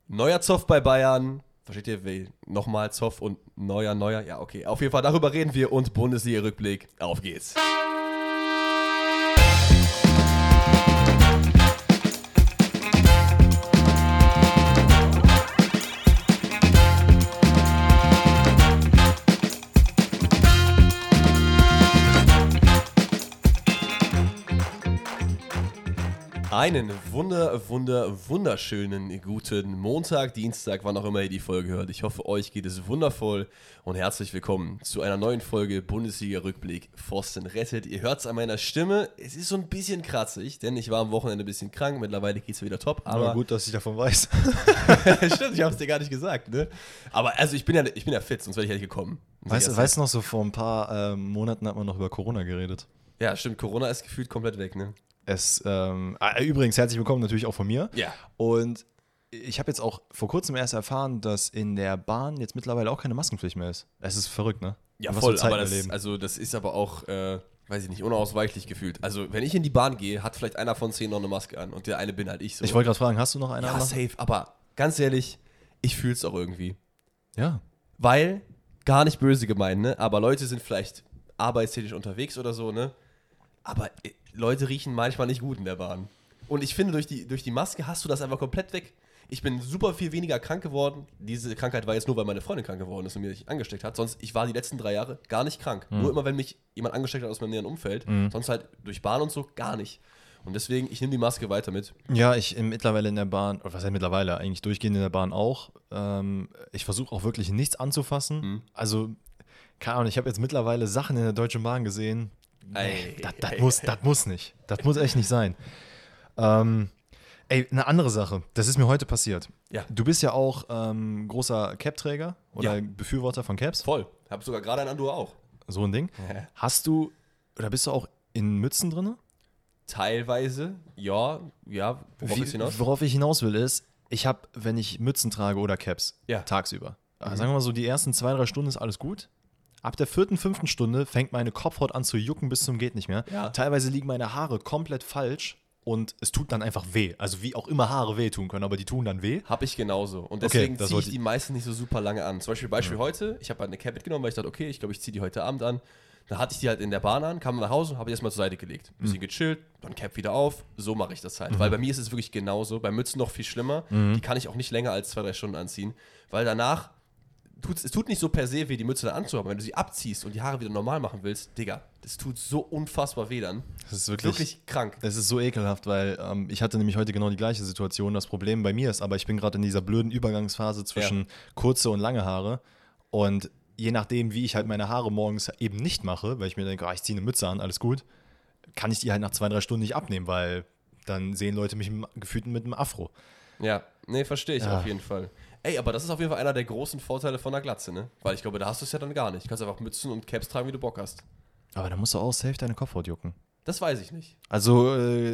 Neuer Zoff bei Bayern. Versteht ihr? Nochmal Zoff und neuer. Ja, okay. Auf jeden Fall, darüber reden wir und Bundesliga-Rückblick. Auf geht's. Einen wunderschönen guten Montag, Dienstag, wann auch immer ihr die Folge hört. Ich hoffe, euch geht es wundervoll und herzlich willkommen zu einer neuen Folge Bundesliga-Rückblick. Pfosten rettet. Ihr hört es an meiner Stimme. Es ist so ein bisschen kratzig, denn ich war am Wochenende ein bisschen krank. Mittlerweile geht es wieder top. Aber gut, dass ich davon weiß. Stimmt, ich habe es dir gar nicht gesagt, ne? Aber also ich bin ja fit, sonst wäre ich ja nicht gekommen. Weißt du noch, so vor ein paar Monaten hat man noch über Corona geredet. Ja, stimmt. Corona ist gefühlt komplett weg, ne? Übrigens, herzlich willkommen natürlich auch von mir. Ja. Und ich habe jetzt auch vor kurzem erst erfahren, dass in der Bahn jetzt mittlerweile auch keine Maskenpflicht mehr ist. Es ist verrückt, ne? Ja, voll, aber das ist aber auch, weiß ich nicht, unausweichlich gefühlt. Also, wenn ich in die Bahn gehe, hat vielleicht einer von 10 noch eine Maske an und der eine bin halt ich so. Ich wollte gerade fragen, hast du noch eine? Ja, safe, aber ganz ehrlich, ich fühle es auch irgendwie. Ja. Weil, gar nicht böse gemeint, ne? Aber Leute sind vielleicht arbeitstätig unterwegs oder so, ne? Aber Leute riechen manchmal nicht gut in der Bahn. Und ich finde, durch die Maske hast du das einfach komplett weg. Ich bin super viel weniger krank geworden. Diese Krankheit war jetzt nur, weil meine Freundin krank geworden ist und mich angesteckt hat. Sonst, ich war die letzten 3 Jahre gar nicht krank. Nur immer, wenn mich jemand angesteckt hat aus meinem näheren Umfeld. Sonst halt durch Bahn und so gar nicht. Und deswegen, ich nehme die Maske weiter mit. Ja, ich mittlerweile in der Bahn, oder was heißt mittlerweile, eigentlich durchgehend in der Bahn auch. Ich versuche auch wirklich nichts anzufassen. Also, keine Ahnung, ich habe jetzt mittlerweile Sachen in der Deutschen Bahn gesehen. Das muss nicht. Das muss echt nicht sein. Eine andere Sache. Das ist mir heute passiert. Ja. Du bist ja auch großer Cap-Träger oder Befürworter von Caps. Voll. Hab sogar gerade einen an, du auch. So ein Ding. Hast du, oder bist du auch in Mützen drin? Teilweise, ja. Worauf ich hinaus will ist, ich habe, wenn ich Mützen trage oder Caps, tagsüber. Sagen wir mal so, die ersten 2-3 Stunden ist alles gut. Ab der 4., 5. Stunde fängt meine Kopfhaut an zu jucken bis zum geht nicht mehr. Ja. Teilweise liegen meine Haare komplett falsch und es tut dann einfach weh. Also wie auch immer Haare wehtun können, aber die tun dann weh. Hab ich genauso. Und deswegen Okay, ziehe ich die meisten nicht so super lange an. Zum Beispiel heute, ich habe halt eine Cap mitgenommen, weil ich dachte, okay, ich glaube, ich ziehe die heute Abend an. Dann hatte ich die halt in der Bahn an, kam nach Hause, habe ich erstmal zur Seite gelegt. Bisschen gechillt, dann Cap wieder auf. So mache ich das halt. Weil bei mir ist es wirklich genauso. Bei Mützen noch viel schlimmer. Die kann ich auch nicht länger als 2-3 Stunden anziehen. Weil danach es tut nicht so per se weh, die Mütze dann anzuhaben. Wenn du sie abziehst und die Haare wieder normal machen willst, Digga, das tut so unfassbar weh dann. Das ist wirklich krank. Das ist so ekelhaft, weil ich hatte nämlich heute genau die gleiche Situation. Das Problem bei mir ist aber, ich bin gerade in dieser blöden Übergangsphase zwischen kurze und lange Haare. Und je nachdem, wie ich halt meine Haare morgens eben nicht mache, weil ich mir denke, ich ziehe eine Mütze an, alles gut, kann ich die halt nach 2-3 Stunden nicht abnehmen, weil dann sehen Leute mich gefühlt mit einem Afro. Ja, nee, verstehe ich auf jeden Fall. Ey, aber das ist auf jeden Fall einer der großen Vorteile von der Glatze, ne? Weil ich glaube, da hast du es ja dann gar nicht. Du kannst einfach Mützen und Caps tragen, wie du Bock hast. Aber da musst du auch safe deine Kopfhaut jucken. Das weiß ich nicht. Also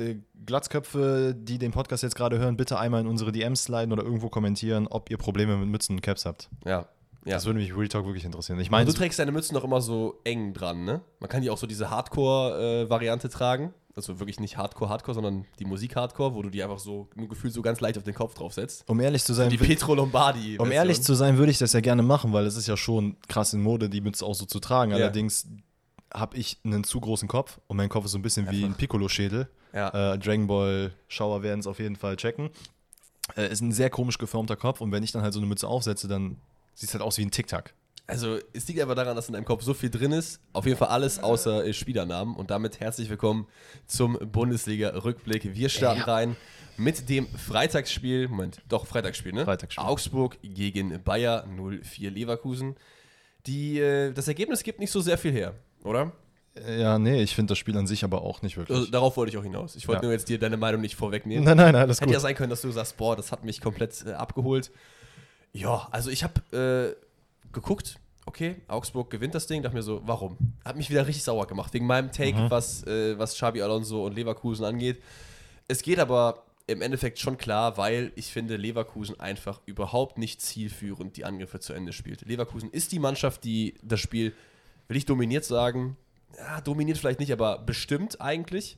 Glatzköpfe, die den Podcast jetzt gerade hören, bitte einmal in unsere DMs sliden oder irgendwo kommentieren, ob ihr Probleme mit Mützen und Caps habt. Ja. Das würde mich Real Talk wirklich interessieren. Ich meine, meine, du trägst deine Mützen doch immer so eng dran, ne? Man kann die auch so diese Hardcore-Variante tragen. Also wirklich nicht Hardcore, sondern die Musik-Hardcore, wo du die einfach so nur gefühlt so ganz leicht auf den Kopf draufsetzt. Um ehrlich zu sein, so die Petro Lombardi. Um ehrlich zu sein, würde ich das ja gerne machen, weil es ist ja schon krass in Mode, die Mütze auch so zu tragen. Ja. Allerdings habe ich einen zu großen Kopf und mein Kopf ist so ein bisschen wie ein Piccolo-Schädel. Ja. Dragon Ball-Schauer werden es auf jeden Fall checken. Ist ein sehr komisch geformter Kopf und wenn ich dann halt so eine Mütze aufsetze, dann sieht es halt aus wie ein Tic-Tac. Also es liegt einfach daran, dass in deinem Kopf so viel drin ist. Auf jeden Fall alles außer Spielernamen. Und damit herzlich willkommen zum Bundesliga-Rückblick. Wir starten rein mit dem Freitagsspiel. Freitagsspiel, ne? Freitagsspiel. Augsburg gegen Bayer 04 Leverkusen. Das Ergebnis gibt nicht so sehr viel her, oder? Ja, nee, ich finde das Spiel an sich aber auch nicht wirklich. Also, darauf wollte ich auch hinaus. Ich wollte nur jetzt dir deine Meinung nicht vorwegnehmen. Nein, alles gut. Hätte ja sein können, dass du sagst, boah, das hat mich komplett abgeholt. Ja, also ich habe geguckt, okay, Augsburg gewinnt das Ding, dachte mir so, warum? Hat mich wieder richtig sauer gemacht, wegen meinem Take, was Xabi Alonso und Leverkusen angeht. Es geht aber im Endeffekt schon klar, weil ich finde, Leverkusen einfach überhaupt nicht zielführend die Angriffe zu Ende spielt. Leverkusen ist die Mannschaft, die das Spiel, will ich dominiert sagen, dominiert vielleicht nicht, aber bestimmt eigentlich.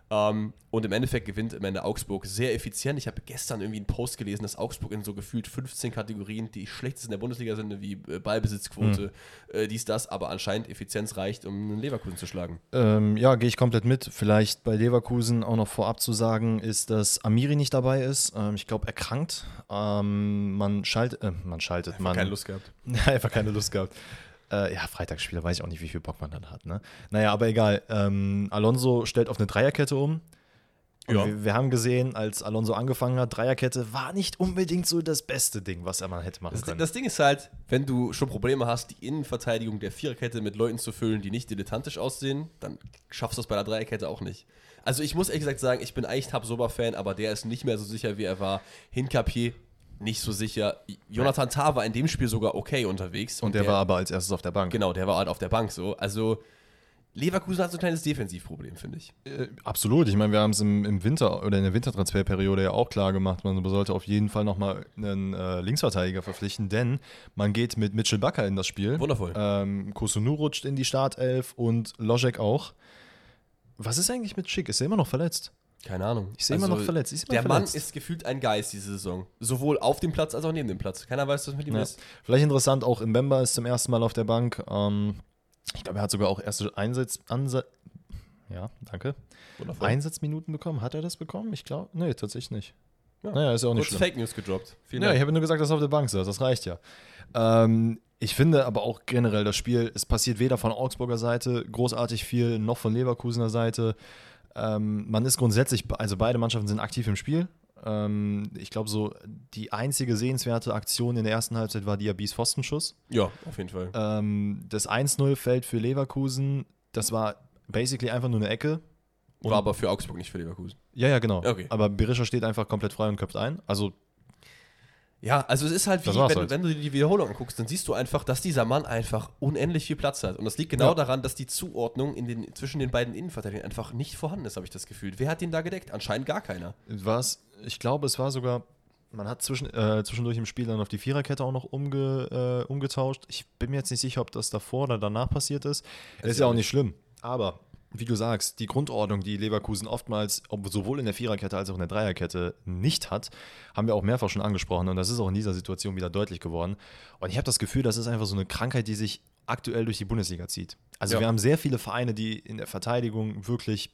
Und im Endeffekt gewinnt am Ende Augsburg sehr effizient. Ich habe gestern irgendwie einen Post gelesen, dass Augsburg in so gefühlt 15 Kategorien, die schlechtesten der Bundesliga sind, wie Ballbesitzquote, dies, das, aber anscheinend Effizienz reicht, um einen Leverkusen zu schlagen. Ja, gehe ich komplett mit. Vielleicht bei Leverkusen auch noch vorab zu sagen, ist, dass Amiri nicht dabei ist. Ich glaube, erkrankt. Man schaltet. Keine Lust gehabt. Einfach keine Lust gehabt. Ja, Freitagsspieler, weiß ich auch nicht, wie viel Bock man dann hat. Ne? Naja, aber egal. Alonso stellt auf eine Dreierkette um. Und wir haben gesehen, als Alonso angefangen hat, Dreierkette war nicht unbedingt so das beste Ding, was er mal hätte machen können. Das Ding ist halt, wenn du schon Probleme hast, die Innenverteidigung der Viererkette mit Leuten zu füllen, die nicht dilettantisch aussehen, dann schaffst du es bei der Dreierkette auch nicht. Also ich muss ehrlich gesagt sagen, ich bin eigentlich Tabsoba-Fan, aber der ist nicht mehr so sicher, wie er war. Hincapié nicht so sicher. Jonathan Tah war in dem Spiel sogar okay unterwegs. Und der war aber als erstes auf der Bank. Genau, der war halt auf der Bank so. Also Leverkusen hat so ein kleines Defensivproblem, finde ich. Absolut. Ich meine, wir haben es im Winter oder in der Wintertransferperiode ja auch klar gemacht. Man sollte auf jeden Fall nochmal einen Linksverteidiger verpflichten, denn man geht mit Mitchell Bakker in das Spiel. Wundervoll. Kusunu rutscht in die Startelf und Logic auch. Was ist eigentlich mit Schick? Ist er immer noch verletzt? Keine Ahnung. Ich sehe immer noch verletzt. Mann ist gefühlt ein Geist diese Saison. Sowohl auf dem Platz als auch neben dem Platz. Keiner weiß, was mit ihm ist. Vielleicht interessant, auch Mbemba ist zum ersten Mal auf der Bank. Ich glaube, er hat sogar auch erste Einsatzminuten bekommen. Hat er das bekommen? Ich glaube, nee, tatsächlich nicht. Ja. Naja, ist ja auch nicht schlimm. Fake News gedroppt. Ich habe nur gesagt, dass er auf der Bank saß. Das reicht ja. Ich finde aber auch generell das Spiel, es passiert weder von Augsburger Seite großartig viel, noch von Leverkusener Seite. Man ist grundsätzlich, also beide Mannschaften sind aktiv im Spiel. Ich glaube, so die einzige sehenswerte Aktion in der ersten Halbzeit war Diabys Pfostenschuss. Ja, auf jeden Fall. Das 1-0 fällt für Leverkusen. Das war basically einfach nur eine Ecke. War aber für Augsburg, nicht für Leverkusen. Ja, genau. Okay. Aber Berisha steht einfach komplett frei und köpft ein. Also ja, also es ist halt wie, halt. wenn du dir die Wiederholung anguckst, dann siehst du einfach, dass dieser Mann einfach unendlich viel Platz hat. Und das liegt genau daran, dass die Zuordnung zwischen den beiden Innenverteidigern einfach nicht vorhanden ist, habe ich das Gefühl. Wer hat den da gedeckt? Anscheinend gar keiner. Ich glaube, es war sogar, man hat zwischendurch im Spiel dann auf die Viererkette auch noch umgetauscht. Ich bin mir jetzt nicht sicher, ob das davor oder danach passiert ist. Ist ja auch nicht schlimm. Aber wie du sagst, die Grundordnung, die Leverkusen oftmals sowohl in der Viererkette als auch in der Dreierkette nicht hat, haben wir auch mehrfach schon angesprochen und das ist auch in dieser Situation wieder deutlich geworden. Und ich habe das Gefühl, das ist einfach so eine Krankheit, die sich aktuell durch die Bundesliga zieht. Also wir haben sehr viele Vereine, die in der Verteidigung wirklich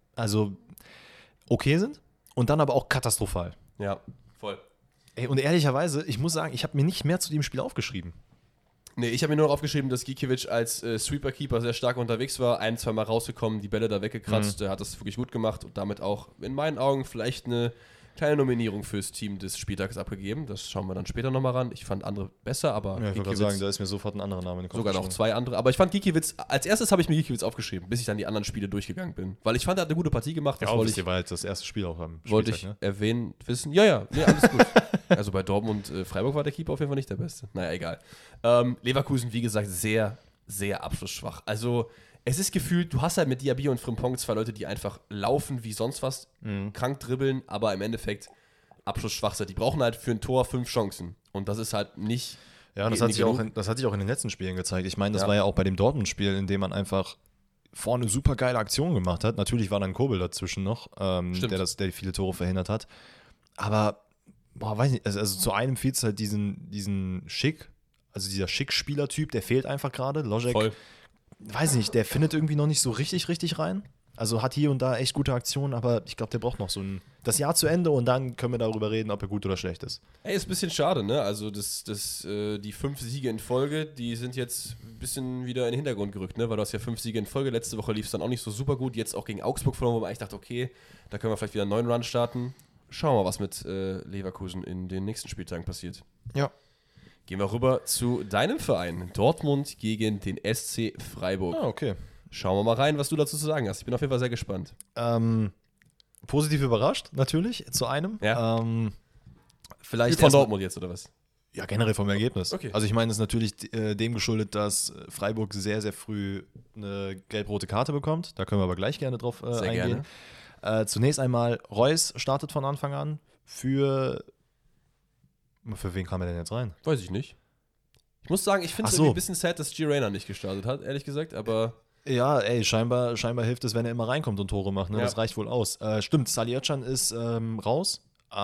okay sind und dann aber auch katastrophal. Ja, voll. Und ehrlicherweise, ich muss sagen, ich habe mir nicht mehr zu dem Spiel aufgeschrieben. Nee, ich habe mir nur noch aufgeschrieben, dass Gikiewicz als Sweeper-Keeper sehr stark unterwegs war, 1-2 Mal rausgekommen, die Bälle da weggekratzt, der hat das wirklich gut gemacht und damit auch in meinen Augen vielleicht eine kleine Nominierung fürs Team des Spieltags abgegeben. Das schauen wir dann später nochmal ran. Ich fand andere besser, aber ja, ich wollte gerade sagen, da ist mir sofort ein anderer Name in den Kopf sogar noch 2 andere, aber ich fand Gikiewicz, als erstes habe ich mir Gikiewicz aufgeschrieben, bis ich dann die anderen Spiele durchgegangen bin, weil ich fand, er hat eine gute Partie gemacht. Das war halt das erste Spiel auch am Spieltag, wollte ich erwähnen, wissen. Ja, nee, alles gut. Also bei Dortmund und Freiburg war der Keeper auf jeden Fall nicht der Beste. Naja, egal. Leverkusen, wie gesagt, sehr, sehr abschlussschwach. Also es ist gefühlt, du hast halt mit Diaby und Frimpong 2 Leute, die einfach laufen wie sonst was, krank dribbeln, aber im Endeffekt abschlussschwach sind. Die brauchen halt für ein Tor 5 Chancen. Und das ist halt nicht. Ja, das hat sich auch in den letzten Spielen gezeigt. Ich meine, das war ja auch bei dem Dortmund-Spiel, in dem man einfach vorne super geile Aktionen gemacht hat. Natürlich war dann Kobel dazwischen noch, der viele Tore verhindert hat. Aber weiß nicht, also zu einem fehlt es halt diesen Schick, also dieser Schick-Spielertyp, der fehlt einfach gerade. Logic, weiß nicht, der findet irgendwie noch nicht so richtig rein. Also hat hier und da echt gute Aktionen, aber ich glaube, der braucht noch das Jahr zu Ende und dann können wir darüber reden, ob er gut oder schlecht ist. Ey, ist ein bisschen schade, ne? Also die 5 Siege in Folge, die sind jetzt ein bisschen wieder in den Hintergrund gerückt, ne? Weil du hast ja 5 Siege in Folge, letzte Woche lief es dann auch nicht so super gut, jetzt auch gegen Augsburg verloren, wo man eigentlich dachte, okay, da können wir vielleicht wieder einen neuen Run starten. Schauen wir mal, was mit Leverkusen in den nächsten Spieltagen passiert. Ja. Gehen wir rüber zu deinem Verein, Dortmund gegen den SC Freiburg. Ah, okay. Schauen wir mal rein, was du dazu zu sagen hast. Ich bin auf jeden Fall sehr gespannt. Positiv überrascht, natürlich, zu einem. Ja. Vielleicht von Dortmund jetzt, oder was? Ja, generell vom Ergebnis. Okay. Also ich meine, es ist natürlich dem geschuldet, dass Freiburg sehr, sehr früh eine gelb-rote Karte bekommt. Da können wir aber gleich gerne drauf eingehen. Gerne. Zunächst einmal, Reus startet von Anfang an. Für wen kam er denn jetzt rein? Weiß ich nicht. Ich muss sagen, ich finde es irgendwie ein bisschen sad, dass G. Rayner nicht gestartet hat, ehrlich gesagt, aber Ja, ey, scheinbar hilft es, wenn er immer reinkommt und Tore macht. Ne? Ja. Das reicht wohl aus. Stimmt, Salih Özcan ist raus.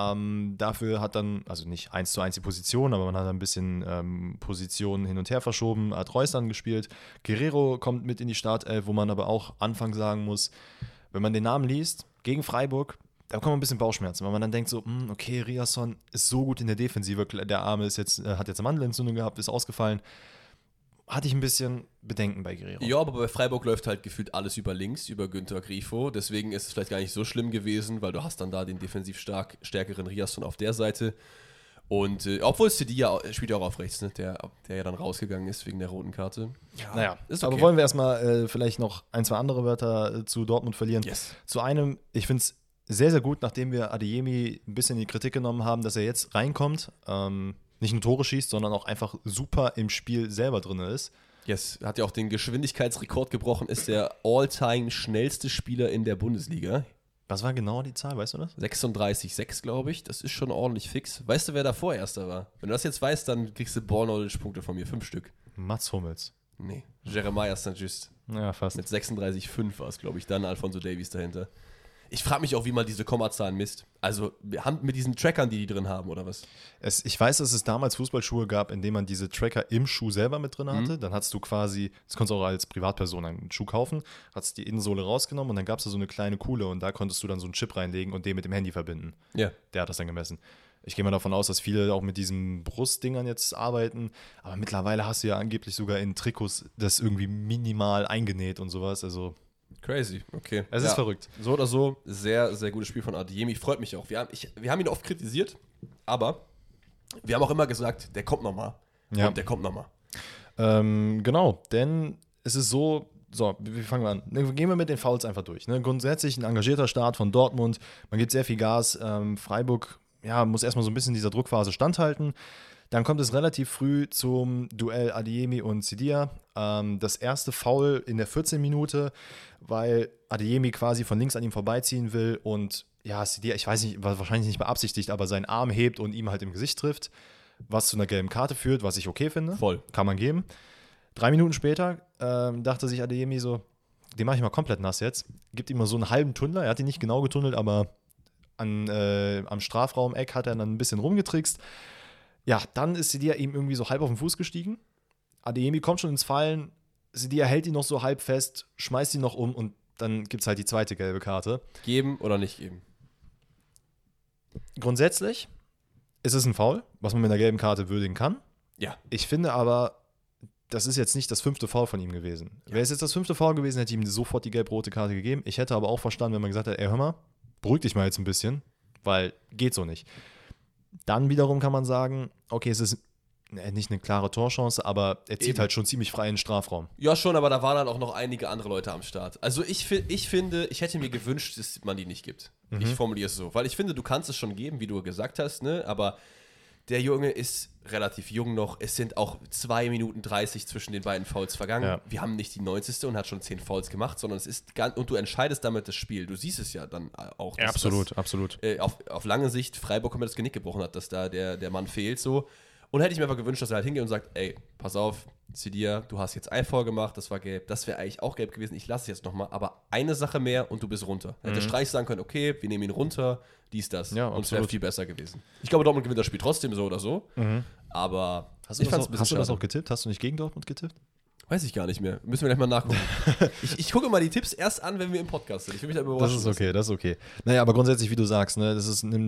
Dafür hat dann, also nicht 1:1 die Position, aber man hat ein bisschen Positionen hin und her verschoben, hat Reus dann gespielt. Guerrero kommt mit in die Startelf, wo man aber auch Anfang sagen muss, wenn man den Namen liest, gegen Freiburg, da kommen ein bisschen Bauchschmerzen, weil man dann denkt so, okay, Riasson ist so gut in der Defensive, der Arme ist jetzt, hat jetzt eine Mandelentzündung gehabt, ist ausgefallen. Hatte ich ein bisschen Bedenken bei Guerrero. Ja, aber bei Freiburg läuft halt gefühlt alles über links, über Günther Grifo. Deswegen ist es vielleicht gar nicht so schlimm gewesen, weil du hast dann da den defensiv stärkeren Riasson auf der Seite. Und obwohl Sedilla spielt ja auch auf rechts, ne? Der ja dann rausgegangen ist wegen der roten Karte. Ja, Naja, ist okay. aber wollen wir erstmal vielleicht noch ein, zwei andere Wörter zu Dortmund verlieren? Yes. Zu einem, ich finde es sehr, sehr gut, nachdem wir Adeyemi ein bisschen in die Kritik genommen haben, dass er jetzt reinkommt, nicht nur Tore schießt, sondern auch einfach super im Spiel selber drin ist. Yes, hat ja auch den Geschwindigkeitsrekord gebrochen, ist der all-time schnellste Spieler in der Bundesliga. Was war genau die Zahl, weißt du das? 36,6, glaube ich. Das ist schon ordentlich fix. Weißt du, wer davor Erster war? Wenn du das jetzt weißt, dann kriegst du Ball-Knowledge-Punkte von mir. 5 Stück. Mats Hummels. Nee, Jeremiah St-Just. Ja, fast. Mit 36,5 war es, glaube ich. Dann Alphonso Davies dahinter. Ich frage mich auch, wie man diese Kommazahlen misst. Also mit diesen Trackern, die drin haben, oder was? Ich weiß, dass es damals Fußballschuhe gab, in denen man diese Tracker im Schuh selber mit drin hatte. Dann hattest du quasi, das konntest du auch als Privatperson einen Schuh kaufen, hast die Innensohle rausgenommen und dann gab es da so eine kleine Kuhle und da konntest du dann so einen Chip reinlegen und den mit dem Handy verbinden. Ja. Der hat das dann gemessen. Ich gehe mal davon aus, dass viele auch mit diesen Brustdingern jetzt arbeiten, aber mittlerweile hast du ja angeblich sogar in Trikots das irgendwie minimal eingenäht und sowas, also Crazy, okay. es ist verrückt. So oder so, sehr, sehr gutes Spiel von Adeyemi. Freut mich auch. Wir haben ihn oft kritisiert, aber wir haben auch immer gesagt, der kommt nochmal. Ja. Und der kommt nochmal. Genau, denn es ist so, wie fangen wir an? Gehen wir mit den Fouls einfach durch. Ne? Grundsätzlich ein engagierter Start von Dortmund, man gibt sehr viel Gas. Freiburg muss erstmal so ein bisschen dieser Druckphase standhalten. Dann kommt es relativ früh zum Duell Adeyemi und Sedilla. Das erste Foul in der 14. Minute, weil Adeyemi quasi von links an ihm vorbeiziehen will und Sedilla, ich weiß nicht, wahrscheinlich nicht beabsichtigt, aber seinen Arm hebt und ihm halt im Gesicht trifft, was zu einer gelben Karte führt, was ich okay finde. Voll. Kann man geben. 3 Minuten später dachte sich Adeyemi so, den mache ich mal komplett nass jetzt. Gibt ihm mal so einen halben Tunnel. Er hat ihn nicht genau getunnelt, aber am Strafraum-Eck hat er dann ein bisschen rumgetrickst. Ja, dann ist Sedilla ihm irgendwie so halb auf den Fuß gestiegen. Adeyemi kommt schon ins Fallen. Sedilla hält ihn noch so halb fest, schmeißt ihn noch um und dann gibt es halt die zweite gelbe Karte. Geben oder nicht geben? Grundsätzlich ist es ein Foul, was man mit einer gelben Karte würdigen kann. Ja. Ich finde aber, das ist jetzt nicht das 5. Foul von ihm gewesen. Ja. Wäre es jetzt das 5. Foul gewesen, hätte ich ihm sofort die gelb-rote Karte gegeben. Ich hätte aber auch verstanden, wenn man gesagt hätte, ey, hör mal, beruhig dich mal jetzt ein bisschen, weil geht so nicht. Dann wiederum kann man sagen, okay, es ist nicht eine klare Torchance, aber er zieht halt schon ziemlich frei in den Strafraum. Ja, schon, aber da waren dann auch noch einige andere Leute am Start. Also ich finde, ich hätte mir gewünscht, dass man die nicht gibt. Ich formuliere es so. Weil ich finde, du kannst es schon geben, wie du gesagt hast, ne? Aber der Junge ist relativ jung noch. Es sind auch 2 Minuten 30 zwischen den beiden Fouls vergangen. Ja. Wir haben nicht die 90. und hat schon 10 Fouls gemacht, sondern es ist und du entscheidest damit das Spiel. Du siehst es ja dann auch. Ja, absolut. Auf lange Sicht Freiburg komplett das Genick gebrochen hat, dass da der Mann fehlt so. Und hätte ich mir einfach gewünscht, dass er halt hingeht und sagt, ey, pass auf, Sedilla, du hast jetzt ein Foul gemacht, das war gelb, das wäre eigentlich auch gelb gewesen, ich lasse es jetzt nochmal, aber eine Sache mehr und du bist runter. Hätte Streich sagen können, okay, wir nehmen ihn runter, dies, das. Ja, und es wäre viel besser gewesen. Ich glaube, Dortmund gewinnt das Spiel trotzdem so oder so, aber hast du das auch getippt? Hast du nicht gegen Dortmund getippt? Weiß ich gar nicht mehr. Müssen wir gleich mal nachgucken. ich gucke mal die Tipps erst an, wenn wir im Podcast sind. Ich will mich da überraschen. Das ist okay. Naja, aber grundsätzlich, wie du sagst, ne,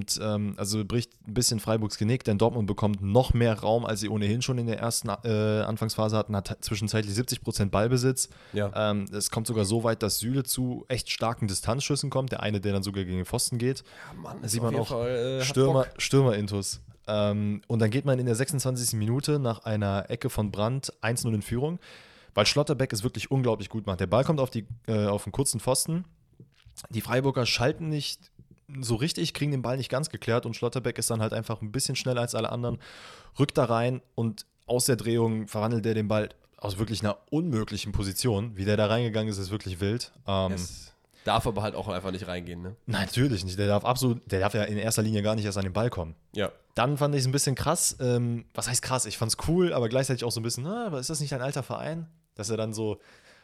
bricht ein bisschen Freiburgs Genick, denn Dortmund bekommt noch mehr Raum, als sie ohnehin schon in der ersten Anfangsphase hatten, hat zwischenzeitlich 70% Ballbesitz. Ja. Es kommt sogar so weit, dass Süle zu echt starken Distanzschüssen kommt, der eine, der dann sogar gegen den Pfosten geht. Ja, Mann, das sieht man auch. Stürmer-Intus. Und dann geht man in der 26. Minute nach einer Ecke von Brandt 1:0 in Führung, weil Schlotterbeck es wirklich unglaublich gut macht. Der Ball kommt auf einen kurzen Pfosten. Die Freiburger schalten nicht so richtig, kriegen den Ball nicht ganz geklärt und Schlotterbeck ist dann halt einfach ein bisschen schneller als alle anderen, rückt da rein und aus der Drehung verwandelt der den Ball aus wirklich einer unmöglichen Position. Wie der da reingegangen ist, ist wirklich wild. Es darf aber halt auch einfach nicht reingehen, ne? Nein, natürlich nicht. Der darf ja in erster Linie gar nicht erst an den Ball kommen. Ja. Dann fand ich es ein bisschen krass. Was heißt krass? Ich fand es cool, aber gleichzeitig auch so ein bisschen, aber ist das nicht ein alter Verein? Dass er dann so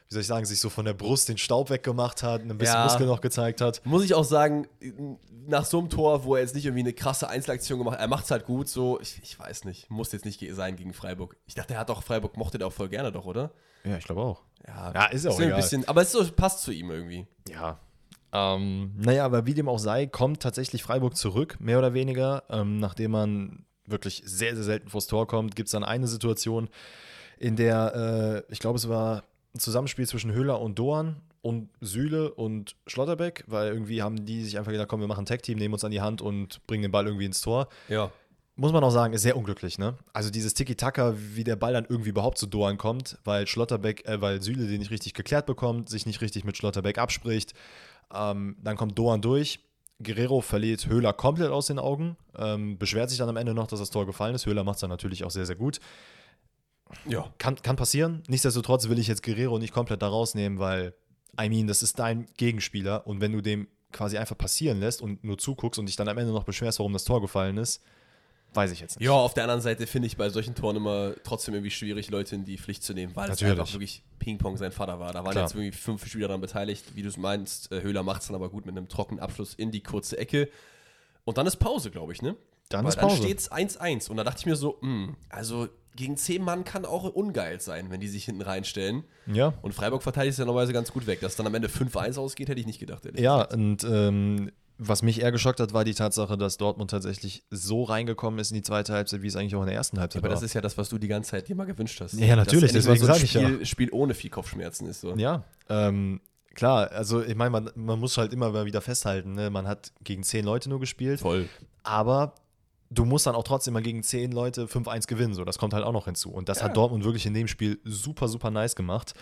wie soll ich sagen, sich so von der Brust den Staub weggemacht hat, ein bisschen Muskel noch gezeigt hat. Muss ich auch sagen, nach so einem Tor, wo er jetzt nicht irgendwie eine krasse Einzelaktion gemacht hat, er macht es halt gut, so, ich weiß nicht, muss jetzt nicht sein gegen Freiburg. Ich dachte, Freiburg mochte der auch voll gerne doch, oder? Ja, ich glaube auch. Ja, ist ja auch egal. Aber es passt zu ihm irgendwie. Ja. Naja, aber wie dem auch sei, kommt tatsächlich Freiburg zurück, mehr oder weniger. Nachdem man wirklich sehr, sehr selten vors Tor kommt, gibt es dann eine Situation, in der, ich glaube, es war ein Zusammenspiel zwischen Höhler und Doan und Süle und Schlotterbeck, weil irgendwie haben die sich einfach gedacht, komm, wir machen ein Tag-Team, nehmen uns an die Hand und bringen den Ball irgendwie ins Tor. Ja. Muss man auch sagen, ist sehr unglücklich, ne? Also dieses Tiki-Taka, wie der Ball dann irgendwie überhaupt zu Doan kommt, weil weil Süle den nicht richtig geklärt bekommt, sich nicht richtig mit Schlotterbeck abspricht. Dann kommt Doan durch. Guerrero verliert Höhler komplett aus den Augen, beschwert sich dann am Ende noch, dass das Tor gefallen ist. Höhler macht es dann natürlich auch sehr, sehr gut. Ja. Kann passieren. Nichtsdestotrotz will ich jetzt Guerrero nicht komplett da rausnehmen, weil, das ist dein Gegenspieler und wenn du dem quasi einfach passieren lässt und nur zuguckst und dich dann am Ende noch beschwerst, warum das Tor gefallen ist, weiß ich jetzt nicht. Ja, auf der anderen Seite finde ich bei solchen Toren immer trotzdem irgendwie schwierig, Leute in die Pflicht zu nehmen, weil es einfach wirklich Ping-Pong sein Vater war. Da waren jetzt irgendwie 5 Spieler daran beteiligt, wie du es meinst. Höhler macht es dann aber gut mit einem trockenen Abschluss in die kurze Ecke. Und dann ist Pause, glaube ich, ne? Dann steht es 1-1. Und da dachte ich mir so, also gegen 10 Mann kann auch ungeil sein, wenn die sich hinten reinstellen. Ja. Und Freiburg verteidigt es ja normalerweise ganz gut weg. Dass dann am Ende 5-1 ausgeht, hätte ich nicht gedacht. Ja, und was mich eher geschockt hat, war die Tatsache, dass Dortmund tatsächlich so reingekommen ist in die zweite Halbzeit, wie es eigentlich auch in der ersten Halbzeit war. Aber das ist ja das, was du die ganze Zeit dir mal gewünscht hast. Ja, natürlich, deswegen sage ich ja. Spiel ohne viel Kopfschmerzen ist so. Ja, klar, also ich meine, man muss halt immer mal wieder festhalten, ne? Man hat gegen 10 Leute nur gespielt. Voll. Aber du musst dann auch trotzdem mal gegen 10 Leute 5-1 gewinnen, so, das kommt halt auch noch hinzu. Und das hat Dortmund wirklich in dem Spiel super, super nice gemacht.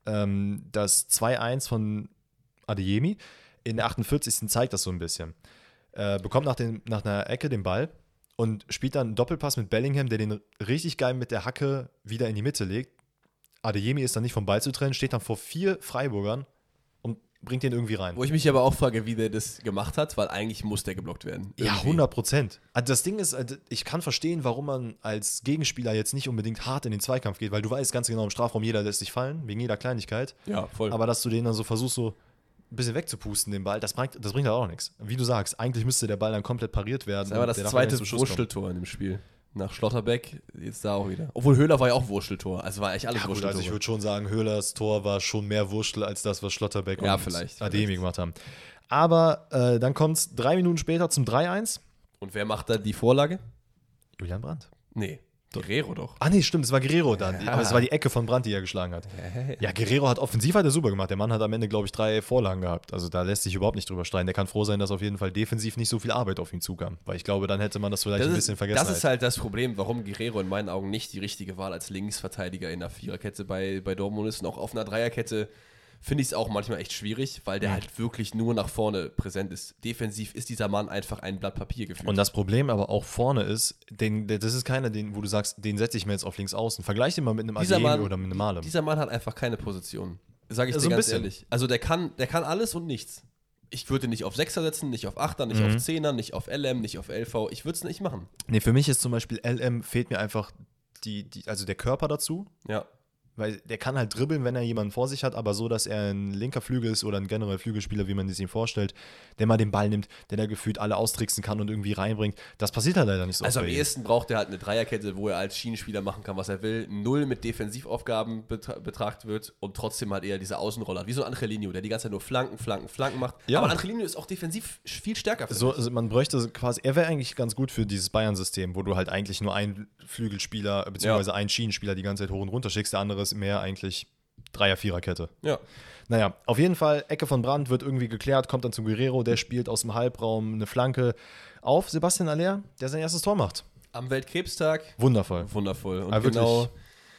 Das 2-1 von Adeyemi in der 48. zeigt das so ein bisschen. Bekommt nach einer Ecke den Ball und spielt dann einen Doppelpass mit Bellingham, der den richtig geil mit der Hacke wieder in die Mitte legt. Adeyemi ist dann nicht vom Ball zu trennen, steht dann vor 4 Freiburgern und bringt den irgendwie rein. Wo ich mich aber auch frage, wie der das gemacht hat, weil eigentlich muss der geblockt werden. Irgendwie. Ja, 100%. Also das Ding ist, ich kann verstehen, warum man als Gegenspieler jetzt nicht unbedingt hart in den Zweikampf geht, weil du weißt ganz genau im Strafraum, jeder lässt sich fallen, wegen jeder Kleinigkeit. Ja, voll. Aber dass du den dann so versuchst, so ein bisschen wegzupusten, den Ball, das bringt halt auch nichts. Wie du sagst, eigentlich müsste der Ball dann komplett pariert werden. Das ist aber das zweite Wursteltor in dem Spiel. Nach Schlotterbeck, jetzt da auch wieder. Obwohl Höhler war ja auch Wursteltor. Also war eigentlich alles Wursteltor. Also ich würde schon sagen, Höhlers Tor war schon mehr Wurstel als das, was Schlotterbeck und Adeyemi gemacht haben. Aber dann kommt es 3 Minuten später zum 3-1. Und wer macht da die Vorlage? Julian Brandt. Nee. Guerrero doch. Ah nee, stimmt, es war Guerrero dann. Ja. Aber es war die Ecke von Brandt, die er geschlagen hat. Ja, Guerrero hat offensiv super gemacht. Der Mann hat am Ende, glaube ich, 3 Vorlagen gehabt. Also da lässt sich überhaupt nicht drüber streiten. Der kann froh sein, dass auf jeden Fall defensiv nicht so viel Arbeit auf ihn zukam. Weil ich glaube, dann hätte man das vielleicht ein bisschen vergessen. Das ist halt das Problem, warum Guerrero in meinen Augen nicht die richtige Wahl als Linksverteidiger in der Viererkette bei Dortmund ist. Und auch auf einer Dreierkette finde ich es auch manchmal echt schwierig, weil der halt wirklich nur nach vorne präsent ist. Defensiv ist dieser Mann einfach ein Blatt Papier gefühlt. Und das Problem aber auch vorne ist, das ist keiner, wo du sagst, den setze ich mir jetzt auf links außen. Vergleich den mal mit einem Adeyemi oder mit einem Malem. Dieser Mann hat einfach keine Position. Sage ich dir ganz ehrlich. Also der kann alles und nichts. Ich würde nicht auf Sechser setzen, nicht auf Achter, nicht auf Zehner, nicht auf LM, nicht auf LV. Ich würde es nicht machen. Nee, für mich ist zum Beispiel LM, fehlt mir einfach also der Körper dazu. Ja. Weil der kann halt dribbeln, wenn er jemanden vor sich hat, aber so, dass er ein linker Flügel ist oder ein generell Flügelspieler, wie man es ihm vorstellt, der mal den Ball nimmt, der da gefühlt alle austricksen kann und irgendwie reinbringt. Das passiert halt leider nicht so. Also am ehesten braucht er halt eine Dreierkette, wo er als Schienenspieler machen kann, was er will. 0 mit Defensivaufgaben betrachtet wird und trotzdem halt eher diese Außenroller. Wie so ein Angelino, der die ganze Zeit nur Flanken macht. Ja. Aber Angelino ist auch defensiv viel stärker. Also man bräuchte quasi, er wäre eigentlich ganz gut für dieses Bayern-System, wo du halt eigentlich nur einen Flügelspieler bzw. einen Schienenspieler die ganze Zeit hoch und runter schickst, der andere ist mehr eigentlich Dreier-Vierer-Kette. Ja. Naja, auf jeden Fall, Ecke von Brandt wird irgendwie geklärt, kommt dann zu Guerrero, der spielt aus dem Halbraum eine Flanke auf Sebastian Aller, der sein erstes Tor macht. Am Weltkrebstag. Wundervoll. Und aber genau,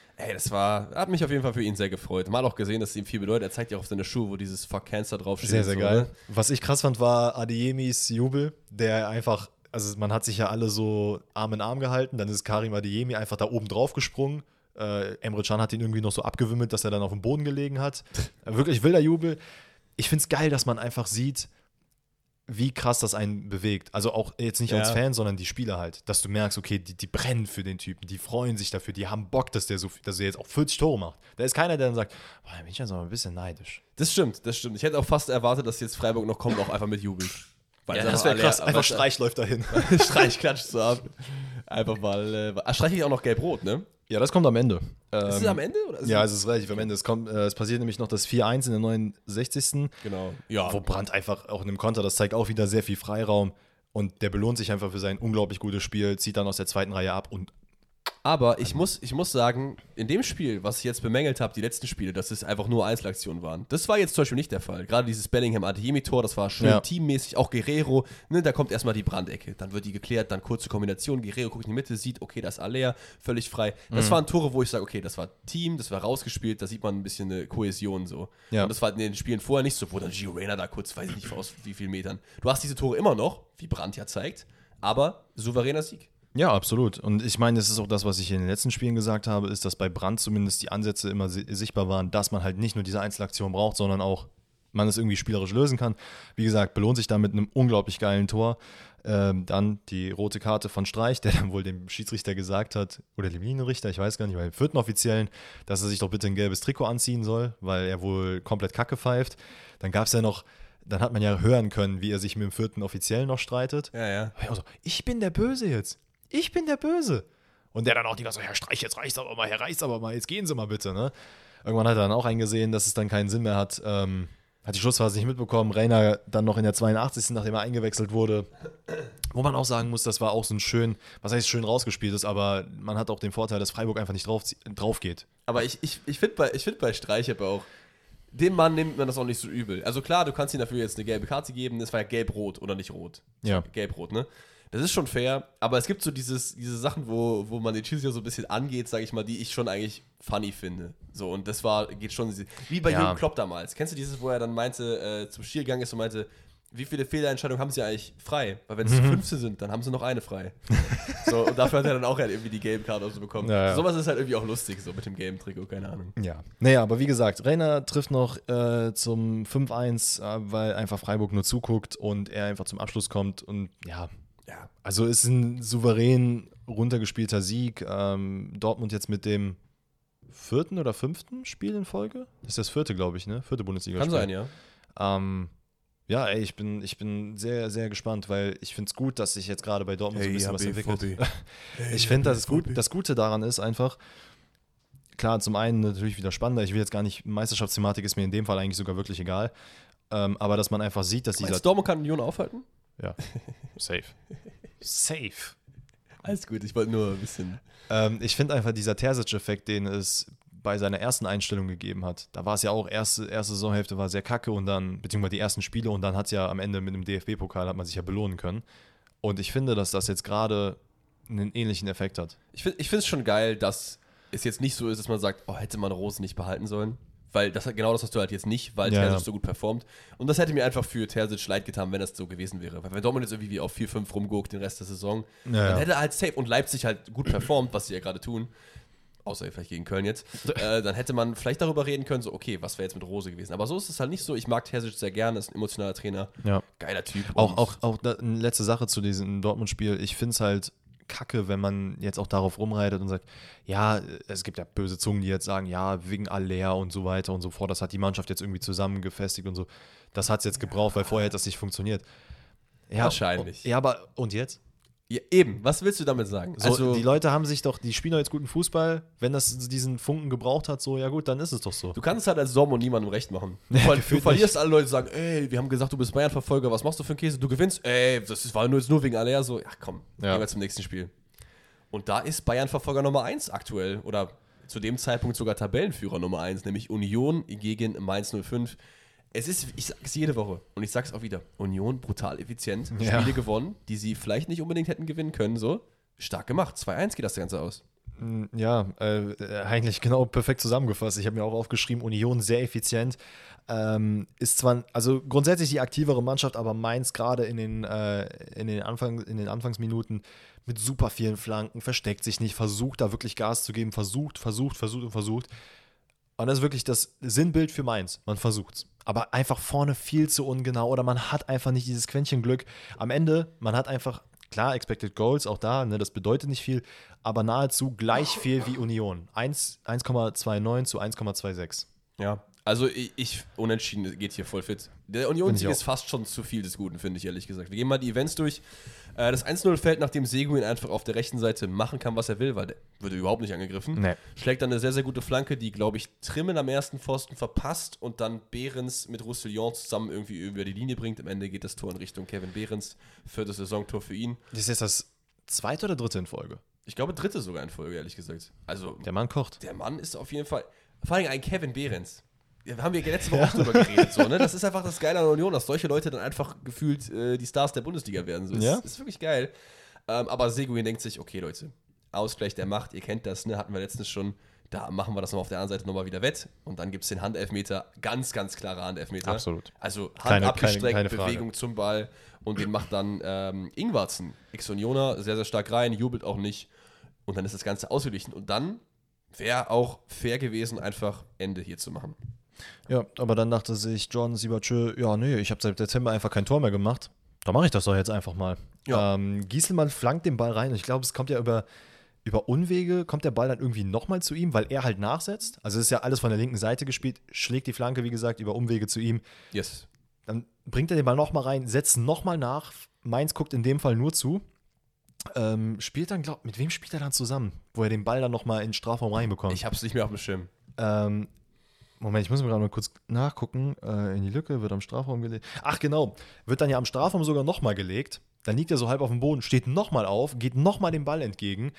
hat mich auf jeden Fall für ihn sehr gefreut. Mal auch gesehen, dass es ihm viel bedeutet. Er zeigt ja auch auf seine Schuhe, wo dieses Fuck Cancer draufsteht. Sehr, sehr geil. Was ich krass fand, war Adeyemis Jubel, der einfach, also man hat sich ja alle so Arm in Arm gehalten, dann ist Karim Adeyemi einfach da oben drauf gesprungen. Emre Can hat ihn irgendwie noch so abgewimmelt, dass er dann auf dem Boden gelegen hat. Wirklich wilder Jubel. Ich finde es geil, dass man einfach sieht, wie krass das einen bewegt. Also auch jetzt nicht als Fan, sondern die Spieler halt. Dass du merkst, okay, die brennen für den Typen, die freuen sich dafür, die haben Bock, dass der jetzt auch 40 Tore macht. Da ist keiner, der dann sagt, boah, da bin ich jetzt aber ein bisschen neidisch. Das stimmt. Ich hätte auch fast erwartet, dass jetzt Freiburg noch kommt, auch einfach mit jubelt. Ja, das wäre krass. Einfach Streich läuft dahin. Streich klatscht so ab. Einfach weil. Streich kriegt auch noch gelb-rot, ne? Ja, das kommt am Ende. Ist es am Ende? Oder ja, es ist relativ am Ende. Es passiert nämlich noch das 4-1 in der 69. Genau. Ja. Wo Brandt einfach auch in einem Konter, das zeigt auch wieder sehr viel Freiraum. Und der belohnt sich einfach für sein unglaublich gutes Spiel, zieht dann aus der zweiten Reihe ab und. Aber ich muss sagen, in dem Spiel, was ich jetzt bemängelt habe, die letzten Spiele, dass es einfach nur Einzelaktionen waren. Das war jetzt zum Beispiel nicht der Fall. Gerade dieses Bellingham-Adeyemi-Tor, das war schön teammäßig, auch Guerrero, ne, da kommt erstmal die Brandecke, dann wird die geklärt, dann kurze Kombination, Guerrero guckt in die Mitte, sieht, okay, das ist Aller, völlig frei. Das waren Tore, wo ich sage, okay, das war Team, das war rausgespielt, da sieht man ein bisschen eine Kohäsion so. Ja. Und das war in den Spielen vorher nicht so, wo dann Gio Reyna da kurz, weiß ich nicht aus wie vielen Metern. Du hast diese Tore immer noch, wie Brandt ja zeigt, aber souveräner Sieg. Ja, absolut. Und ich meine, das ist auch das, was ich in den letzten Spielen gesagt habe, ist, dass bei Brandt zumindest die Ansätze immer sichtbar waren, dass man halt nicht nur diese Einzelaktion braucht, sondern auch man es irgendwie spielerisch lösen kann. Wie gesagt, belohnt sich da mit einem unglaublich geilen Tor. Dann die rote Karte von Streich, der dann wohl dem Schiedsrichter gesagt hat, oder dem Linienrichter, ich weiß gar nicht, bei dem 4. Offiziellen, dass er sich doch bitte ein gelbes Trikot anziehen soll, weil er wohl komplett Kacke pfeift. Dann gab es ja noch, dann hat man ja hören können, wie er sich mit dem 4. Offiziellen noch streitet. Ja. Also, ich bin der Böse jetzt. Ich bin der Böse. Und der dann auch die ganze Zeit, Herr Streich, jetzt reicht's aber mal, jetzt gehen Sie mal bitte, ne? Irgendwann hat er dann auch eingesehen, dass es dann keinen Sinn mehr hat. Hat die Schlussphase nicht mitbekommen. Rainer dann noch in der 82. nachdem er eingewechselt wurde. Wo man auch sagen muss, das war auch so ein schön, was heißt schön rausgespielt ist, aber man hat auch den Vorteil, dass Freiburg einfach nicht drauf geht. Aber ich finde bei Streich aber auch, dem Mann nimmt man das auch nicht so übel. Also klar, du kannst ihm dafür jetzt eine gelbe Karte geben, das war ja gelb-rot oder nicht rot. Ja. Gelb-rot, ne? Das ist schon fair, aber es gibt so diese Sachen, wo man den Schiedsrichter so ein bisschen angeht, sage ich mal, die ich schon eigentlich funny finde. So, und das geht schon, wie bei Jürgen Klopp damals. Kennst du dieses, wo er dann meinte, zum Spiel gegangen ist und meinte, wie viele Fehlentscheidungen haben sie eigentlich frei? Weil wenn es 15 sind, dann haben sie noch eine frei. So, und dafür hat er dann auch halt irgendwie die gelbe Karte oder so bekommen. Ja. Sowas ist halt irgendwie auch lustig, so mit dem gelben Trikot, keine Ahnung. Ja. Naja, aber wie gesagt, Rainer trifft noch zum 5-1, weil einfach Freiburg nur zuguckt und er einfach zum Abschluss kommt und ja, also ist ein souverän runtergespielter Sieg. Dortmund jetzt mit dem 4. oder 5. Spiel in Folge? Das ist das 4., glaube ich, ne? 4. Bundesliga-Spiel. Kann sein, ja. Ja, ey, ich bin sehr, sehr gespannt, weil ich finde es gut, dass sich jetzt gerade bei Dortmund so ein bisschen was entwickelt. Ich finde, das ist gut. Das Gute daran ist einfach, klar, zum einen natürlich wieder spannender. Ich will jetzt gar nicht, Meisterschaftsthematik ist mir in dem Fall eigentlich sogar wirklich egal. Aber dass man einfach sieht, dass dieser... Dortmund kann Union aufhalten? Ja, safe. Alles gut, ich wollte nur ein bisschen... Ich finde einfach dieser Terzic-Effekt, den es bei seiner ersten Einstellung gegeben hat, da war es ja auch, erste Saisonhälfte war sehr kacke und dann, beziehungsweise die ersten Spiele und dann hat es ja am Ende mit dem DFB-Pokal, hat man sich ja belohnen können. Und ich finde, dass das jetzt gerade einen ähnlichen Effekt hat. Ich finde es schon geil, dass es jetzt nicht so ist, dass man sagt, oh, hätte man Rose nicht behalten sollen. Weil genau das hast du halt jetzt nicht, weil Terzic so gut performt. Und das hätte mir einfach für Terzic leid getan, wenn das so gewesen wäre. Weil wenn Dortmund jetzt irgendwie auf 4-5 rumguckt den Rest der Saison, dann hätte er halt safe und Leipzig halt gut performt, was sie ja gerade tun, außer vielleicht gegen Köln jetzt, dann hätte man vielleicht darüber reden können, so okay, was wäre jetzt mit Rose gewesen. Aber so ist es halt nicht so. Ich mag Terzic sehr gerne, ist ein emotionaler Trainer, geiler Typ. Auch eine letzte Sache zu diesem Dortmund-Spiel. Ich finde es halt kacke, wenn man jetzt auch darauf rumreitet und sagt, ja, es gibt ja böse Zungen, die jetzt sagen, ja, wegen Aller und so weiter und so fort, das hat die Mannschaft jetzt irgendwie zusammengefestigt und so. Das hat es jetzt gebraucht, weil vorher hätte das nicht funktioniert. Ja, wahrscheinlich. Ja, aber und jetzt? Ja, eben, was willst du damit sagen? So, also, die Leute haben sich doch, die spielen doch jetzt guten Fußball, wenn das diesen Funken gebraucht hat, so, ja gut, dann ist es doch so. Du kannst es halt als Dortmund niemandem recht machen. Du verlierst, alle Leute sagen, ey, wir haben gesagt, du bist Bayern-Verfolger, was machst du für einen Käse? Du gewinnst, ey, das war jetzt nur wegen Aller, so, ja komm, gehen wir zum nächsten Spiel. Und da ist Bayern-Verfolger Nummer 1 aktuell, oder zu dem Zeitpunkt sogar Tabellenführer Nummer 1, nämlich Union gegen Mainz 05. Es ist, ich sag's jede Woche und ich sag's auch wieder, Union brutal effizient, Spiele gewonnen, die sie vielleicht nicht unbedingt hätten gewinnen können, so. Stark gemacht, 2-1 geht das Ganze aus. Ja, eigentlich genau perfekt zusammengefasst. Ich habe mir auch aufgeschrieben, Union sehr effizient. Ist zwar, also grundsätzlich die aktivere Mannschaft, aber Mainz gerade in den Anfangsminuten mit super vielen Flanken, versteckt sich nicht, versucht da wirklich Gas zu geben, versucht. Und das ist wirklich das Sinnbild für Mainz. Man versucht's. aber einfach vorne viel zu ungenau oder man hat einfach nicht dieses Quäntchen Glück. Am Ende, man hat einfach, klar, Expected Goals, auch da, ne, das bedeutet nicht viel, aber nahezu gleich viel wie Union. 1,29 zu 1,26. Ja, also ich unentschieden geht hier voll fit. Der Union-Sieg ist fast schon zu viel des Guten, finde ich, ehrlich gesagt. Wir gehen mal die Events durch. Das 1-0 fällt, nachdem Seguin einfach auf der rechten Seite machen kann, was er will, weil der würde überhaupt nicht angegriffen. Nee. Schlägt dann eine sehr, sehr gute Flanke, die, glaube ich, Trimmen am ersten Pfosten verpasst und dann Behrens mit Roussillon zusammen irgendwie über die Linie bringt. Am Ende geht das Tor in Richtung Kevin Behrens. 4. Saisontor für ihn. Das ist jetzt das 2. oder 3. in Folge? Ich glaube, 3. sogar in Folge, ehrlich gesagt. Also, der Mann kocht. Der Mann ist auf jeden Fall, vor allem ein Kevin Behrens. Da haben wir letzte Woche auch drüber geredet. So, ne? Das ist einfach das Geile an der Union, dass solche Leute dann einfach gefühlt die Stars der Bundesliga werden. So, ist wirklich geil. Aber Seguin denkt sich, okay Leute, Ausgleich der Macht, ihr kennt das, ne? Hatten wir letztens schon, da machen wir das nochmal auf der anderen Seite nochmal wieder wett. Und dann gibt es den Handelfmeter, ganz, ganz klare Handelfmeter. Absolut. Also Hand abgestreckt, keine Bewegung zum Ball und den macht dann Ingwarzen, Ex-Unioner, sehr, sehr stark rein, jubelt auch nicht. Und dann ist das Ganze ausgeglichen. Und dann wäre auch fair gewesen, einfach Ende hier zu machen. Ja, aber dann dachte sich Jordan Siebertschö, ja, nee, ich habe seit Dezember einfach kein Tor mehr gemacht. Da mache ich das doch jetzt einfach mal. Ja. Gieselmann flankt den Ball rein. Ich glaube, es kommt ja über Unwege, kommt der Ball dann irgendwie nochmal zu ihm, weil er halt nachsetzt. Also es ist ja alles von der linken Seite gespielt, schlägt die Flanke, wie gesagt, über Umwege zu ihm. Yes. Dann bringt er den Ball nochmal rein, setzt nochmal nach. Mainz guckt in dem Fall nur zu. Spielt dann, mit wem spielt er dann zusammen? Wo er den Ball dann nochmal in den Strafraum reinbekommt. Ich hab's nicht mehr auf dem Schirm. Moment, ich muss mir gerade mal kurz nachgucken. In die Lücke, wird am Strafraum gelegt. Ach genau, wird dann ja am Strafraum sogar nochmal gelegt. Dann liegt er so halb auf dem Boden, steht nochmal auf, geht nochmal dem Ball entgegen,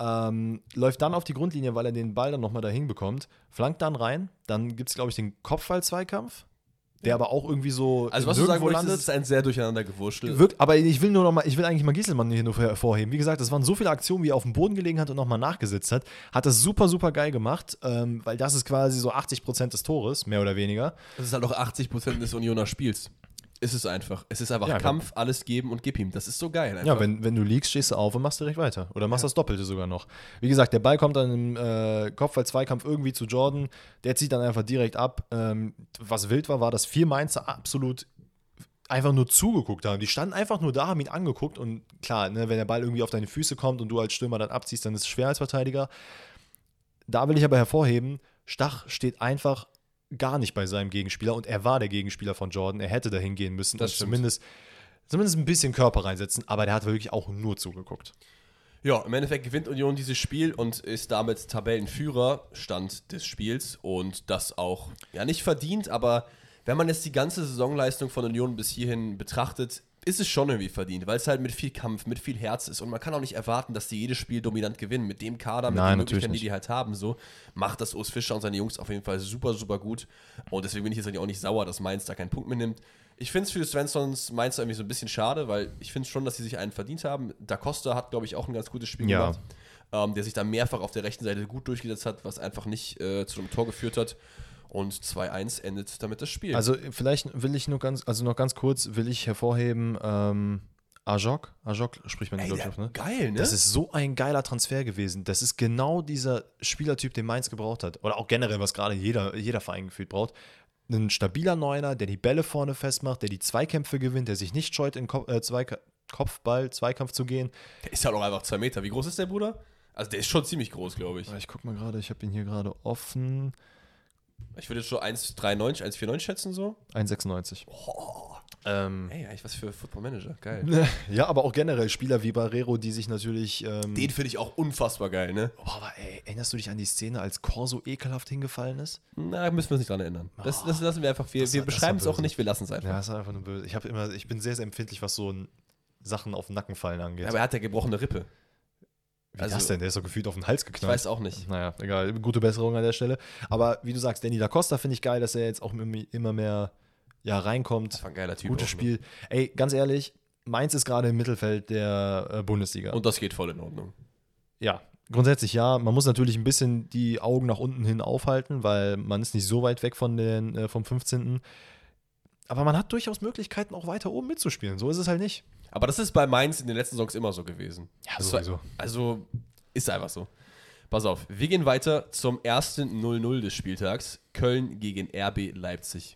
läuft dann auf die Grundlinie, weil er den Ball dann nochmal dahin bekommt, flankt dann rein. Dann gibt es, glaube ich, den Kopfball-Zweikampf, der aber auch irgendwie so also was du sagen landet. wolltest, ist ein sehr durcheinander gewurschtelt. Aber ich will eigentlich mal Gieselmann hier nur hervorheben. Wie gesagt, das waren so viele Aktionen, wie er auf dem Boden gelegen hat und nochmal nachgesetzt hat. Hat das super, super geil gemacht, weil das ist quasi so 80% des Tores, mehr oder weniger. Das ist halt auch 80% des Unioner Spiels. Ist es einfach. Es ist einfach Kampf, alles geben und gib ihm. Das ist so geil einfach. Ja, wenn du liegst, stehst du auf und machst direkt weiter. Oder machst das Doppelte sogar noch. Wie gesagt, der Ball kommt dann im Kopfball-Zweikampf irgendwie zu Jordan. Der zieht dann einfach direkt ab. Was wild war, dass 4 Mainzer absolut einfach nur zugeguckt haben. Die standen einfach nur da, haben ihn angeguckt. Und klar, ne, wenn der Ball irgendwie auf deine Füße kommt und du als Stürmer dann abziehst, dann ist es schwer als Verteidiger. Da will ich aber hervorheben, Stach steht einfach gar nicht bei seinem Gegenspieler und er war der Gegenspieler von Jordan. Er hätte dahin gehen müssen das und zumindest ein bisschen Körper reinsetzen, aber der hat wirklich auch nur zugeguckt. Ja, im Endeffekt gewinnt Union dieses Spiel und ist damit Tabellenführer, Stand des Spiels und das auch, ja nicht verdient, aber wenn man jetzt die ganze Saisonleistung von Union bis hierhin betrachtet, ist es schon irgendwie verdient, weil es halt mit viel Kampf, mit viel Herz ist und man kann auch nicht erwarten, dass die jedes Spiel dominant gewinnen. Mit dem Kader, mit den Möglichkeiten, die halt haben, so macht das Urs Fischer und seine Jungs auf jeden Fall super, super gut und deswegen bin ich jetzt eigentlich auch nicht sauer, dass Mainz da keinen Punkt mehr nimmt. Ich finde es für die Svenssons Mainz irgendwie so ein bisschen schade, weil ich finde schon, dass sie sich einen verdient haben. Da Costa hat, glaube ich, auch ein ganz gutes Spiel gemacht, der sich da mehrfach auf der rechten Seite gut durchgesetzt hat, was einfach nicht zu einem Tor geführt hat. Und 2-1 endet damit das Spiel. Also vielleicht will ich noch ganz kurz hervorheben, Ajok spricht man in Deutschland, ne? Geil, ne? Das ist so ein geiler Transfer gewesen. Das ist genau dieser Spielertyp, den Mainz gebraucht hat. Oder auch generell, was gerade jeder Verein gefühlt braucht. Ein stabiler Neuner, der die Bälle vorne festmacht, der die Zweikämpfe gewinnt, der sich nicht scheut, in Kopfball-Zweikampf zu gehen. Der ist ja auch einfach 2 Meter. Wie groß ist der Bruder? Also der ist schon ziemlich groß, glaube ich. Ich guck mal gerade, ich habe ihn hier gerade offen. Ich würde jetzt schon 1,93, 1,49 schätzen so. 1,96. Oh. Ey, eigentlich was für Football Manager. Geil. Ja, aber auch generell Spieler wie Barrero, die sich natürlich... Den finde ich auch unfassbar geil, ne? Oh, aber ey, erinnerst du dich an die Szene, als Corso ekelhaft hingefallen ist? Na, müssen wir uns nicht dran erinnern. Das lassen wir einfach. Wir beschreiben es auch nicht, wir lassen es einfach. Ja, das ist einfach nur böse. Ich bin sehr, sehr empfindlich, was so Sachen auf den Nacken fallen angeht. Ja, aber er hat ja gebrochene Rippe. Wie das denn? Der ist doch gefühlt auf den Hals geknallt. Ich weiß auch nicht. Naja, egal. Gute Besserung an der Stelle. Aber wie du sagst, Danny da Costa finde ich geil, dass er jetzt auch immer mehr reinkommt. Das war ein geiler Typ. Gutes Spiel. Ne? Ey, ganz ehrlich, Mainz ist gerade im Mittelfeld der Bundesliga. Und das geht voll in Ordnung. Ja, grundsätzlich ja. Man muss natürlich ein bisschen die Augen nach unten hin aufhalten, weil man ist nicht so weit weg vom 15. Aber man hat durchaus Möglichkeiten, auch weiter oben mitzuspielen. So ist es halt nicht. Aber das ist bei Mainz in den letzten Saisons immer so gewesen. Ja, sowieso. Also ist einfach so. Pass auf, wir gehen weiter zum ersten 0-0 des Spieltags. Köln gegen RB Leipzig.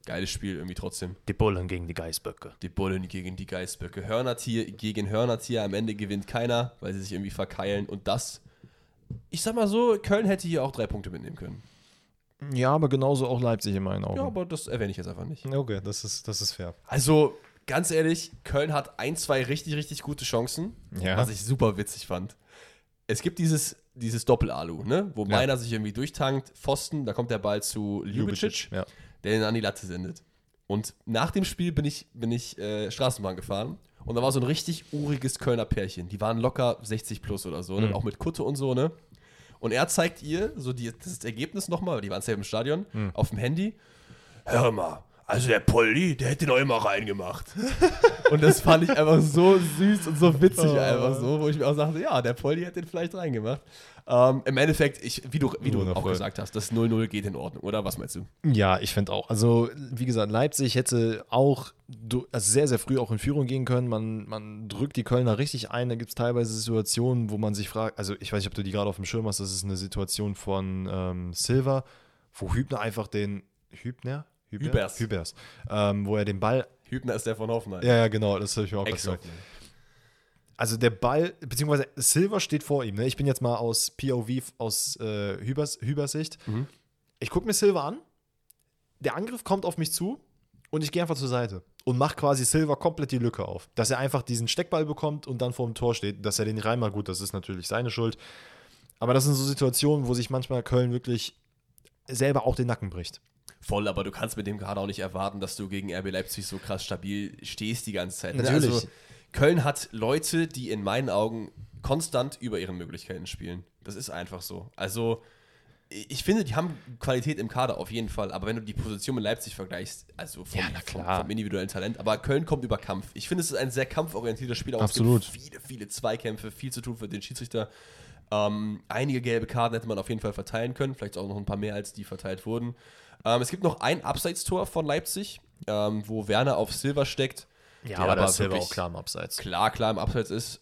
geiles Spiel irgendwie trotzdem. Die Bullen gegen die Geißböcke. Die Bullen gegen die Geißböcke. Hörnertier gegen Hörnertier. Am Ende gewinnt keiner, weil sie sich irgendwie verkeilen. Und das, ich sag mal so, Köln hätte hier auch 3 Punkte mitnehmen können. Ja, aber genauso auch Leipzig in meinen Augen. Ja, aber das erwähne ich jetzt einfach nicht. Okay, das ist fair. Also, ganz ehrlich, Köln hat 1, 2 richtig, richtig gute Chancen, Ja. was ich super witzig fand. Es gibt dieses Doppel-Alu, ne? Wo Meiner sich irgendwie durchtankt, Pfosten, da kommt der Ball zu Ljubicic, Ja. der ihn an die Latte sendet. Und nach dem Spiel bin ich Straßenbahn gefahren und da war so ein richtig uriges Kölner Pärchen. Die waren locker 60 plus oder so, ne? Auch mit Kutte und so, ne? Und er zeigt ihr so das Ergebnis nochmal, weil die waren safe im Stadion, auf dem Handy. Hör mal, also der Polly, der hätte den auch immer reingemacht. Und das fand ich einfach so süß und so witzig einfach so, wo ich mir auch sagte, ja, der Polly hätte den vielleicht reingemacht. Im Endeffekt, wie du auch gesagt hast, das 0-0 geht in Ordnung, oder? Was meinst du? Ja, ich finde auch. Also, wie gesagt, Leipzig hätte auch sehr, sehr früh auch in Führung gehen können. Man drückt die Kölner richtig ein. Da gibt es teilweise Situationen, wo man sich fragt, also ich weiß nicht, ob du die gerade auf dem Schirm hast, das ist eine Situation von Silva, wo Hübner einfach den Hübers, wo er den Ball. Hübner ist der von Hoffenheim. Ja, genau, das habe ich mir auch gesagt. Also der Ball, beziehungsweise Silva steht vor ihm. Ne? Ich bin jetzt mal aus POV, aus Hübers Sicht. Ich gucke mir Silva an, der Angriff kommt auf mich zu und ich gehe einfach zur Seite und mache quasi Silva komplett die Lücke auf. Dass er einfach diesen Steckball bekommt und dann vor dem Tor steht, dass er den reinmacht, gut, das ist natürlich seine Schuld. Aber das sind so Situationen, wo sich manchmal Köln wirklich selber auch den Nacken bricht. Voll, aber du kannst mit dem gerade auch nicht erwarten, dass du gegen RB Leipzig so krass stabil stehst die ganze Zeit. Natürlich. Also, Köln hat Leute, die in meinen Augen konstant über ihren Möglichkeiten spielen. Das ist einfach so. Also, ich finde, die haben Qualität im Kader auf jeden Fall, aber wenn du die Position mit Leipzig vergleichst, also vom individuellen Talent, aber Köln kommt über Kampf. Ich finde, es ist ein sehr kampforientierter Spiel. Absolut. Es gibt viele, viele Zweikämpfe, viel zu tun für den Schiedsrichter. Einige gelbe Karten hätte man auf jeden Fall verteilen können, vielleicht auch noch ein paar mehr, als die verteilt wurden. Es gibt noch ein Abseitstor von Leipzig, wo Werner auf Silva steckt. Ja, aber da ist Silva auch klar im Abseits. Klar im Abseits ist.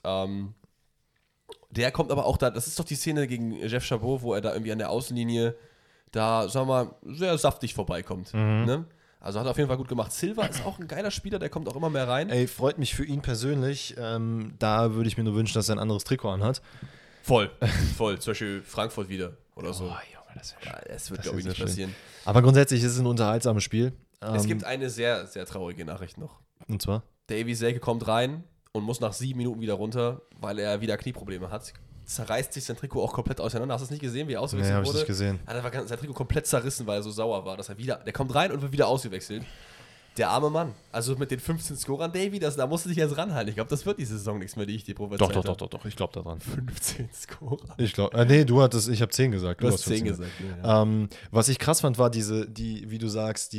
Der kommt aber auch da, das ist doch die Szene gegen Jeff Chabot, wo er da irgendwie an der Außenlinie da, sagen wir mal, sehr saftig vorbeikommt. Ne? Also hat er auf jeden Fall gut gemacht. Silva ist auch ein geiler Spieler, der kommt auch immer mehr rein. Ey, freut mich für ihn persönlich. Da würde ich mir nur wünschen, dass er ein anderes Trikot anhat. Voll. Zum Beispiel Frankfurt wieder oder so. Oh, Junge, das wird, glaube ich, nicht passieren. Aber grundsätzlich ist es ein unterhaltsames Spiel. Es gibt eine sehr, sehr traurige Nachricht noch. Und zwar? Davy Selke kommt rein und muss nach 7 Minuten wieder runter, weil er wieder Knieprobleme hat. Zerreißt sich sein Trikot auch komplett auseinander. Hast du es nicht gesehen, wie er ausgewechselt wurde? Nee, hab ich nicht gesehen. Hat sein Trikot komplett zerrissen, weil er so sauer war, dass der kommt rein und wird wieder ausgewechselt. Der arme Mann. Also mit den 15 Scorern, Davy, da musst du dich jetzt ranhalten. Ich glaube, das wird diese Saison nichts mehr, die ich dir prophezeit habe. Doch, ich glaube daran. 15 Scorer. Ich glaube, nee, ich habe 10 gesagt. Du hast 10 gesagt. Ja. Was ich krass fand, war wie du sagst,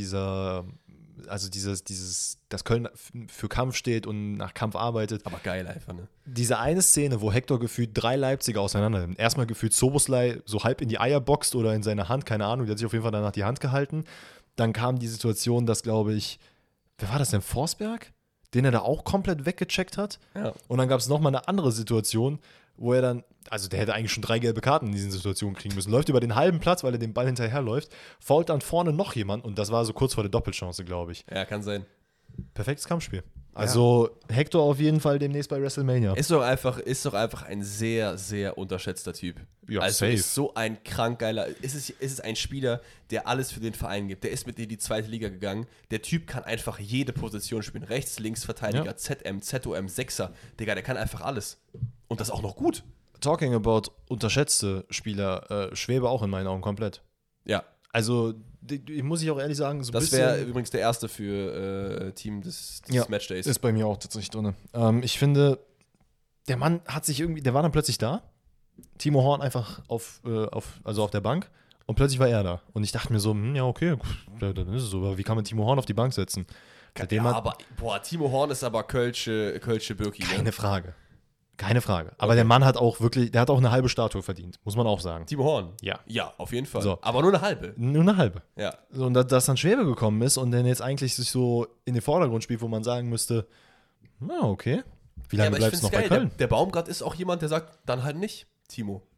dass Köln für Kampf steht und nach Kampf arbeitet. Aber geil einfach, ne? Diese eine Szene, wo Hector gefühlt 3 Leipziger auseinander nimmt. Erstmal gefühlt Soboslai so halb in die Eier boxt oder in seine Hand, keine Ahnung, der hat sich auf jeden Fall danach die Hand gehalten. Dann kam die Situation, dass, glaube ich, wer war das denn, Forsberg? Den er da auch komplett weggecheckt hat. Ja. Und dann gab es nochmal eine andere Situation, wo er dann, also der hätte eigentlich schon 3 gelbe Karten in diesen Situationen kriegen müssen, läuft über den halben Platz, weil er den Ball hinterherläuft, fault dann vorne noch jemand und das war so kurz vor der Doppelchance, glaube ich. Ja, kann sein. Perfektes Kampfspiel. Also Hector auf jeden Fall demnächst bei WrestleMania. Ist doch einfach ein sehr, sehr unterschätzter Typ. Ja, also safe. ist so ein krank geiler, ist ein Spieler, der alles für den Verein gibt. Der ist mit in die 2. Liga gegangen. Der Typ kann einfach jede Position spielen. Rechts, links, Verteidiger, ja. ZM, ZOM, Sechser. Digga, der kann einfach alles. Und das auch noch gut. Talking about unterschätzte Spieler, Schwebe auch in meinen Augen komplett. Ja. Also, muss ich auch ehrlich sagen, so das wäre übrigens der erste für Team des Matchdays. Ist bei mir auch tatsächlich drin. Ich finde, der Mann der war dann plötzlich da. Timo Horn einfach auf der Bank und plötzlich war er da. Und ich dachte mir so, ja, okay, dann ist es so. Aber wie kann man Timo Horn auf die Bank setzen? Timo Horn ist aber Kölsche Birki. Keine Frage. Aber der Mann hat auch eine halbe Statue verdient, muss man auch sagen. Timo Horn? Ja. Ja, auf jeden Fall. So. Aber nur eine halbe. Nur eine halbe. Ja. So, und dass dann Schwebe gekommen ist und dann jetzt eigentlich sich so in den Vordergrund spielt, wo man sagen müsste, na, okay. Wie lange bleibst du noch bei Köln? Der Baumgart ist auch jemand, der sagt, dann halt nicht, Timo.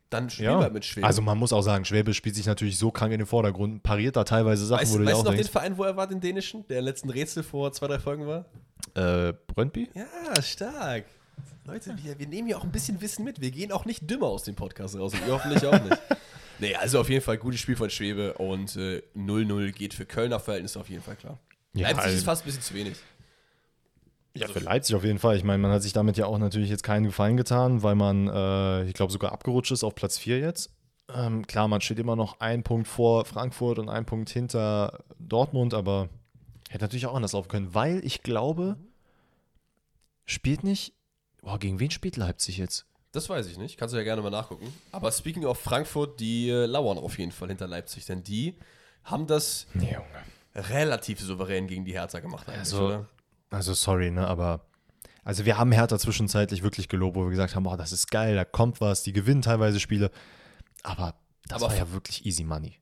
dann spielen wir mit Schwäbe. Also man muss auch sagen, Schwäbe spielt sich natürlich so krank in den Vordergrund, pariert da teilweise Sachen, wo du dir auch noch denkst. Den Verein, wo er war, den dänischen, der im letzten Rätsel vor 2-3 Folgen war? Brøndby? Ja, stark. Leute, wir nehmen ja auch ein bisschen Wissen mit. Wir gehen auch nicht dümmer aus dem Podcast raus und ihr hoffentlich auch nicht. Nee, also auf jeden Fall gutes Spiel von Schwäbe und 0-0 geht für Kölner Verhältnisse auf jeden Fall klar. Ja, Leipzig ist fast ein bisschen zu wenig. Ja, für Leipzig auf jeden Fall. Ich meine, man hat sich damit ja auch natürlich jetzt keinen Gefallen getan, weil man, ich glaube, sogar abgerutscht ist auf Platz 4 jetzt. Klar, man steht immer noch 1 Punkt vor Frankfurt und 1 Punkt hinter Dortmund, aber hätte natürlich auch anders laufen können, weil ich glaube, gegen wen spielt Leipzig jetzt? Das weiß ich nicht, kannst du ja gerne mal nachgucken. Aber speaking of Frankfurt, die lauern auf jeden Fall hinter Leipzig, denn die haben das relativ souverän gegen die Hertha gemacht eigentlich, oder? Also sorry, ne, aber also wir haben Hertha zwischenzeitlich wirklich gelobt, wo wir gesagt haben, das ist geil, da kommt was, die gewinnen teilweise Spiele, aber das war ja wirklich easy money.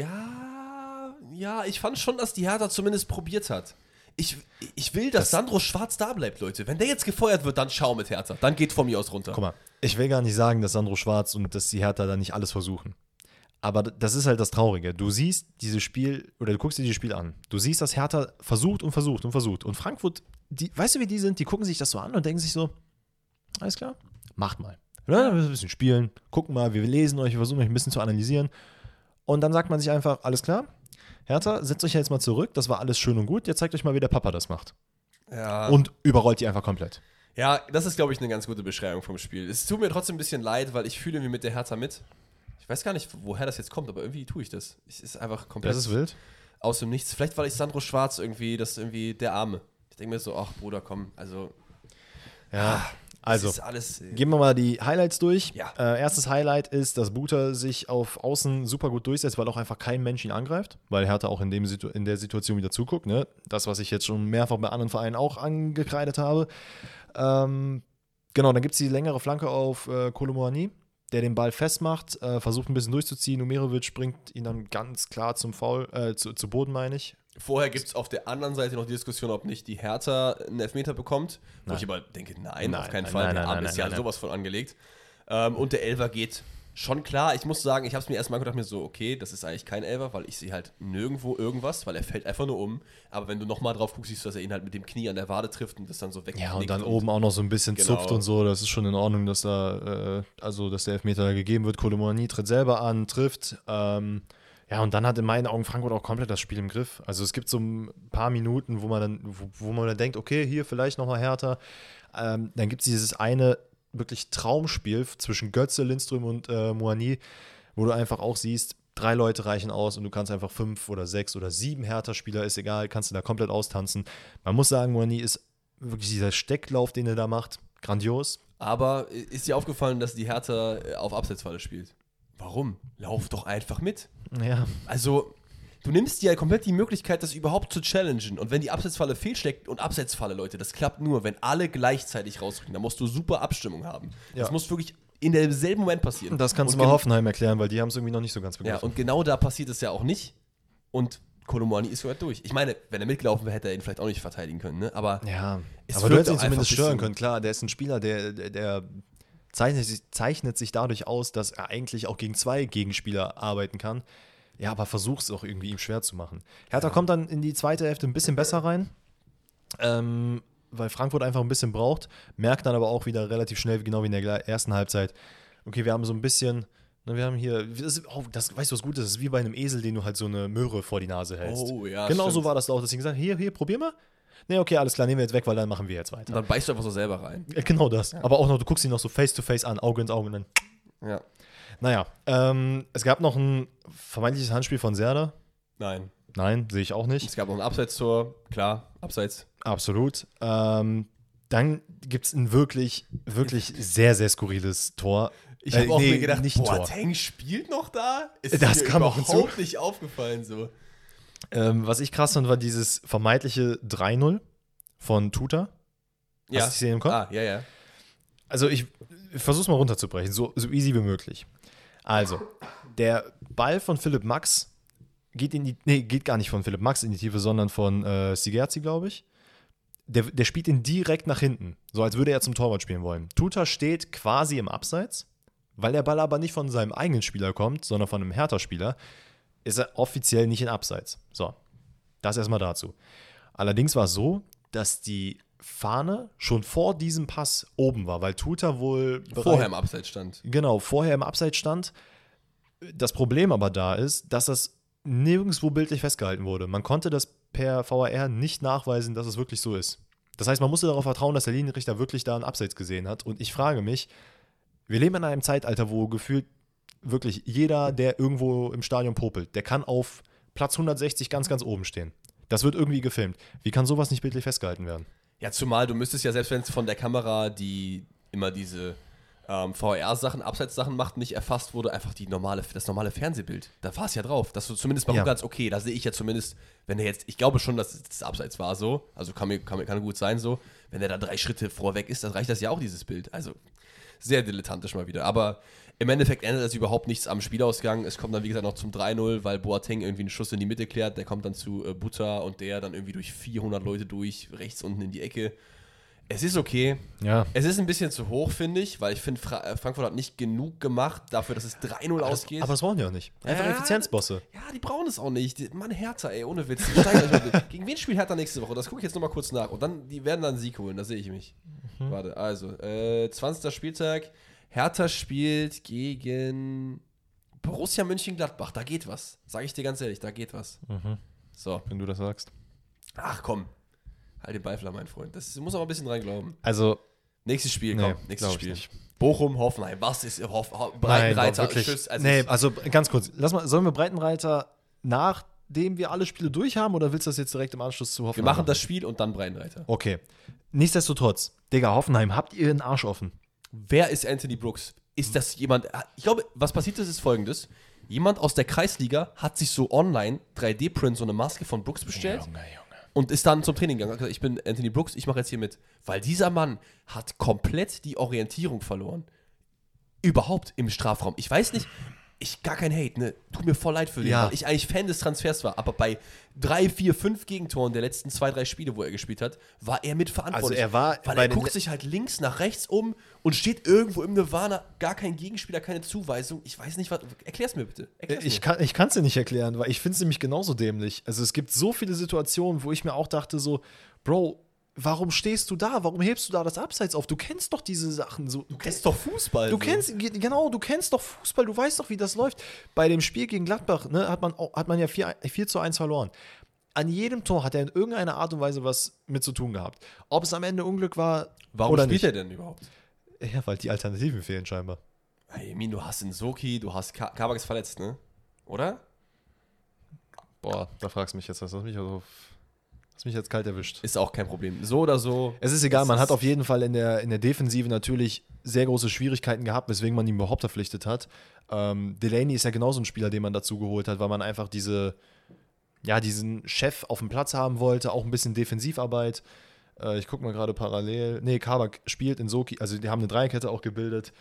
Ja, ich fand schon, dass die Hertha zumindest probiert hat. Ich will, dass Sandro Schwarz da bleibt, Leute. Wenn der jetzt gefeuert wird, dann schau mit Hertha. Dann geht von mir aus runter. Guck mal, ich will gar nicht sagen, dass Sandro Schwarz und dass die Hertha da nicht alles versuchen. Aber das ist halt das Traurige. Du siehst dieses Spiel, oder du guckst dir dieses Spiel an. Du siehst, dass Hertha versucht und versucht und versucht. Und Frankfurt, weißt du, wie die sind? Die gucken sich das so an und denken sich so, alles klar, macht mal. Ja, ein bisschen spielen, gucken mal, wir lesen euch, wir versuchen euch ein bisschen zu analysieren. Und dann sagt man sich einfach, alles klar, Hertha, setzt euch jetzt mal zurück, das war alles schön und gut, jetzt zeigt euch mal, wie der Papa das macht. Ja. Und überrollt die einfach komplett. Ja, das ist, glaube ich, eine ganz gute Beschreibung vom Spiel. Es tut mir trotzdem ein bisschen leid, weil ich fühle irgendwie mit der Hertha mit. Ich weiß gar nicht, woher das jetzt kommt, aber irgendwie tue ich das. Es ist einfach komplett Das ist wild. Aus dem Nichts. Vielleicht, weil ich Sandro Schwarz irgendwie, das ist irgendwie der Arme. Ich denke mir so, ach Bruder, komm, also. Ja, also, ist alles, gehen wir mal die Highlights durch. Ja. Erstes Highlight ist, dass Buta sich auf Außen super gut durchsetzt, weil auch einfach kein Mensch ihn angreift, weil Hertha auch in der Situation wieder zuguckt. Ne? Das, was ich jetzt schon mehrfach bei anderen Vereinen auch angekreidet habe. Genau, dann gibt es die längere Flanke auf Kolo Muani, der den Ball festmacht, versucht ein bisschen durchzuziehen. Umerovic bringt ihn dann ganz klar zum Foul, zu Boden, meine ich. Vorher gibt es auf der anderen Seite noch die Diskussion, ob nicht die Hertha einen Elfmeter bekommt. Wo ich aber denke, nein, auf keinen Fall. Der Arm ist ja sowas von angelegt. Und der Elfer geht schon klar. Ich muss sagen, ich habe es mir erstmal gedacht, mir so, okay, das ist eigentlich kein Elfer, weil ich sehe halt nirgendwo irgendwas, weil er fällt einfach nur um. Aber wenn du nochmal drauf guckst, siehst du, dass er ihn halt mit dem Knie an der Wade trifft und das dann so weg. Ja, und dann oben auch noch so ein bisschen zupft und so. Das ist schon in Ordnung, dass dass der Elfmeter da gegeben wird. Kolo Muani tritt selber an, trifft. Ja, und dann hat in meinen Augen Frankfurt auch komplett das Spiel im Griff. Also es gibt so ein paar Minuten, wo man dann denkt, okay, hier vielleicht nochmal härter. Dann gibt es dieses eine wirklich Traumspiel zwischen Götze, Lindström und Muani, wo du einfach auch siehst, 3 Leute reichen aus und du kannst einfach 5 oder 6 oder 7 Hertha-Spieler, ist egal, kannst du da komplett austanzen. Man muss sagen, Muani ist wirklich dieser Stecklauf, den er da macht, grandios. Aber ist dir aufgefallen, dass die Hertha auf Abseitsfalle spielt? Warum? Lauf doch einfach mit. Ja. Also, du nimmst dir ja komplett die Möglichkeit, das überhaupt zu challengen. Und wenn die Abseitsfalle fehlschlägt, und Abseitsfalle, Leute, das klappt nur, wenn alle gleichzeitig rausrücken. Da musst du super Abstimmung haben. Ja. Das muss wirklich in demselben Moment passieren. Das kannst du mal Hoffenheim erklären, weil die haben es irgendwie noch nicht so ganz begriffen. Ja, und genau da passiert es ja auch nicht. Und Kolo Muani ist sogar durch. Ich meine, wenn er mitgelaufen wäre, hätte er ihn vielleicht auch nicht verteidigen können, ne? Aber ja, es aber du hättest ihn einfach zumindest ein bisschen stören können. Klar, der ist ein Spieler, der zeichnet sich dadurch aus, dass er eigentlich auch gegen 2 Gegenspieler arbeiten kann. Ja, aber versucht es auch irgendwie ihm schwer zu machen. Hertha kommt dann in die zweite Hälfte ein bisschen besser rein, weil Frankfurt einfach ein bisschen braucht, merkt dann aber auch wieder relativ schnell, genau wie in der ersten Halbzeit, okay, wir haben so ein bisschen, wir haben hier, weißt du, was gut ist? Das ist wie bei einem Esel, den du halt so eine Möhre vor die Nase hältst. Oh, ja, genau stimmt. so war das auch, dass sie gesagt haben, hier, probier mal. Nee, okay, alles klar, nehmen wir jetzt weg, weil dann machen wir jetzt weiter. Und dann beißt du einfach so selber rein. Genau das. Ja. Aber auch noch, du guckst ihn noch so face-to-face an, Auge ins Auge und dann. Ja. Naja, es gab noch ein vermeintliches Handspiel von Serdar. Nein, sehe ich auch nicht. Es gab noch ein Abseitstor, klar, Abseits. Absolut. Dann gibt es ein wirklich, wirklich sehr, sehr skurriles Tor. Ich habe auch mir gedacht, nicht Boateng spielt noch da? Ist das mir kam auch überhaupt nicht aufgefallen so. Was ich krass fand, war dieses vermeintliche 3-0 von Tuta. Ja. Hast du die Szene im Kopf? Ja. Also ich versuche es mal runterzubrechen, so easy wie möglich. Also, der Ball von Philipp Max geht gar nicht von Philipp Max in die Tiefe, sondern von Sigerzi, glaube ich. Der spielt ihn direkt nach hinten, so als würde er zum Torwart spielen wollen. Tuta steht quasi im Abseits, Weil der Ball aber nicht von seinem eigenen Spieler kommt, sondern von einem Hertha-Spieler, ist er offiziell nicht in Abseits. So, das erstmal dazu. Allerdings war es so, dass die Fahne schon vor diesem Pass oben war, weil Tuta wohl vorher im Abseits stand. Genau, vorher im Abseits stand. Das Problem aber da ist, dass das nirgendwo bildlich festgehalten wurde. Man konnte das per VAR nicht nachweisen, dass es wirklich so ist. Das heißt, man musste darauf vertrauen, dass der Linienrichter wirklich da einen Abseits gesehen hat. Und ich frage mich, wir leben in einem Zeitalter, wo gefühlt wirklich jeder, der irgendwo im Stadion popelt, der kann auf Platz 160 ganz, ganz oben stehen. Das wird irgendwie gefilmt. Wie kann sowas nicht bildlich festgehalten werden? Ja, zumal du müsstest ja, selbst wenn es von der Kamera, die immer diese VR-Sachen, Abseits-Sachen macht, nicht erfasst wurde, einfach das normale Fernsehbild. Da war es ja drauf. Das ist zumindest mal ganz okay. Da sehe ich ja zumindest, wenn er jetzt, ich glaube schon, dass das Abseits war so, also kann gut sein so, wenn er da 3 Schritte vorweg ist, dann reicht das ja auch, dieses Bild. Also sehr dilettantisch mal wieder. Aber im Endeffekt ändert das überhaupt nichts am Spielausgang. Es kommt dann, wie gesagt, noch zum 3-0, weil Boateng irgendwie einen Schuss in die Mitte klärt. Der kommt dann zu Buta und der dann irgendwie durch 400 Leute durch, rechts unten in die Ecke. Es ist okay. Ja. Es ist ein bisschen zu hoch, finde ich, weil ich finde, Frankfurt hat nicht genug gemacht dafür, dass es 3-0 ausgeht. Aber das brauchen die auch nicht. Einfach Effizienzbosse. Ja, die brauchen es auch nicht. Mann, Hertha, ey, ohne Witz. Die steigen gegen wen spielt Hertha nächste Woche? Das gucke ich jetzt nochmal kurz nach. Und dann, die werden dann einen Sieg holen, da sehe ich mich. Warte, also, 20. Spieltag. Hertha spielt gegen Borussia Mönchengladbach. Da geht was. Sage ich dir ganz ehrlich, da geht was. So. Wenn du das sagst. Ach komm. Halt den Beifler, mein Freund. Das muss aber ein bisschen dran glauben. Also. Nächstes Spiel, komm. Nee, nächstes Spiel. Nicht. Bochum, Hoffenheim. Was ist Breitenreiter? Tschüss. Also ganz kurz. Sollen wir Breitenreiter nachdem wir alle Spiele durch haben oder willst du das jetzt direkt im Anschluss zu Hoffenheim? Wir machen das Spiel und dann Breitenreiter. Okay. Nichtsdestotrotz, Digga, Hoffenheim, habt ihr den Arsch offen? Wer ist Anthony Brooks? Ist das jemand? Ich glaube, was passiert ist folgendes. Jemand aus der Kreisliga hat sich so online 3D-Print so eine Maske von Brooks bestellt. Junge. Und ist dann zum Training gegangen. Ich bin Anthony Brooks, ich mache jetzt hier mit. Weil dieser Mann hat komplett die Orientierung verloren. Überhaupt im Strafraum. Ich weiß nicht, gar kein Hate, ne? Tut mir voll leid für den, weil ich eigentlich Fan des Transfers war. Aber bei 3, 4, 5 Gegentoren der letzten 2, 3 Spiele, wo er gespielt hat, war er mitverantwortlich. Also weil er guckt sich halt links nach rechts um und steht irgendwo im Nirvana, gar kein Gegenspieler, keine Zuweisung. Ich weiß nicht, was. Erklär's mir bitte. Ich kann es dir nicht erklären, weil ich finde es nämlich genauso dämlich. Also es gibt so viele Situationen, wo ich mir auch dachte so, Bro, warum stehst du da? Warum hebst du da das Abseits auf? Du kennst doch diese Sachen. So, du kennst doch Fußball. Du kennst doch Fußball. Du weißt doch, wie das läuft. Bei dem Spiel gegen Gladbach, ne, hat man ja 4:1 verloren. An jedem Tor hat er in irgendeiner Art und Weise was mit zu tun gehabt. Ob es am Ende Unglück war Warum oder spielt nicht. er denn überhaupt? Ja, weil die Alternativen fehlen scheinbar. Hey, Min, du hast Nsoki, du hast Kabak ist verletzt, ne? Oder? Boah, da fragst du mich jetzt. Hast mich jetzt kalt erwischt. Ist auch kein Problem. So oder so. Es ist egal, man hat auf jeden Fall in der Defensive natürlich sehr große Schwierigkeiten gehabt, weswegen man ihn überhaupt verpflichtet hat. Delaney ist ja genauso ein Spieler, den man dazu geholt hat, weil man einfach diesen Chef auf dem Platz haben wollte, auch ein bisschen Defensivarbeit. Ich gucke mal gerade parallel. Nee, Kabak spielt in Soki, also die haben eine Dreierkette auch gebildet.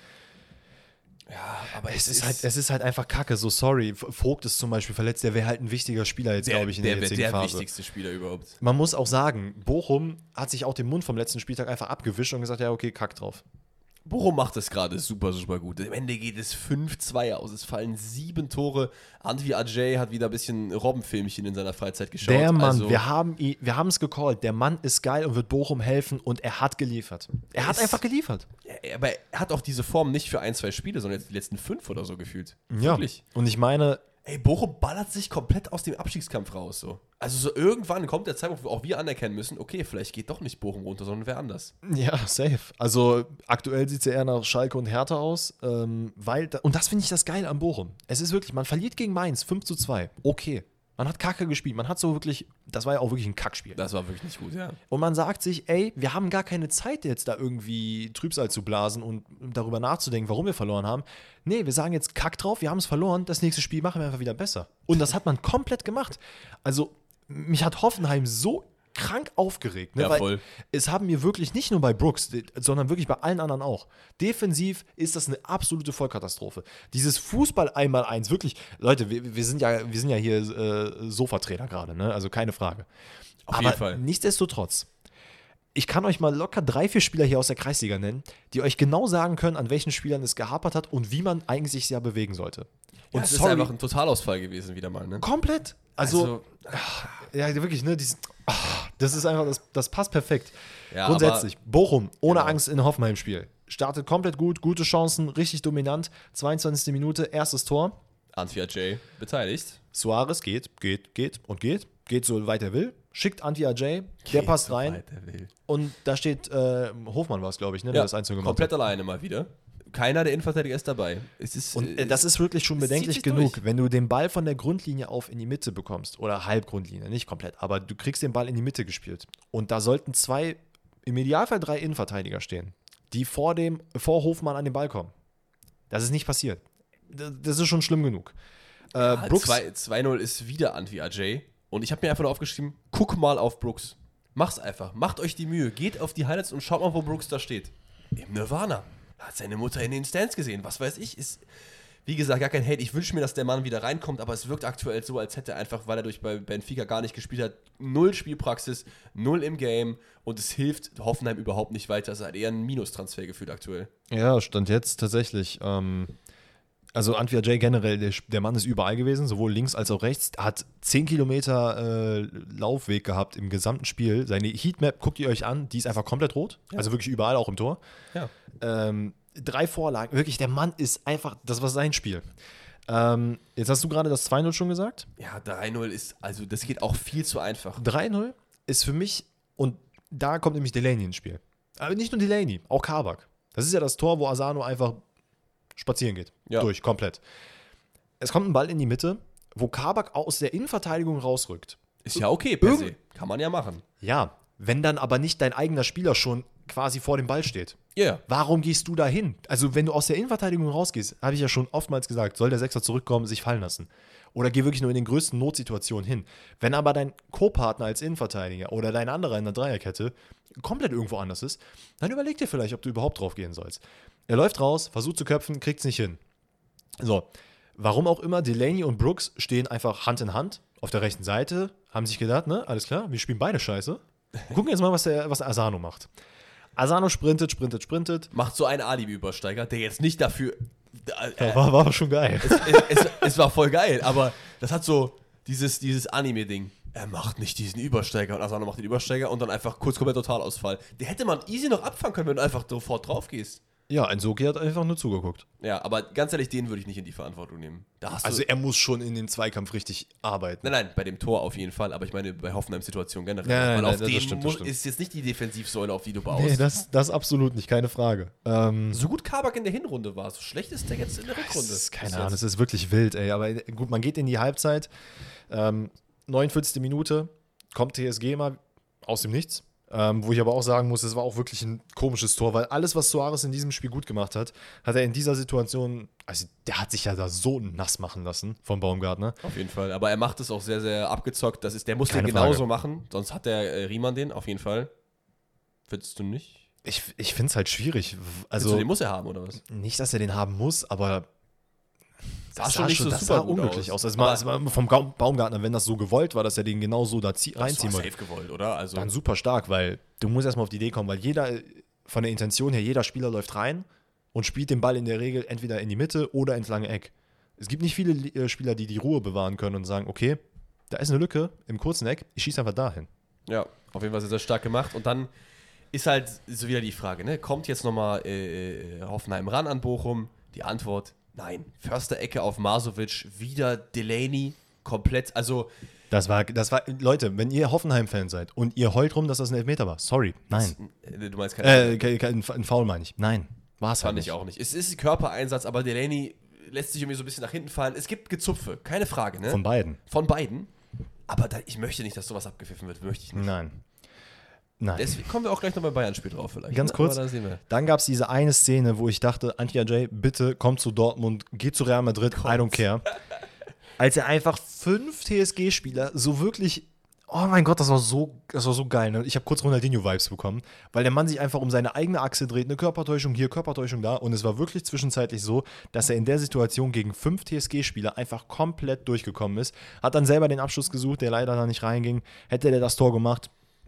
Ja, aber es ist halt einfach kacke, so sorry. Vogt ist zum Beispiel verletzt, der wäre halt ein wichtiger Spieler jetzt, glaube ich, in der jetzigen Phase. Der wichtigste Spieler überhaupt. Man muss auch sagen, Bochum hat sich auch den Mund vom letzten Spieltag einfach abgewischt und gesagt, ja, okay, kack drauf. Bochum macht es gerade super, super gut. Am Ende geht es 5-2 aus. Es fallen 7 Tore. Antwi Ajay hat wieder ein bisschen Robbenfilmchen in seiner Freizeit geschaut. Der Mann, also, wir haben es gecallt. Der Mann ist geil und wird Bochum helfen und er hat geliefert. Er hat einfach geliefert. Aber er hat auch diese Form nicht für 1, 2 Spiele, sondern jetzt die letzten 5 oder so gefühlt. Ja, wirklich. Und ich meine, Bochum ballert sich komplett aus dem Abstiegskampf raus. So. Also so irgendwann kommt der Zeitpunkt, wo auch wir anerkennen müssen, okay, vielleicht geht doch nicht Bochum runter, sondern wer anders. Ja, safe. Also aktuell sieht es ja eher nach Schalke und Hertha aus, und das finde ich das Geile an Bochum. Es ist wirklich, man verliert gegen Mainz 5:2. Okay. Man hat Kacke gespielt. Man hat so wirklich, das war ja auch wirklich ein Kackspiel. Das war wirklich nicht gut, ja. Und man sagt sich, ey, wir haben gar keine Zeit jetzt da irgendwie Trübsal zu blasen und darüber nachzudenken, warum wir verloren haben. Nee, wir sagen jetzt Kack drauf, wir haben es verloren, das nächste Spiel machen wir einfach wieder besser. Und das hat man komplett gemacht. Also, mich hat Hoffenheim so krank aufgeregt. Ne? Ja, voll. Weil es haben mir wirklich nicht nur bei Brooks, sondern wirklich bei allen anderen auch. Defensiv ist das eine absolute Vollkatastrophe. Dieses Fußball-1x1, wirklich, Leute, wir sind ja hier Sofatrainer gerade, ne? Also keine Frage. Auf jeden Fall. Nichtsdestotrotz, ich kann euch mal locker 3, 4 Spieler hier aus der Kreisliga nennen, die euch genau sagen können, an welchen Spielern es gehapert hat und wie man eigentlich sich ja bewegen sollte. Und es ist einfach ein Totalausfall gewesen wieder mal, ne? Komplett. Also ja, wirklich, ne? Das ist einfach, das passt perfekt. Ja, grundsätzlich, Bochum, ohne Genau. Angst in Hoffenheim-Spiel. Startet komplett gut, gute Chancen, richtig dominant. 22. Minute, erstes Tor. Antwi Ajay beteiligt. Suarez geht so weit er will. Schickt Antwi Ajay, der passt so rein. weit er will. Und da steht, Hofmann war es, glaube ich, ne, der das 1 gemacht komplett hat. alleine mal wieder. Keiner der Innenverteidiger ist dabei. Es ist, Und das ist wirklich schon es bedenklich zieht sich genug, durch. wenn du den Ball von der Grundlinie auf in die Mitte bekommst. Oder Halbgrundlinie, nicht komplett. Aber du kriegst den Ball in die Mitte gespielt. Und da sollten 2, im Idealfall 3 Innenverteidiger stehen, die vor Hofmann an den Ball kommen. Das ist nicht passiert. Das ist schon schlimm genug. Brooks, 2-0 ist wieder Antwi Ajay. Und ich habe mir einfach nur aufgeschrieben, guck mal auf Brooks. Mach's einfach. Macht euch die Mühe. Geht auf die Highlights und schaut mal, wo Brooks da steht. Im Nirvana. Hat seine Mutter in den Stands gesehen. Was weiß ich. Ist, wie gesagt, gar kein Hate. Ich wünsche mir, dass der Mann wieder reinkommt, aber es wirkt aktuell so, als hätte er einfach, weil er bei Benfica gar nicht gespielt hat, 0 Spielpraxis, 0 im Game und es hilft Hoffenheim überhaupt nicht weiter. Es hat eher ein Minustransfer gefühlt aktuell. ja, stand jetzt tatsächlich. Also Antwi Ajay generell, der Mann ist überall gewesen, sowohl links als auch rechts. Hat 10 Kilometer Laufweg gehabt im gesamten Spiel. Seine Heatmap, guckt ihr euch an, die ist einfach komplett rot. Ja. Also wirklich überall, auch im Tor. Ja. 3 Vorlagen. Wirklich, der Mann ist einfach, das war sein Spiel. Jetzt hast du gerade das 2-0 schon gesagt. Ja, 3-0 ist, also das geht auch viel zu einfach. 3-0 ist für mich, und da kommt nämlich Delaney ins Spiel. Aber nicht nur Delaney, auch Kabak. Das ist ja das Tor, wo Asano einfach spazieren geht. Ja. Durch, komplett. Es kommt ein Ball in die Mitte, wo Kabak aus der Innenverteidigung rausrückt. Ist ja okay per se. Kann man ja machen. Ja, wenn dann aber nicht dein eigener Spieler schon quasi vor dem Ball steht. Ja, yeah. Warum gehst du da hin? Also, wenn du aus der Innenverteidigung rausgehst, habe ich ja schon oftmals gesagt, soll der Sechser zurückkommen, sich fallen lassen. Oder geh wirklich nur in den größten Notsituationen hin. Wenn aber dein Co-Partner als Innenverteidiger oder dein anderer in der Dreierkette komplett irgendwo anders ist, dann überleg dir vielleicht, ob du überhaupt drauf gehen sollst. Er läuft raus, versucht zu köpfen, kriegt es nicht hin. So, warum auch immer, Delaney und Brooks stehen einfach Hand in Hand auf der rechten Seite, haben sich gedacht, ne, alles klar, wir spielen beide Scheiße. Wir gucken jetzt mal, was Asano macht. Asano sprintet. Macht so einen Alibi-Übersteiger, der jetzt nicht dafür. War schon geil. Es war voll geil, aber das hat so dieses Anime-Ding. Er macht nicht diesen Übersteiger und Asano macht den Übersteiger und dann einfach kurz komplett Totalausfall. Der hätte man easy noch abfangen können, wenn du einfach sofort drauf gehst. Ja, Nsoki hat einfach nur zugeguckt. Ja, aber ganz ehrlich, den würde ich nicht in die Verantwortung nehmen. Also er muss schon in den Zweikampf richtig arbeiten. Nein, bei dem Tor auf jeden Fall, aber ich meine bei Hoffenheim-Situation generell. Nein, weil auf das den stimmt. ist jetzt nicht die Defensivsäule, auf die du baust. Nee, das absolut nicht, keine Frage. So gut Kabak in der Hinrunde war, so schlecht ist der jetzt in der Rückrunde. Das ist keine Ahnung, das ist wirklich wild, ey. Aber gut, man geht in die Halbzeit. 49. Minute kommt TSG mal aus dem Nichts. Wo ich aber auch sagen muss, es war auch wirklich ein komisches Tor, weil alles, was Suarez in diesem Spiel gut gemacht hat, hat er in dieser Situation, also der hat sich ja da so nass machen lassen vom Baumgartner. Auf jeden Fall, aber er macht es auch sehr, sehr abgezockt. Der muss Keine den genauso Frage. machen, sonst hat der Riemann den, auf jeden Fall. Findest du nicht? Ich finde es halt schwierig. Also, den Also muss er haben, oder was? nicht, dass er den haben muss, aber das schon nicht so das super sah gut unglücklich aus. aus. Es war vom Baumgartner, wenn das so gewollt war, dass er den genau so da Das reinziehen war wollte. safe gewollt, oder? Also, Dann super stark, weil du musst erstmal auf die Idee kommen, weil von der Intention her, jeder Spieler läuft rein und spielt den Ball in der Regel entweder in die Mitte oder ins lange Eck. Es gibt nicht viele Spieler, die Ruhe bewahren können und sagen, okay, da ist eine Lücke im kurzen Eck, ich schieße einfach dahin. ja, auf jeden Fall sehr, sehr stark gemacht. Und dann ist halt so wieder die Frage, ne? Kommt jetzt nochmal Hoffenheim ran an Bochum? Die Antwort, nein. Förster Ecke auf Masovic, wieder Delaney, komplett, also Das war, Leute, wenn ihr Hoffenheim-Fan seid und ihr heult rum, dass das ein Elfmeter war, sorry, nein. du meinst Ein Foul meine ich. Nein, war es halt fand ich auch nicht. Es ist Körpereinsatz, aber Delaney lässt sich irgendwie so ein bisschen nach hinten fallen. Es gibt Gezupfe, keine Frage, ne? Von beiden. Von beiden. Aber ich möchte nicht, dass sowas abgepfiffen wird, möchte ich nicht. Nein. Deswegen kommen wir auch gleich noch beim Bayern-Spiel drauf vielleicht. Ganz ne? kurz, Aber da sehen wir. dann gab es diese eine Szene, wo ich dachte, Antwi Ajay, bitte komm zu Dortmund, geh zu Real Madrid, I don't care. Als er einfach 5 TSG-Spieler so wirklich, oh mein Gott, das war so geil. Ne? Ich habe kurz Ronaldinho-Vibes bekommen, weil der Mann sich einfach um seine eigene Achse dreht, eine Körpertäuschung hier, Körpertäuschung da, und es war wirklich zwischenzeitlich so, dass er in der Situation gegen 5 TSG-Spieler einfach komplett durchgekommen ist, hat dann selber den Abschluss gesucht, der leider da nicht reinging. Hätte der das Tor gemacht,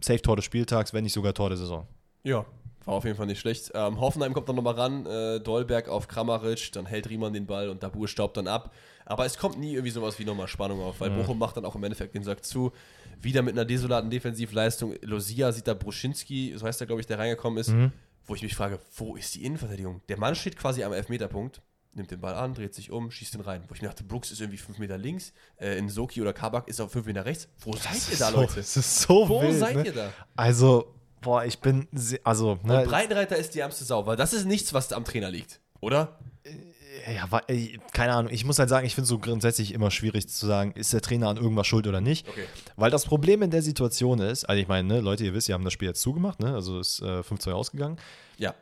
safe Tor des Spieltags, wenn nicht sogar Tor der Saison. Ja, war auf jeden Fall nicht schlecht. Hoffenheim kommt dann nochmal ran, Dolberg auf Kramaric, dann hält Riemann den Ball und Dabur staubt dann ab. Aber es kommt nie irgendwie sowas wie nochmal Spannung auf, weil Bochum macht dann auch im Endeffekt den Sack zu. Wieder mit einer desolaten Defensivleistung. Losia sieht da Bruschinski, so heißt er, glaube ich, der reingekommen ist, wo ich mich frage, wo ist die Innenverteidigung? Der Mann steht quasi am Elfmeterpunkt, nimmt den Ball an, dreht sich um, schießt ihn rein. Wo ich mir dachte, Brooks ist irgendwie 5 Meter links, Nsoki oder Kabak ist auf 5 Meter rechts. Wo seid ihr da, Leute? Das ist so Wo wild, seid ne? ihr da? Also, boah, ich bin, und Breitenreiter ist die ärmste Sau, weil das ist nichts, was am Trainer liegt, oder? Ja, keine Ahnung. Ich muss halt sagen, ich finde es so grundsätzlich immer schwierig zu sagen, ist der Trainer an irgendwas schuld oder nicht. Okay. Weil das Problem in der Situation ist, also ich meine, ne, Leute, ihr wisst, ihr haben das Spiel jetzt zugemacht, ne? Also ist 5-2 ausgegangen. Ja.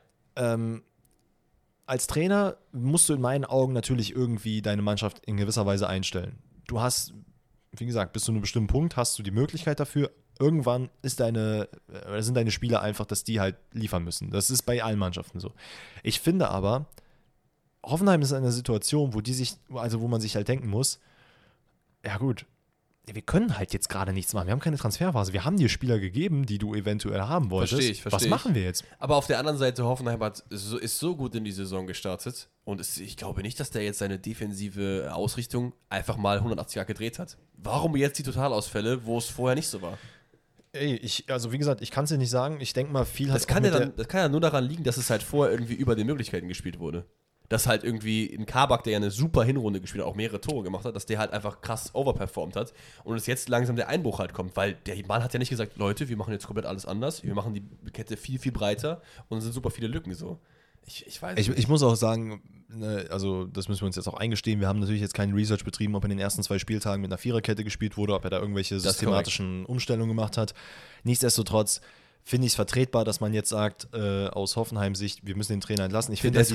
Als Trainer musst du in meinen Augen natürlich irgendwie deine Mannschaft in gewisser Weise einstellen. Du hast, wie gesagt, bis zu einem bestimmten Punkt hast du die Möglichkeit dafür. Irgendwann sind deine Spieler einfach, dass die halt liefern müssen. Das ist bei allen Mannschaften so. Ich finde aber, Hoffenheim ist in einer Situation, wo man sich halt denken muss, ja gut, wir können halt jetzt gerade nichts machen. Wir haben keine Transferphase. Wir haben dir Spieler gegeben, die du eventuell haben wolltest. Verstehe ich. Was machen wir jetzt? Aber auf der anderen Seite, Hoffenheim ist so gut in die Saison gestartet und ich glaube nicht, dass der jetzt seine defensive Ausrichtung einfach mal 180 Grad gedreht hat. Warum jetzt die Totalausfälle, wo es vorher nicht so war? Also wie gesagt, ich kann es dir nicht sagen. Ich denke mal, viel hat Das kann ja nur daran liegen, dass es halt vorher irgendwie über den Möglichkeiten gespielt wurde. Dass halt irgendwie in Kabak, der ja eine super Hinrunde gespielt hat, auch mehrere Tore gemacht hat, dass der halt einfach krass overperformt hat und es jetzt langsam der Einbruch halt kommt, weil der Mann hat ja nicht gesagt, Leute, wir machen jetzt komplett alles anders, wir machen die Kette viel, viel breiter und es sind super viele Lücken so. Ich weiß nicht. Ich muss auch sagen, ne, also das müssen wir uns jetzt auch eingestehen, wir haben natürlich jetzt keinen Research betrieben, ob in den ersten 2 Spieltagen mit einer Viererkette gespielt wurde, ob er da irgendwelche systematischen Umstellungen gemacht hat. Nichtsdestotrotz finde ich es vertretbar, dass man jetzt sagt, aus Hoffenheim-Sicht, wir müssen den Trainer entlassen. Ich finde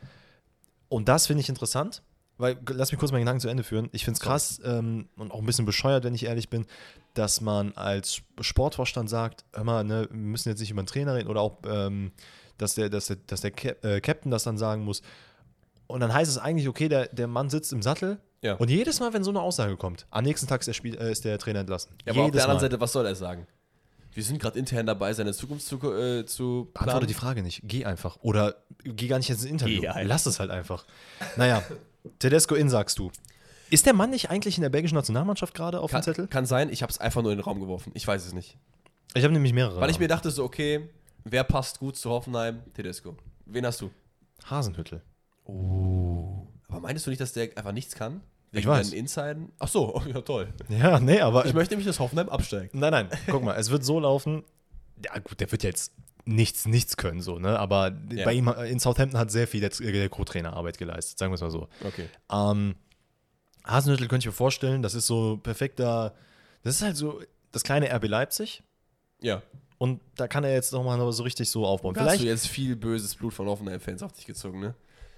und das finde ich interessant, weil, lass mich kurz meinen Gedanken zu Ende führen. Ich finde es krass und auch ein bisschen bescheuert, wenn ich ehrlich bin, dass man als Sportvorstand sagt, hör mal, ne, wir müssen jetzt nicht über den Trainer reden oder auch, dass der Captain das dann sagen muss. Und dann heißt es eigentlich, okay, der Mann sitzt im Sattel und jedes Mal, wenn so eine Aussage kommt, am nächsten Tag ist der Trainer entlassen. Ja, aber auf der anderen Seite, was soll er sagen? Wir sind gerade intern dabei, seine Zukunft zu planen. Beantworte die Frage nicht. Geh einfach. Oder geh gar nicht ins Interview. Lass es halt einfach. Naja, Tedesco sagst du. Ist der Mann nicht eigentlich in der belgischen Nationalmannschaft gerade auf dem Zettel? Kann sein, ich habe es einfach nur in den Raum geworfen. Ich weiß es nicht. Ich habe nämlich mehrere. Weil ich mir dachte so, okay, wer passt gut zu Hoffenheim? Tedesco. Wen hast du? Hasenhüttl. Oh. Aber meintest du nicht, dass der einfach nichts kann? Ich weiß. Insiden? Ach so, oh, ja toll. Ja, nee, aber... Ich möchte nämlich, dass Hoffenheim absteigt. Nein, guck mal, es wird so laufen, ja gut, der wird jetzt nichts können, so, ne, aber bei ihm in Southampton hat sehr viel der Co-Trainer Arbeit geleistet, sagen wir es mal so. Okay. Hasenhüttl könnte ich mir vorstellen, das ist so perfekter, das ist halt so das kleine RB Leipzig. Ja. Und da kann er jetzt nochmal so richtig so aufbauen. Vielleicht hast du jetzt viel böses Blut von Hoffenheim-Fans auf dich gezogen, ne?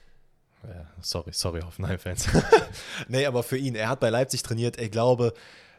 Ja, sorry, Hoffenheim-Fans. Nee, aber für ihn, er hat bei Leipzig trainiert, ich glaube,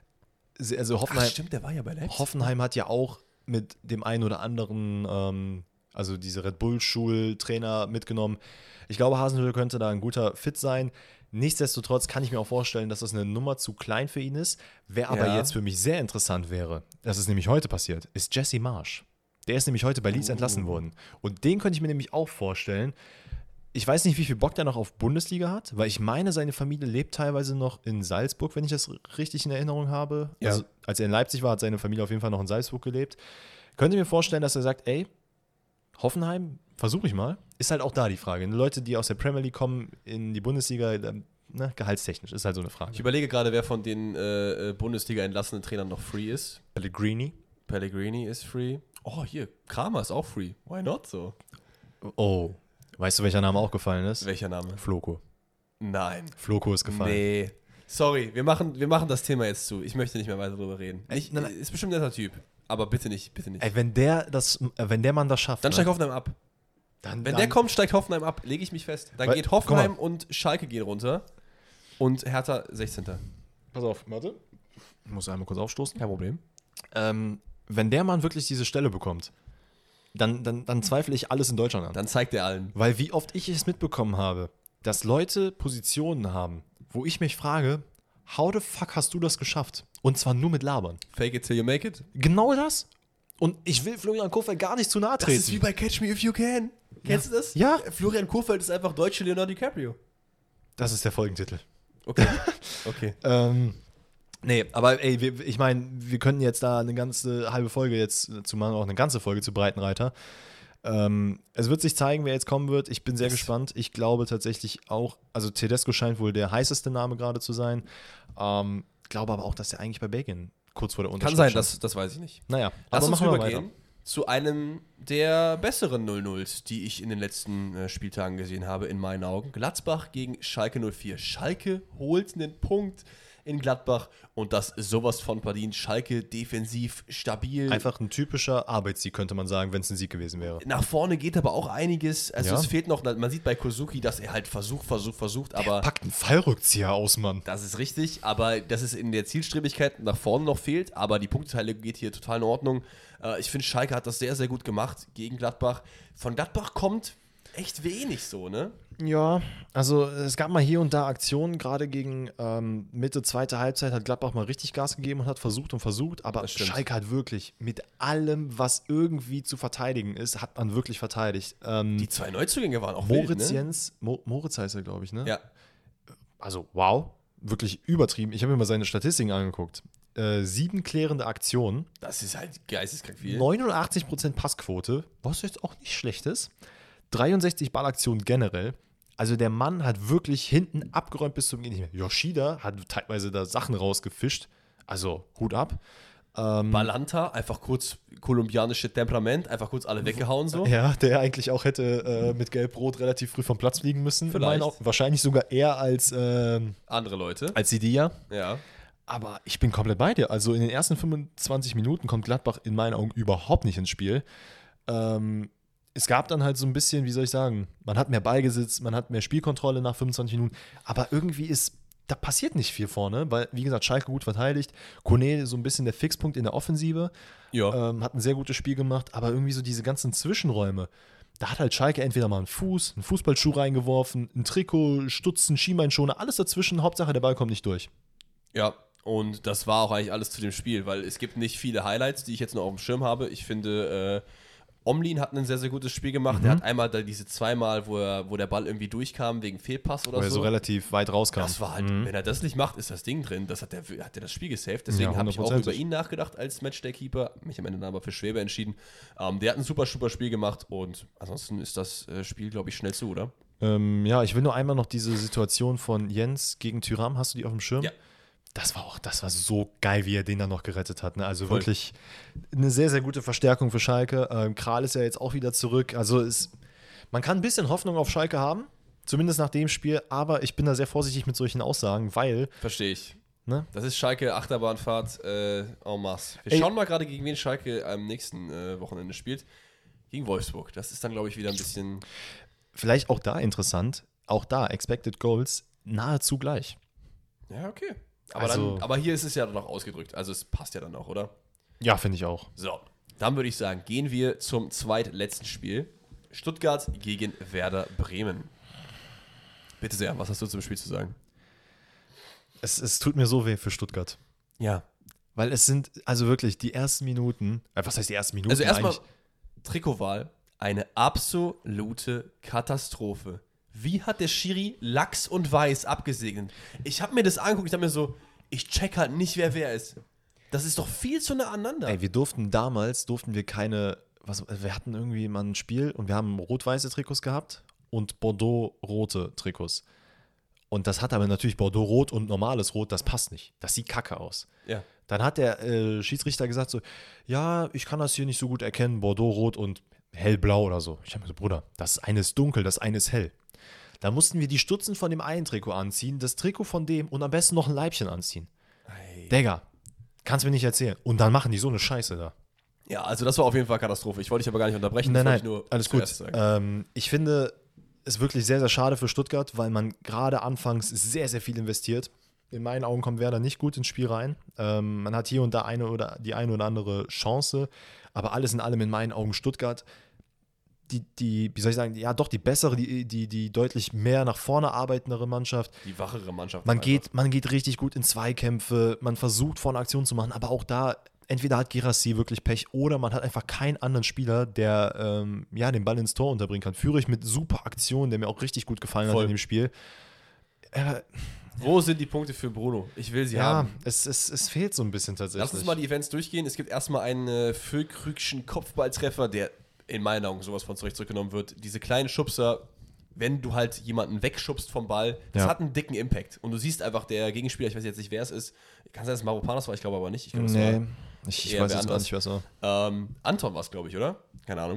also Hoffenheim. Ach, stimmt, der war ja bei Leipzig. Hoffenheim hat ja auch mit dem einen oder anderen, also diese Red Bull-Schultrainer mitgenommen. Ich glaube, Hasenhüttl könnte da ein guter Fit sein. Nichtsdestotrotz kann ich mir auch vorstellen, dass das eine Nummer zu klein für ihn ist. Wer aber jetzt für mich sehr interessant wäre, das ist nämlich heute passiert, ist Jesse Marsch. Der ist nämlich heute bei Leeds entlassen worden. Und den könnte ich mir nämlich auch vorstellen. Ich weiß nicht, wie viel Bock der noch auf Bundesliga hat, weil ich meine, seine Familie lebt teilweise noch in Salzburg, wenn ich das richtig in Erinnerung habe. Ja. Also, als er in Leipzig war, hat seine Familie auf jeden Fall noch in Salzburg gelebt. Könnte mir vorstellen, dass er sagt, ey, Hoffenheim, versuche ich mal. Ist halt auch da die Frage. Leute, die aus der Premier League kommen in die Bundesliga, gehaltstechnisch, ist halt so eine Frage. Ich überlege gerade, wer von den Bundesliga entlassenen Trainern noch free ist. Pellegrini ist free. Oh, hier, Kramer ist auch free. Why not so? Oh, weißt du, welcher Name auch gefallen ist? Welcher Name? Floko. Nein. Floko ist gefallen. Nee. Sorry, wir machen das Thema jetzt zu. Ich möchte nicht mehr weiter darüber reden. Ist bestimmt ein netter Typ. Aber bitte nicht. Ey, wenn der Mann das schafft. Dann steigt Hoffenheim ab. Wenn der kommt, steigt Hoffenheim ab. Lege ich mich fest. Dann geht Hoffenheim und Schalke gehen runter. Und Hertha 16. Pass auf, warte. Ich muss einmal kurz aufstoßen. Kein Problem. Wenn der Mann wirklich diese Stelle bekommt, dann zweifle ich alles in Deutschland an. Dann zeigt er allen. Weil wie oft ich es mitbekommen habe, dass Leute Positionen haben, wo ich mich frage, how the fuck hast du das geschafft? Und zwar nur mit Labern. Fake it till you make it. Genau das. Und ich will Florian Kohfeldt gar nicht zu nahe treten. Das ist wie bei Catch Me If You Can. Kennst du das? Ja. Florian Kohfeldt ist einfach deutsche Leonardo DiCaprio. Das ist der Folgentitel. Okay. Okay. Nee, aber ey, ich meine, wir könnten jetzt da eine ganze halbe Folge jetzt zu machen, auch eine ganze Folge zu Breitenreiter. Es wird sich zeigen, wer jetzt kommen wird. Ich bin sehr gespannt. Ich glaube tatsächlich auch, also Tedesco scheint wohl der heißeste Name gerade zu sein. Glaube aber auch, dass er eigentlich bei Belgien kurz vor der Unterschrift Kann sein, das weiß ich nicht. Naja, Lass aber uns machen wir rübergehen weiter. zu einem der besseren 0-0s, die ich in den letzten Spieltagen gesehen habe, in meinen Augen. Gladbach gegen Schalke 04. Schalke holt einen Punkt in Gladbach und das sowas von verdient. Schalke defensiv stabil. Einfach ein typischer Arbeitssieg, könnte man sagen, wenn es ein Sieg gewesen wäre. Nach vorne geht aber auch einiges. Also Ja. es fehlt noch, man sieht bei Kozuki, dass er halt versucht, aber Packt einen Fallrückzieher aus, Mann. das ist richtig, aber dass es in der Zielstrebigkeit nach vorne noch fehlt, aber die Punkteteile geht hier total in Ordnung. Ich finde, Schalke hat das sehr, sehr gut gemacht gegen Gladbach. Von Gladbach kommt echt wenig so, ne? Ja, also es gab mal hier und da Aktionen, gerade gegen Mitte, zweite Halbzeit hat Gladbach mal richtig Gas gegeben und hat versucht, aber Das stimmt. Schalke hat wirklich mit allem, was irgendwie zu verteidigen ist, hat man wirklich verteidigt. Die zwei Neuzugänge waren auch Moritz wild, ne? Jens, Moritz heißt er, glaube ich, ne? Ja, Also wow, wirklich übertrieben. Ich habe mir mal seine Statistiken angeguckt. 7 klärende Aktionen, das ist halt geisteskrank viel. 89% Passquote, was jetzt auch nicht schlecht ist. 63 Ballaktionen generell. Also der Mann hat wirklich hinten abgeräumt bis zum Gehen nicht mehr. Yoshida hat teilweise da Sachen rausgefischt. Also Hut ab. Balanta, einfach kurz kolumbianische Temperament, einfach kurz alle weggehauen so. Ja, der eigentlich auch hätte mit Gelb-Rot relativ früh vom Platz fliegen müssen. Vielleicht. In meinen Augen. Wahrscheinlich sogar eher als Andere Leute. Sidia. Ja. Aber ich bin komplett bei dir. Also in den ersten 25 Minuten kommt Gladbach in meinen Augen überhaupt nicht ins Spiel. Es gab dann halt so ein bisschen, wie soll ich sagen, man hat mehr Ballbesitz, man hat mehr Spielkontrolle nach 25 Minuten, aber irgendwie da passiert nicht viel vorne, weil, wie gesagt, Schalke gut verteidigt, Kone so ein bisschen der Fixpunkt in der Offensive, Ja. hat ein sehr gutes Spiel gemacht, aber irgendwie so diese ganzen Zwischenräume, da hat halt Schalke entweder mal einen Fußballschuh reingeworfen, ein Trikot, Stutzen, Schienbeinschoner, alles dazwischen, Hauptsache der Ball kommt nicht durch. Ja, und das war auch eigentlich alles zu dem Spiel, weil es gibt nicht viele Highlights, die ich jetzt noch auf dem Schirm habe. Ich finde, Omlin hat ein sehr, sehr gutes Spiel gemacht. Er hat einmal da diese zweimal, wo der Ball irgendwie durchkam wegen Fehlpass oder Weil er so. so relativ weit rauskam. Das war halt, wenn er das nicht macht, ist das Ding drin. Hat er das Spiel gesaved. Deswegen Ja, habe ich auch 100%. über ihn nachgedacht als Matchday-Keeper. Mich am Ende dann aber für Schwebe entschieden. Der hat ein super Spiel gemacht und ansonsten ist das Spiel, glaube ich, schnell zu, oder? Ja, ich will nur einmal noch diese Situation von Jens gegen Thuram, hast du die auf dem Schirm? Ja. Das war so geil, wie er den dann noch gerettet hat. Ne? Also Voll. wirklich eine sehr, sehr gute Verstärkung für Schalke. Kral ist ja jetzt auch wieder zurück. Also man kann ein bisschen Hoffnung auf Schalke haben, zumindest nach dem Spiel, aber ich bin da sehr vorsichtig mit solchen Aussagen, weil, Verstehe ich. ne? Das ist Schalke Achterbahnfahrt en masse. Wir Ey. schauen mal gerade, gegen wen Schalke am nächsten Wochenende spielt. Gegen Wolfsburg. Das ist dann, glaube ich, wieder ein bisschen... Vielleicht auch da interessant, auch da Expected Goals nahezu gleich. Ja, okay. Aber, Also- aber hier ist es ja dann auch ausgedrückt. Also es passt ja dann auch, oder? Ja, finde ich auch. So, dann würde ich sagen, gehen wir zum zweitletzten Spiel. Stuttgart gegen Werder Bremen. Bitte sehr, was hast du zum Spiel zu sagen? Es tut mir so weh für Stuttgart. Ja. Weil es sind, also wirklich, die ersten Minuten, was heißt die ersten Minuten? Also erstmal eigentlich? Trikotwahl, eine absolute Katastrophe. Wie hat der Schiri Lachs und Weiß abgesegnet? Ich habe mir das angeguckt, ich dachte mir so, ich check halt nicht, wer ist. Das ist doch viel zu nah aneinander. Ey, wir durften keine, wir hatten irgendwie mal ein Spiel und wir haben rot-weiße Trikots gehabt und Bordeaux-rote Trikots. Und das hat aber natürlich Bordeaux-rot und normales Rot, das passt nicht. Das sieht kacke aus. Ja. Dann hat der Schiedsrichter gesagt so, ja, ich kann das hier nicht so gut erkennen, Bordeaux-rot und hellblau oder so. Ich habe mir so, Bruder, das eine ist dunkel, das eine ist hell. Da mussten wir die Stutzen von dem einen Trikot anziehen, das Trikot von dem und am besten noch ein Leibchen anziehen. Ei. Digga, kannst mir nicht erzählen. Und dann machen die so eine Scheiße da. Ja, also das war auf jeden Fall Katastrophe. Ich wollte dich aber gar nicht unterbrechen. das wollte ich nur alles gut. zuerst sagen. Ich finde es wirklich sehr, sehr schade für Stuttgart, weil man gerade anfangs sehr, sehr viel investiert. In meinen Augen kommt Werder nicht gut ins Spiel rein. Man hat hier und da die eine oder andere Chance, aber alles in allem in meinen Augen Stuttgart. Wie soll ich sagen, ja doch die bessere, die deutlich mehr nach vorne arbeitendere Mannschaft. Die wachere Mannschaft. Man geht richtig gut in Zweikämpfe, man versucht vorne Aktionen zu machen, aber auch da entweder hat Guirassy wirklich Pech oder man hat einfach keinen anderen Spieler, der den Ball ins Tor unterbringen kann. Führig mit super Aktionen, der mir auch richtig gut gefallen hat in dem Spiel. Wo sind die Punkte für Bruno? Ich will sie haben. Ja, es fehlt so ein bisschen tatsächlich. Lass uns mal die Events durchgehen. Es gibt erstmal einen Füllkrügschen Kopfballtreffer, der in meinen Augen sowas von zurückgenommen wird. Diese kleinen Schubser, wenn du halt jemanden wegschubst vom Ball, das hat einen dicken Impact. Und du siehst einfach, der Gegenspieler, ich weiß jetzt nicht, wer es ist, kann sein, dass es Mavropanos war, ich glaube aber nicht. Ich glaube, es war ich weiß jetzt gar nicht, wer es war. Anton war es, glaube ich, oder? Keine Ahnung.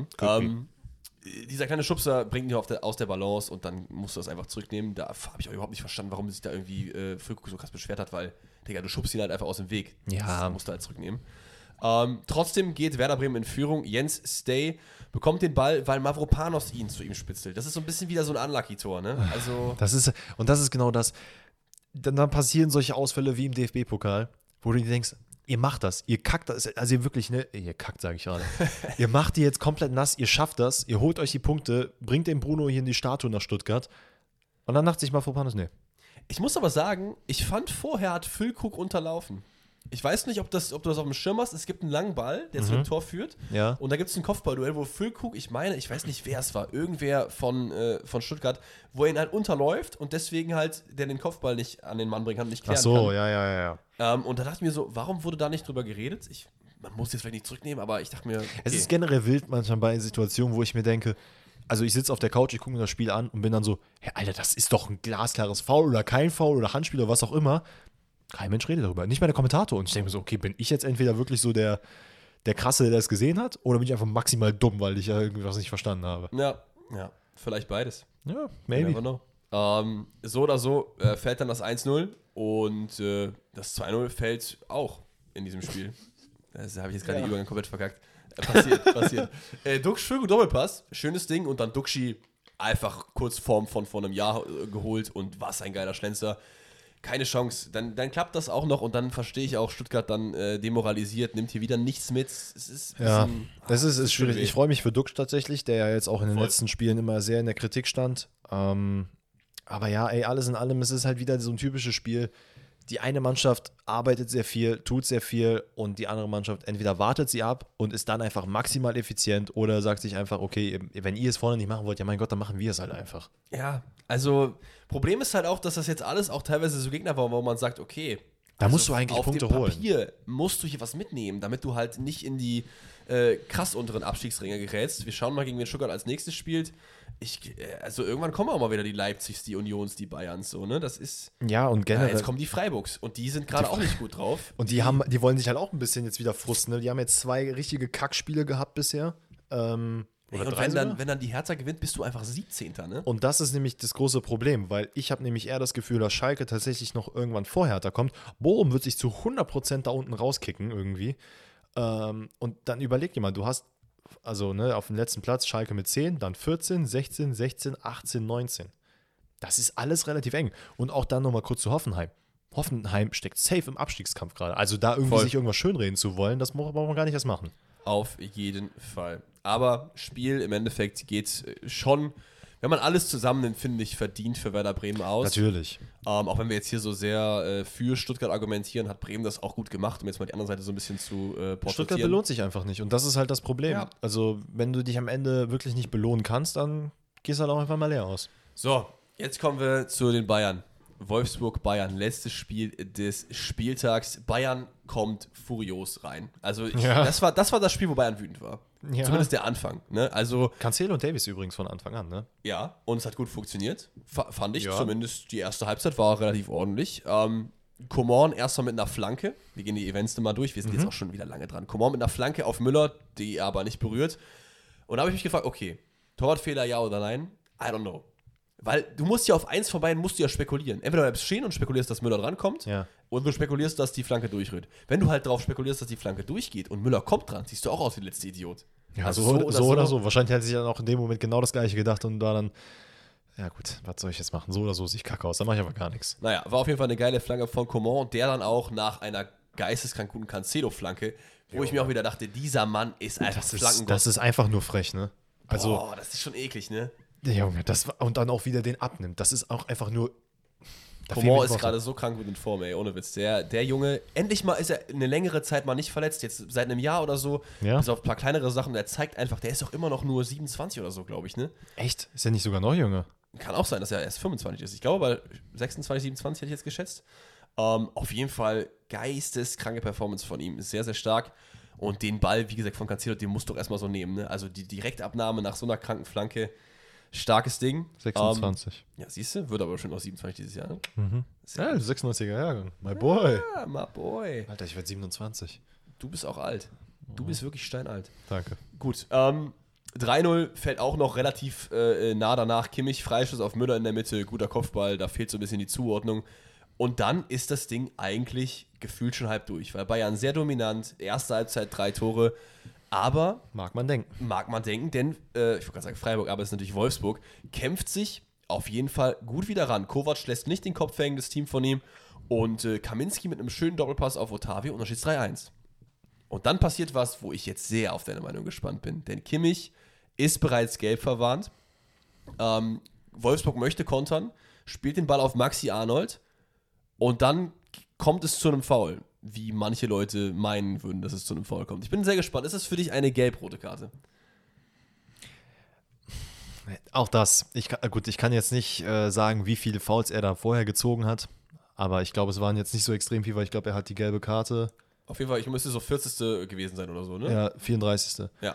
Dieser kleine Schubser bringt ihn aus der Balance und dann musst du das einfach zurücknehmen. Da habe ich auch überhaupt nicht verstanden, warum sich da irgendwie Füllkrug so krass beschwert hat, weil, Digga, du schubst ihn halt einfach aus dem Weg. Ja. Das musst du halt zurücknehmen. Trotzdem geht Werder Bremen in Führung. Jens Stay bekommt den Ball, weil Mavropanos ihn zu ihm spitzelt. Das ist so ein bisschen wieder so ein Unlucky-Tor, ne? Also das ist genau das. Dann passieren solche Ausfälle wie im DFB-Pokal, wo du dir denkst, ihr macht das, ihr kackt das, also ihr wirklich, ne, ihr kackt, sage ich gerade. Ihr macht die jetzt komplett nass, ihr schafft das, ihr holt euch die Punkte, bringt den Bruno hier in die Statue nach Stuttgart und dann dachte sich Mavropanos, ne. Ich muss aber sagen, ich fand vorher hat Füllkrug unterlaufen. Ich weiß nicht, ob du das auf dem Schirm hast. Es gibt einen langen Ball, der zu dem Tor führt. Ja. Und da gibt es ein Kopfballduell, wo Füllkrug, ich weiß nicht, wer es war, irgendwer von Stuttgart, wo er ihn halt unterläuft und deswegen halt, der den Kopfball nicht an den Mann bringen kann, nicht klären kann. Ach so, ja. Und da dachte ich mir so, warum wurde da nicht drüber geredet? Man muss jetzt vielleicht nicht zurücknehmen, aber ich dachte mir, okay. Es ist generell wild manchmal bei Situationen, wo ich mir denke, also ich sitze auf der Couch, ich gucke mir das Spiel an und bin dann so, hey, Alter, das ist doch ein glasklares Foul oder kein Foul oder Handspiel oder was auch immer. Kein Mensch redet darüber, nicht mal der Kommentator. Und ich denke mir so, okay, bin ich jetzt entweder wirklich so der Krasse, der es gesehen hat, oder bin ich einfach maximal dumm, weil ich ja irgendwas nicht verstanden habe? Ja, vielleicht beides. Ja, maybe. Never know. So oder so fällt dann das 1-0 und das 2-0 fällt auch in diesem Spiel. Das habe ich jetzt gerade den Übergang komplett verkackt. Passiert. Duxi Doppelpass, schönes Ding und dann Duxi einfach kurz von einem Jahr geholt und was ein geiler Schlenzer. Keine Chance. Dann klappt das auch noch und dann verstehe ich auch, Stuttgart dann demoralisiert, nimmt hier wieder nichts mit. Es ist das ist schwierig. Ich freue mich für Dux tatsächlich, der ja jetzt auch in den letzten Spielen immer sehr in der Kritik stand. Aber ja, alles in allem, es ist halt wieder so ein typisches Spiel. Die eine Mannschaft arbeitet sehr viel, tut sehr viel und die andere Mannschaft entweder wartet sie ab und ist dann einfach maximal effizient oder sagt sich einfach, okay, wenn ihr es vorne nicht machen wollt, ja mein Gott, dann machen wir es halt einfach. Ja, also Problem ist halt auch, dass das jetzt alles auch teilweise so Gegner waren, wo man sagt, okay, da musst du eigentlich Punkte holen. Auf dem Papier musst du hier was mitnehmen, damit du halt nicht in die krass unteren Abstiegsränge gerätst. Wir schauen mal, gegen wen Stuttgart als nächstes spielt. Also irgendwann kommen auch mal wieder die Leipzigs, die Unions, die Bayerns, so, ne? Das ist. Ja, und generell. Jetzt kommen die Freiburgs und die sind gerade auch nicht gut drauf. Und die wollen sich halt auch ein bisschen jetzt wieder frusten, ne? Die haben jetzt 2 richtige Kackspiele gehabt bisher. Und wenn dann die Hertha gewinnt, bist du einfach 17. Ne? Und das ist nämlich das große Problem, weil ich habe nämlich eher das Gefühl, dass Schalke tatsächlich noch irgendwann vor Hertha kommt. Bochum wird sich zu 100% da unten rauskicken irgendwie. Und dann überleg dir mal, du hast also auf dem letzten Platz Schalke mit 10, dann 14, 16, 16, 18, 19. Das ist alles relativ eng. Und auch dann nochmal kurz zu Hoffenheim. Hoffenheim steckt safe im Abstiegskampf gerade. Also da irgendwie sich irgendwas schönreden zu wollen, das braucht man gar nicht erst machen. Auf jeden Fall. Aber Spiel im Endeffekt geht schon, wenn man alles zusammen nimmt, finde ich, verdient für Werder Bremen aus. Natürlich. Auch wenn wir jetzt hier so sehr für Stuttgart argumentieren, hat Bremen das auch gut gemacht, um jetzt mal die andere Seite so ein bisschen zu porträtieren. Stuttgart belohnt sich einfach nicht und das ist halt das Problem. Ja. Also wenn du dich am Ende wirklich nicht belohnen kannst, dann gehst du halt auch einfach mal leer aus. So, jetzt kommen wir zu den Bayern. Wolfsburg-Bayern, letztes Spiel des Spieltags. Bayern kommt furios rein. Also das war das Spiel, wo Bayern wütend war. Ja. Zumindest der Anfang. Ne? Also, Cancelo und Davies übrigens von Anfang an. Ne? Ja, und es hat gut funktioniert. Fand ich zumindest. Die erste Halbzeit war relativ ordentlich. Coman erstmal mit einer Flanke. Wir gehen die Events mal durch. Wir sind jetzt auch schon wieder lange dran. Coman mit einer Flanke auf Müller, die er aber nicht berührt. Und da habe ich mich gefragt, okay, Torwartfehler ja oder nein? I don't know. Weil du musst ja auf eins von beiden spekulieren. Entweder du bleibst stehen und spekulierst, dass Müller drankommt, oder du spekulierst, dass die Flanke durchrührt. Wenn du halt darauf spekulierst, dass die Flanke durchgeht und Müller kommt dran, siehst du auch aus wie der letzte Idiot. Ja, also so oder so. Wahrscheinlich hat sich dann auch in dem Moment genau das Gleiche gedacht und da dann, ja gut, was soll ich jetzt machen? So oder so sehe ich kacke aus, dann mache ich aber gar nichts. Naja, war auf jeden Fall eine geile Flanke von Coman, der dann auch nach einer geisteskrank guten Cancelo-Flanke, wo ich mir auch wieder dachte, dieser Mann ist einfach Flankengott. Das ist einfach nur frech, ne? Also, das ist schon eklig, ne? Der Junge, und dann auch wieder den abnimmt. Das ist auch einfach nur. Coman ist gerade so krank mit in Form, ey, ohne Witz. Der Junge, endlich mal ist er eine längere Zeit mal nicht verletzt, jetzt seit einem Jahr oder so, bis auf ein paar kleinere Sachen. Der zeigt einfach, der ist doch immer noch nur 27 oder so, glaube ich, ne? Echt? Ist er nicht sogar noch jünger? Kann auch sein, dass er erst 25 ist. Ich glaube, bei 26, 27 hätte ich jetzt geschätzt. Auf jeden Fall geisteskranke Performance von ihm, ist sehr, sehr stark. Und den Ball, wie gesagt, von Cancelo, den musst du doch erstmal so nehmen, ne? Also die Direktabnahme nach so einer kranken Flanke, starkes Ding. 26. Ja, siehst du, wird aber schon noch 27 dieses Jahr, ne? Ja, 96er Jahrgang. My boy. Ja, my boy. Alter, ich werde 27. Du bist auch alt. Du bist wirklich steinalt. Danke. Gut, 3-0 fällt auch noch relativ nah danach. Kimmich, Freischuss auf Müller in der Mitte, guter Kopfball, da fehlt so ein bisschen die Zuordnung. Und dann ist das Ding eigentlich gefühlt schon halb durch, weil Bayern sehr dominant, erste Halbzeit 3 Tore, aber Mag man denken. denn, ich wollte gerade sagen Freiburg, aber es ist natürlich Wolfsburg, kämpft sich auf jeden Fall gut wieder ran. Kovac lässt nicht den Kopf hängen, das Team von ihm, und Kaminski mit einem schönen Doppelpass auf Otavio und dann steht es 3-1. Und dann passiert was, wo ich jetzt sehr auf deine Meinung gespannt bin, denn Kimmich ist bereits gelb verwarnt, Wolfsburg möchte kontern, spielt den Ball auf Maxi Arnold und dann kommt es zu einem Foul, wie manche Leute meinen würden, dass es zu einem Foul kommt. Ich bin sehr gespannt. Ist es für dich eine gelb-rote Karte? Auch das. Ich kann jetzt nicht sagen, wie viele Fouls er da vorher gezogen hat, aber ich glaube, es waren jetzt nicht so extrem viel, weil ich glaube, er hat die gelbe Karte. Auf jeden Fall, ich müsste so 40. gewesen sein oder so, ne? Ja, 34. Ja.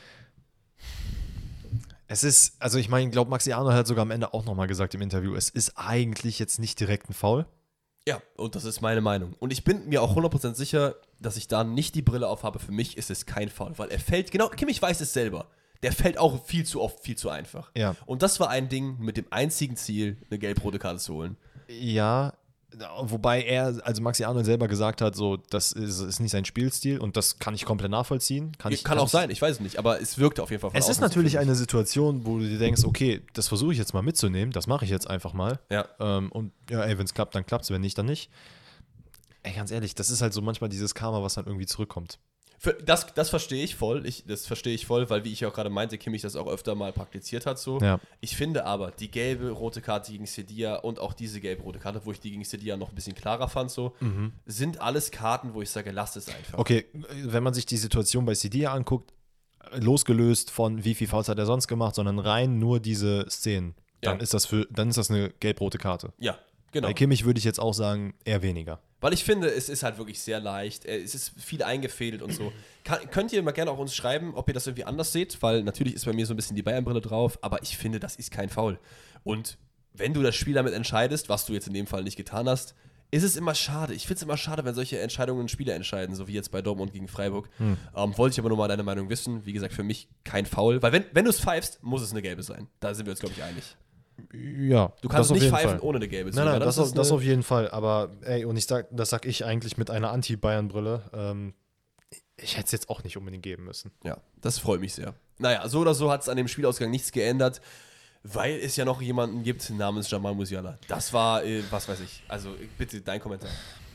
Es ist, also ich meine, ich glaube, Maxi Arnold hat sogar am Ende auch nochmal gesagt im Interview, es ist eigentlich jetzt nicht direkt ein Foul. Ja, und das ist meine Meinung. Und ich bin mir auch 100% sicher, dass ich da nicht die Brille aufhabe. Für mich ist es kein Foul, weil er fällt, genau, Kimmich weiß es selber. Der fällt auch viel zu oft, viel zu einfach. Ja. Und das war ein Ding mit dem einzigen Ziel, eine gelb-rote Karte zu holen. Ja, wobei also Maxi Arnold selber gesagt hat, so, das ist nicht sein Spielstil und das kann ich komplett nachvollziehen. Kann auch sein, ich weiß es nicht, aber es wirkte auf jeden Fall von außen. Es ist natürlich eine Situation, wo du dir denkst, okay, das versuche ich jetzt mal mitzunehmen, das mache ich jetzt einfach mal. Ja. Und ja, ey, wenn es klappt, dann klappt es, wenn nicht, dann nicht. Ey, ganz ehrlich, das ist halt so manchmal dieses Karma, was dann irgendwie zurückkommt. Das verstehe ich voll. Das verstehe ich voll, weil, wie ich auch gerade meinte, Kimmich das auch öfter mal praktiziert hat. So. Ja. Ich finde aber, die gelbe rote Karte gegen Sevilla und auch diese gelb-rote Karte, wo ich die gegen Sevilla noch ein bisschen klarer fand, so, sind alles Karten, wo ich sage, lasst es einfach. Okay, wenn man sich die Situation bei Sevilla anguckt, losgelöst von wie viel Fouls hat er sonst gemacht, sondern rein nur diese Szenen, dann ist das eine gelb-rote Karte. Ja, genau. Bei Kimmich würde ich jetzt auch sagen, eher weniger. Weil ich finde, es ist halt wirklich sehr leicht. Es ist viel eingefädelt und so. Könnt ihr mal gerne auch uns schreiben, ob ihr das irgendwie anders seht, weil natürlich ist bei mir so ein bisschen die Bayern-Brille drauf, aber ich finde, das ist kein Foul. Und wenn du das Spiel damit entscheidest, was du jetzt in dem Fall nicht getan hast, ist es immer schade. Ich finde es immer schade, wenn solche Entscheidungen Spieler entscheiden, so wie jetzt bei Dortmund gegen Freiburg. Wollte ich aber nur mal deine Meinung wissen. Wie gesagt, für mich kein Foul, weil wenn du es pfeifst, muss es eine gelbe sein. Da sind wir uns, glaube ich, einig. Ja, du kannst nicht pfeifen ohne eine gelbe. Nein, das auf jeden Fall. Aber ey, und das sag ich eigentlich mit einer Anti-Bayern-Brille. Ich hätte es jetzt auch nicht unbedingt geben müssen. Ja, das freut mich sehr. Naja, so oder so hat es an dem Spielausgang nichts geändert, weil es ja noch jemanden gibt namens Jamal Musiala. Das war, was weiß ich. Also bitte, dein Kommentar.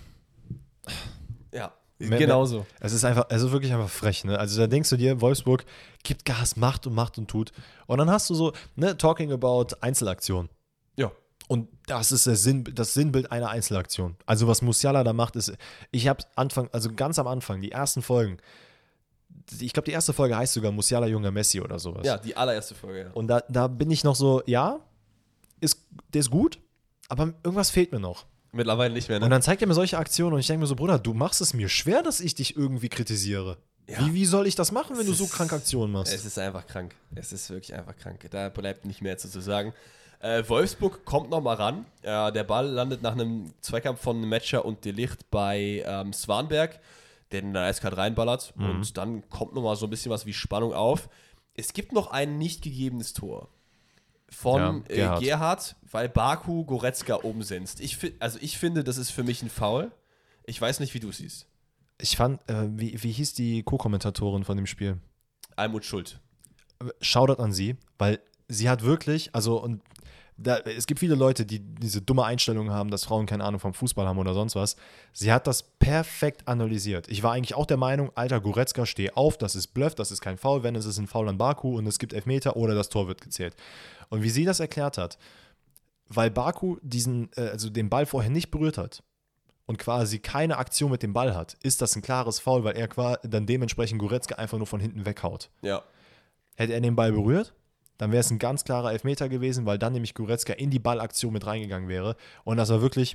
Ja. Genauso. Es ist wirklich einfach frech, ne? Also da denkst du dir, Wolfsburg gibt Gas, macht und tut. Und dann hast du so, ne, talking about Einzelaktion. Ja. Und das ist das Sinnbild einer Einzelaktion. Also was Musiala da macht, ist, ich habe ganz am Anfang, die ersten Folgen, ich glaube, die erste Folge heißt sogar Musiala, junger Messi oder sowas. Ja, die allererste Folge, ja. Und da bin ich noch so, ja, der ist gut, aber irgendwas fehlt mir noch. Mittlerweile nicht mehr, ne? Und dann zeigt er mir solche Aktionen und ich denke mir so, Bruder, du machst es mir schwer, dass ich dich irgendwie kritisiere. Ja. Wie soll ich das machen, wenn du so krank Aktionen machst? Es ist einfach krank. Es ist wirklich einfach krank. Da bleibt nicht mehr zu sagen. Wolfsburg kommt nochmal ran. Der Ball landet nach einem Zweikampf von Metscher und De Ligt bei Swanberg, der den da eiskalt reinballert. Und dann kommt nochmal so ein bisschen was wie Spannung auf. Es gibt noch ein nicht gegebenes Tor von Gerhardt, weil Baku Goretzka oben senzt. Ich finde, das ist für mich ein Foul. Ich weiß nicht, wie du es siehst. Ich fand, wie hieß die Co-Kommentatorin von dem Spiel? Almut Schuld. Shoutout an sie, weil sie hat wirklich, es gibt viele Leute, die diese dumme Einstellung haben, dass Frauen keine Ahnung vom Fußball haben oder sonst was. Sie hat das perfekt analysiert. Ich war eigentlich auch der Meinung, Alter, Goretzka, steh auf, das ist Bluff, das ist kein Foul, wenn es ist ein Foul an Baku und es gibt Elfmeter oder das Tor wird gezählt. Und wie sie das erklärt hat, weil Baku also den Ball vorher nicht berührt hat und quasi keine Aktion mit dem Ball hat, ist das ein klares Foul, weil er dann dementsprechend Goretzka einfach nur von hinten weghaut. Ja. Hätte er den Ball berührt, dann wäre es ein ganz klarer Elfmeter gewesen, weil dann nämlich Goretzka in die Ballaktion mit reingegangen wäre. Und das war wirklich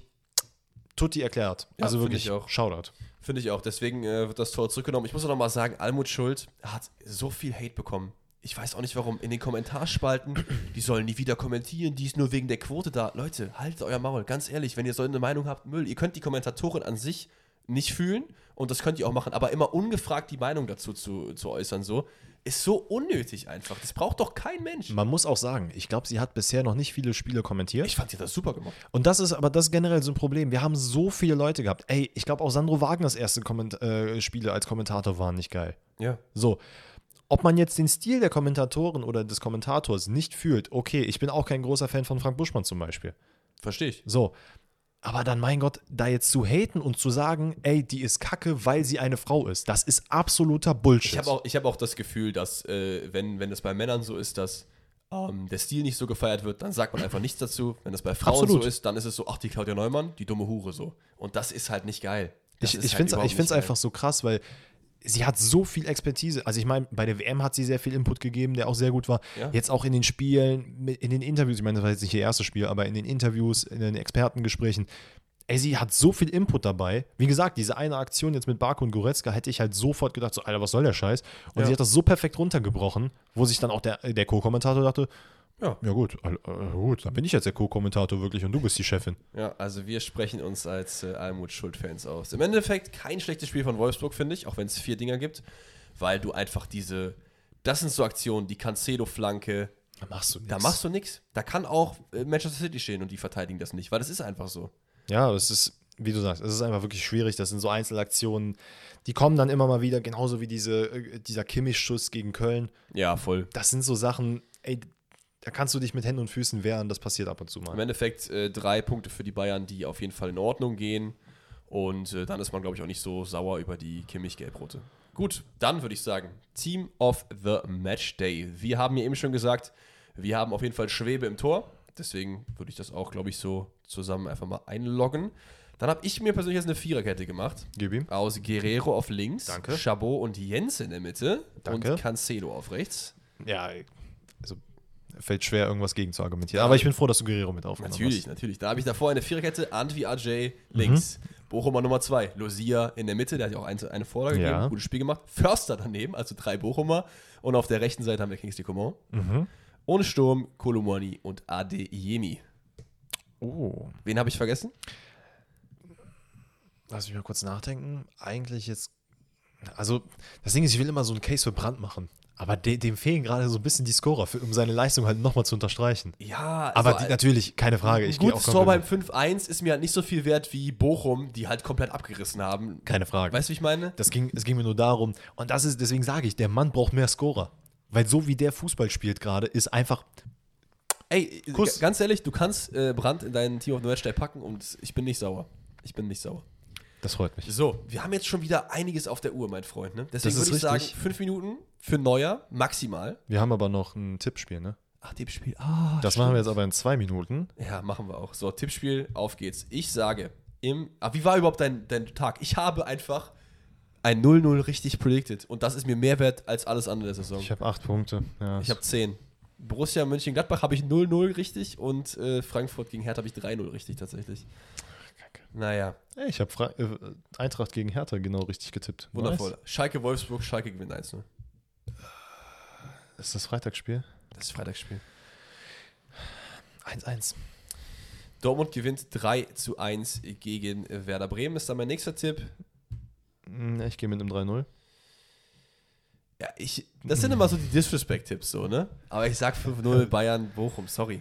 tutti erklärt. Ja, also wirklich finde ich auch. Shoutout. Finde ich auch. Deswegen wird das Tor zurückgenommen. Ich muss auch noch mal sagen, Almut Schuld hat so viel Hate bekommen. Ich weiß auch nicht warum. In den Kommentarspalten, die sollen nie wieder kommentieren, die ist nur wegen der Quote da. Leute, haltet euer Maul. Ganz ehrlich, wenn ihr so eine Meinung habt, Müll. Ihr könnt die Kommentatorin an sich nicht fühlen und das könnt ihr auch machen, aber immer ungefragt die Meinung dazu zu äußern, so, ist so unnötig einfach. Das braucht doch kein Mensch. Man muss auch sagen, ich glaube, sie hat bisher noch nicht viele Spiele kommentiert. Ich fand sie das super gemacht. Und das ist generell so ein Problem. Wir haben so viele Leute gehabt. Ey, ich glaube auch Sandro Wagners erste Spiele als Kommentator waren nicht geil. Ja. So, ob man jetzt den Stil der Kommentatorin oder des Kommentators nicht fühlt, okay, ich bin auch kein großer Fan von Frank Buschmann zum Beispiel. Verstehe ich. So, aber dann, mein Gott, da jetzt zu haten und zu sagen, ey, die ist kacke, weil sie eine Frau ist, das ist absoluter Bullshit. Ich hab auch das Gefühl, dass, wenn es bei Männern so ist, dass der Stil nicht so gefeiert wird, dann sagt man einfach nichts dazu. Wenn es bei Frauen Absolut. so ist, dann ist es so, ach, die Claudia Neumann, die dumme Hure so. Und das ist halt nicht geil. Ich finde es einfach so krass, weil sie hat so viel Expertise. Also ich meine, bei der WM hat sie sehr viel Input gegeben, der auch sehr gut war. Ja. Jetzt auch in den Spielen, in den Interviews, ich meine, das war jetzt nicht ihr erstes Spiel, aber in den Interviews, in den Expertengesprächen, ey, sie hat so viel Input dabei. Wie gesagt, diese eine Aktion jetzt mit Baku und Goretzka hätte ich halt sofort gedacht, so, Alter, was soll der Scheiß? Und sie hat das so perfekt runtergebrochen, wo sich dann auch der Co-Kommentator dachte, ja gut, dann bin ich jetzt der Co-Kommentator wirklich und du bist die Chefin. Ja, also wir sprechen uns als Almut Schuld-Fans aus. Im Endeffekt kein schlechtes Spiel von Wolfsburg, finde ich, auch wenn es 4 Dinger gibt, weil du einfach das sind so Aktionen, die Cancelo-Flanke, da machst du nichts. Da kann auch Manchester City stehen und die verteidigen das nicht, weil das ist einfach so. Ja, es ist, wie du sagst, es ist einfach wirklich schwierig. Das sind so Einzelaktionen, die kommen dann immer mal wieder, genauso wie dieser Kimmich-Schuss gegen Köln. Ja, voll. Das sind so Sachen, ey, da kannst du dich mit Händen und Füßen wehren, das passiert ab und zu mal. Im Endeffekt 3 Punkte für die Bayern, die auf jeden Fall in Ordnung gehen. Und dann ist man, glaube ich, auch nicht so sauer über die Kimmich-Gelbrote. Gut, dann würde ich sagen, Team of the Match Day. Wir haben ja eben schon gesagt, wir haben auf jeden Fall Schwebe im Tor. Deswegen würde ich das auch, glaube ich, so zusammen einfach mal einloggen. Dann habe ich mir persönlich jetzt eine Viererkette gemacht. Gib ihm. Aus Guerrero auf links, Danke. Chabot und Jens in der Mitte Danke. und Cancelo auf rechts. Ja, also fällt schwer, irgendwas gegen zu argumentieren. Aber ich bin froh, dass du Guerrero mit aufgenommen hast. Natürlich. Da habe ich davor eine Viererkette, Antwi Ajay links, Bochumer Nummer 2, Lucia in der Mitte, der hat ja auch eine Vorlage gegeben, gutes Spiel gemacht. Förster daneben, also 3 Bochumer. Und auf der rechten Seite haben wir Kingsley Coman. Ohne Sturm, Kolomouani und Adeyemi. Oh. Wen habe ich vergessen? Lass mich mal kurz nachdenken. Eigentlich jetzt, also das Ding ist, ich will immer so einen Case für Brandt machen. Aber dem fehlen gerade so ein bisschen die Scorer, um seine Leistung halt nochmal zu unterstreichen. Ja, aber natürlich, keine Frage. Ein gutes Tor beim 5-1 ist mir halt nicht so viel wert wie Bochum, die halt komplett abgerissen haben. Keine Frage. Weißt du, wie ich meine? Es ging mir nur darum. Und deswegen sage ich, der Mann braucht mehr Scorer. Weil so wie der Fußball spielt gerade, ist einfach. Ey, ganz ehrlich, du kannst Brandt in deinen Team of the Match Day packen und ich bin nicht sauer. Das freut mich. So, wir haben jetzt schon wieder einiges auf der Uhr, mein Freund. Ne? Deswegen Das ist würde ich sagen, richtig. 5 Minuten für Neuer, maximal. Wir haben aber noch ein Tippspiel, ne? Ach, Tippspiel. Das machen wir jetzt aber in 2 Minuten. Ja, machen wir auch. So, Tippspiel, auf geht's. Ich sage, wie war überhaupt dein Tag? Ich habe einfach ein 0-0 richtig predicted und das ist mir mehr wert als alles andere der Saison. Ich habe 8 Punkte. Ja. Ich habe 10. Borussia Mönchengladbach habe ich 0-0 richtig und Frankfurt gegen Hertha habe ich 3-0 richtig tatsächlich. Naja. Hey, ich habe Eintracht gegen Hertha genau richtig getippt. Wundervoll. Nice. Schalke Wolfsburg, Schalke gewinnt 1-0. Ist das Freitagsspiel? Das ist Freitagsspiel. 1-1. Dortmund gewinnt 3-1 gegen Werder Bremen. Ist dann mein nächster Tipp. Ich gehe mit einem 3-0. Ja, das sind immer so die Disrespect-Tipps, so, ne? Aber ich sag 5-0 Bayern, Bochum, sorry.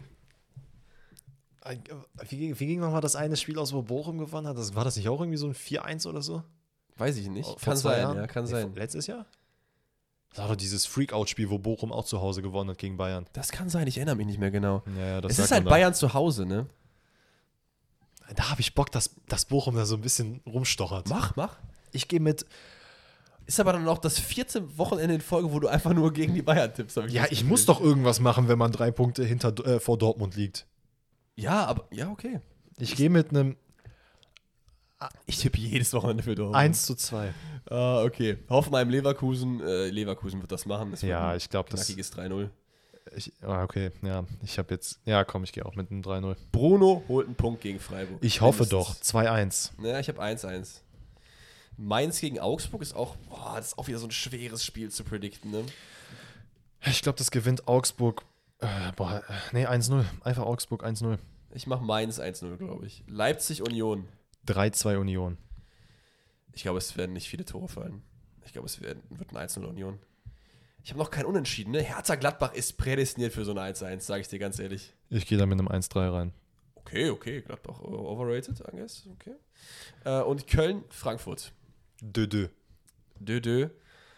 Wie ging nochmal das eine Spiel aus, wo Bochum gewonnen hat? War das nicht auch irgendwie so ein 4-1 oder so? Weiß ich nicht. Vor Kann 2 sein, Jahren? ja, kann sein. Letztes Jahr? Das war doch dieses Freak-Out-Spiel, wo Bochum auch zu Hause gewonnen hat gegen Bayern. Das kann sein, ich erinnere mich nicht mehr genau. Ja, das Es ist halt Bayern zu Hause, ne? Da habe ich Bock, dass Bochum da so ein bisschen rumstochert. Mach. Ich gehe mit. Ist aber dann auch das 4. Wochenende in Folge, wo du einfach nur gegen die Bayern tippst. Ja, ich muss doch irgendwas machen, wenn man 3 Punkte vor Dortmund liegt. Ja, aber, ja, okay. Ich gehe mit einem Ich tippe jedes Wochenende für Dortmund. 1:2. Okay. Hoffenheim, Leverkusen. Leverkusen wird das machen. Es wird Ja, ein ich glaube, das. knackiges 3-0. Okay, ja. Ich habe jetzt. Ja, komm, ich gehe auch mit einem 3:0. Bruno holt einen Punkt gegen Freiburg. Ich hoffe Mindestens. doch. 2:1. Ja, ich habe 1-1. Mainz gegen Augsburg ist auch, das ist auch wieder so ein schweres Spiel zu predikten, ne? Ich glaube, das gewinnt Augsburg. 1:0. Einfach Augsburg 1:0. Ich mache Mainz 1-0, glaube ich. Leipzig Union. 3:2 Union. Ich glaube, es werden nicht viele Tore fallen. Ich glaube, wird ein 1-0 Union. Ich habe noch kein Unentschieden, ne? Hertha Gladbach ist prädestiniert für so ein 1-1, sage ich dir ganz ehrlich. Ich gehe da mit einem 1:3 rein. Okay, Gladbach overrated, I guess, okay. Und Köln, Frankfurt. 2:2. 2-2.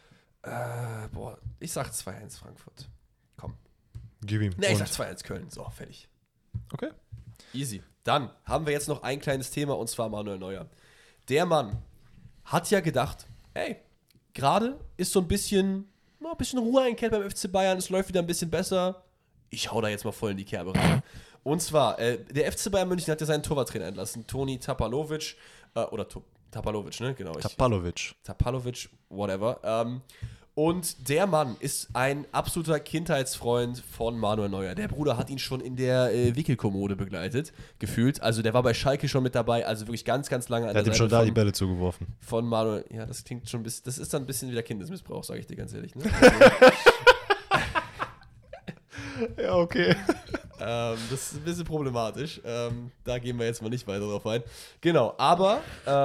Ich sag 2-1 Frankfurt. Komm. Gib ihm. Ne, ich Und- sag 2-1 Köln. So, fertig. Okay. Easy. Dann haben wir jetzt noch ein kleines Thema und zwar Manuel Neuer. Der Mann hat ja gedacht, ey, gerade ist so ein bisschen Ruhe einkehrt beim FC Bayern, es läuft wieder ein bisschen besser. Ich hau da jetzt mal voll in die Kerbe rein. Und zwar, der FC Bayern München hat ja seinen Torwarttrainer entlassen, Toni Tapalovic, Tapalovic, ne? Genau. Tapalovic, whatever. Und der Mann ist ein absoluter Kindheitsfreund von Manuel Neuer. Der Bruder hat ihn schon in der Wickelkommode begleitet, gefühlt. Also der war bei Schalke schon mit dabei, also wirklich ganz, ganz lange an Er hat ihm schon da die Bälle zugeworfen. von Manuel. Ja, das klingt schon ein bisschen, das ist dann ein bisschen wieder Kindesmissbrauch, sage ich dir ganz ehrlich. Ne? Ja, okay. Das ist ein bisschen problematisch. Da gehen wir jetzt mal nicht weiter drauf ein. Genau, aber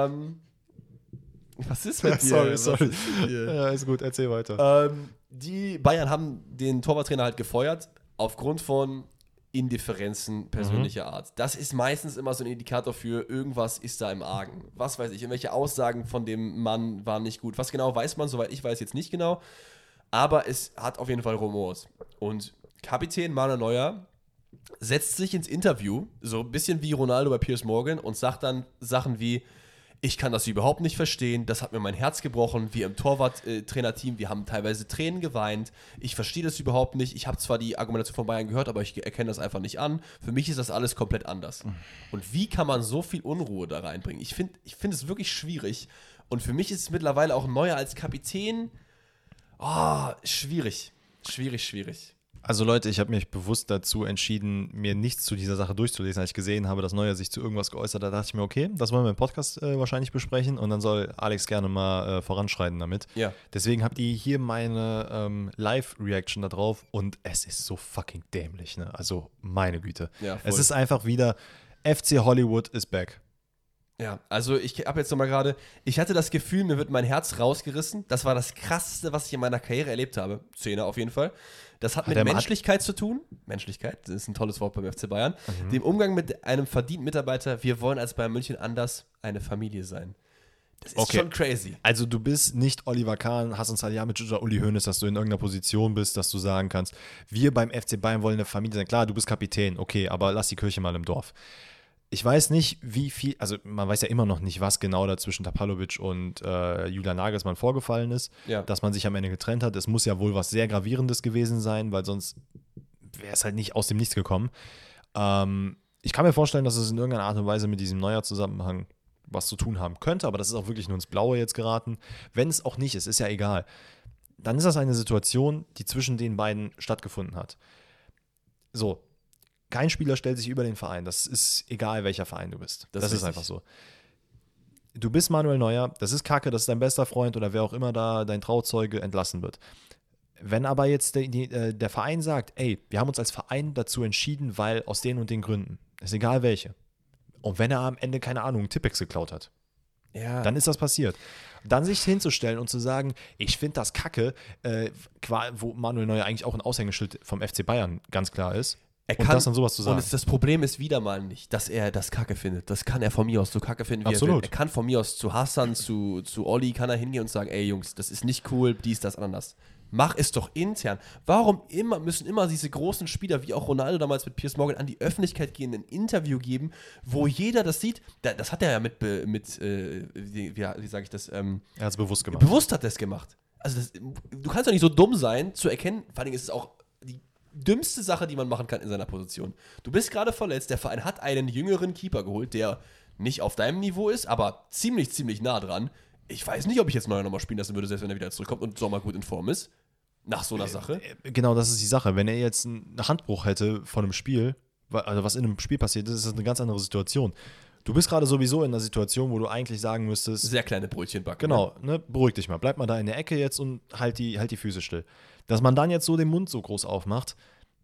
was ist mit dir? Sorry. Was ist mit dir? Ja, ist gut, erzähl weiter. Die Bayern haben den Torwarttrainer halt gefeuert, aufgrund von Indifferenzen persönlicher Art. Das ist meistens immer so ein Indikator für irgendwas ist da im Argen. Was weiß ich, irgendwelche Aussagen von dem Mann waren nicht gut. Was genau weiß man, soweit ich weiß jetzt nicht genau. Aber es hat auf jeden Fall Rumors. Und Kapitän Manuel Neuer setzt sich ins Interview, so ein bisschen wie Ronaldo bei Piers Morgan, und sagt dann Sachen wie: Ich kann das überhaupt nicht verstehen, das hat mir mein Herz gebrochen, wir im Torwart-Trainerteam, wir haben teilweise Tränen geweint, ich verstehe das überhaupt nicht, ich habe zwar die Argumentation von Bayern gehört, aber ich erkenne das einfach nicht an, für mich ist das alles komplett anders. Und wie kann man so viel Unruhe da reinbringen? Ich find es wirklich schwierig, und für mich ist es mittlerweile auch Neuer als Kapitän, schwierig. Also Leute, ich habe mich bewusst dazu entschieden, mir nichts zu dieser Sache durchzulesen. Als ich gesehen habe, dass Neuer sich zu irgendwas geäußert hat, dachte ich mir, okay, das wollen wir im Podcast wahrscheinlich besprechen, und dann soll Alex gerne mal voranschreiten damit. Ja. Deswegen habt ihr hier meine Live-Reaction da drauf, und es ist so fucking dämlich, ne? Also meine Güte. Ja, voll. Es ist einfach wieder, FC Hollywood is back. Ja, also ich habe jetzt nochmal gerade, ich hatte das Gefühl, mir wird mein Herz rausgerissen. Das war das Krasseste, was ich in meiner Karriere erlebt habe. Szene auf jeden Fall. Das hat mit Menschlichkeit zu tun. Menschlichkeit, das ist ein tolles Wort beim FC Bayern. Dem Umgang mit einem verdienten Mitarbeiter. Wir wollen als Bayern München anders eine Familie sein. Das ist schon crazy. Also du bist nicht Oliver Kahn, Hasan Salihamidzic oder Uli Hoeneß, dass du in irgendeiner Position bist, dass du sagen kannst, wir beim FC Bayern wollen eine Familie sein. Klar, du bist Kapitän, okay, aber lass die Kirche mal im Dorf. Ich weiß nicht, wie viel, also man weiß ja immer noch nicht, was genau da zwischen Tapalovic und Julian Nagelsmann vorgefallen ist, dass man sich am Ende getrennt hat. Es muss ja wohl was sehr Gravierendes gewesen sein, weil sonst wäre es halt nicht aus dem Nichts gekommen. Ich kann mir vorstellen, dass es in irgendeiner Art und Weise mit diesem Neuer-Zusammenhang was zu tun haben könnte, aber das ist auch wirklich nur ins Blaue jetzt geraten. Wenn es auch nicht ist ja egal. Dann ist das eine Situation, die zwischen den beiden stattgefunden hat. So. Kein Spieler stellt sich über den Verein. Das ist egal, welcher Verein du bist. Das ist einfach so. Du bist Manuel Neuer, das ist kacke, dass dein bester Freund oder wer auch immer da dein Trauzeuge entlassen wird. Wenn aber jetzt der Verein sagt, ey, wir haben uns als Verein dazu entschieden, weil aus den und den Gründen, ist egal welche. Und wenn er am Ende, keine Ahnung, einen Tippex geklaut hat, dann ist das passiert. Dann sich hinzustellen und zu sagen, ich finde das kacke, wo Manuel Neuer eigentlich auch ein Aushängeschild vom FC Bayern ganz klar ist. Und das dann sowas zu sagen. Und das Problem ist wieder mal nicht, dass er das kacke findet. Das kann er von mir aus so kacke finden, wie er will. Er kann von mir aus zu Hassan, zu Olli, kann er hingehen und sagen, ey Jungs, das ist nicht cool, dies, das, anders. Mach es doch intern. Warum müssen immer diese großen Spieler, wie auch Ronaldo damals mit Piers Morgan, an die Öffentlichkeit gehen, ein Interview geben, wo jeder das sieht? Das hat er ja wie sage ich das? Er hat es bewusst gemacht. Bewusst hat er es gemacht. Also du kannst doch nicht so dumm sein, zu erkennen, vor allem ist es auch dümmste Sache, die man machen kann in seiner Position. Du bist gerade verletzt, der Verein hat einen jüngeren Keeper geholt, der nicht auf deinem Niveau ist, aber ziemlich, ziemlich nah dran. Ich weiß nicht, ob ich jetzt Neuer nochmal spielen lassen würde, selbst wenn er wieder zurückkommt und Sommer gut in Form ist. Nach so einer Sache. Genau, das ist die Sache. Wenn er jetzt einen Handbruch hätte von einem Spiel, also was in einem Spiel passiert ist, ist das eine ganz andere Situation. Du bist gerade sowieso in einer Situation, wo du eigentlich sagen müsstest, sehr kleine Brötchen backen. genau, ne, beruhig dich mal, bleib mal da in der Ecke jetzt und halt die Füße still. Dass man dann jetzt so den Mund so groß aufmacht,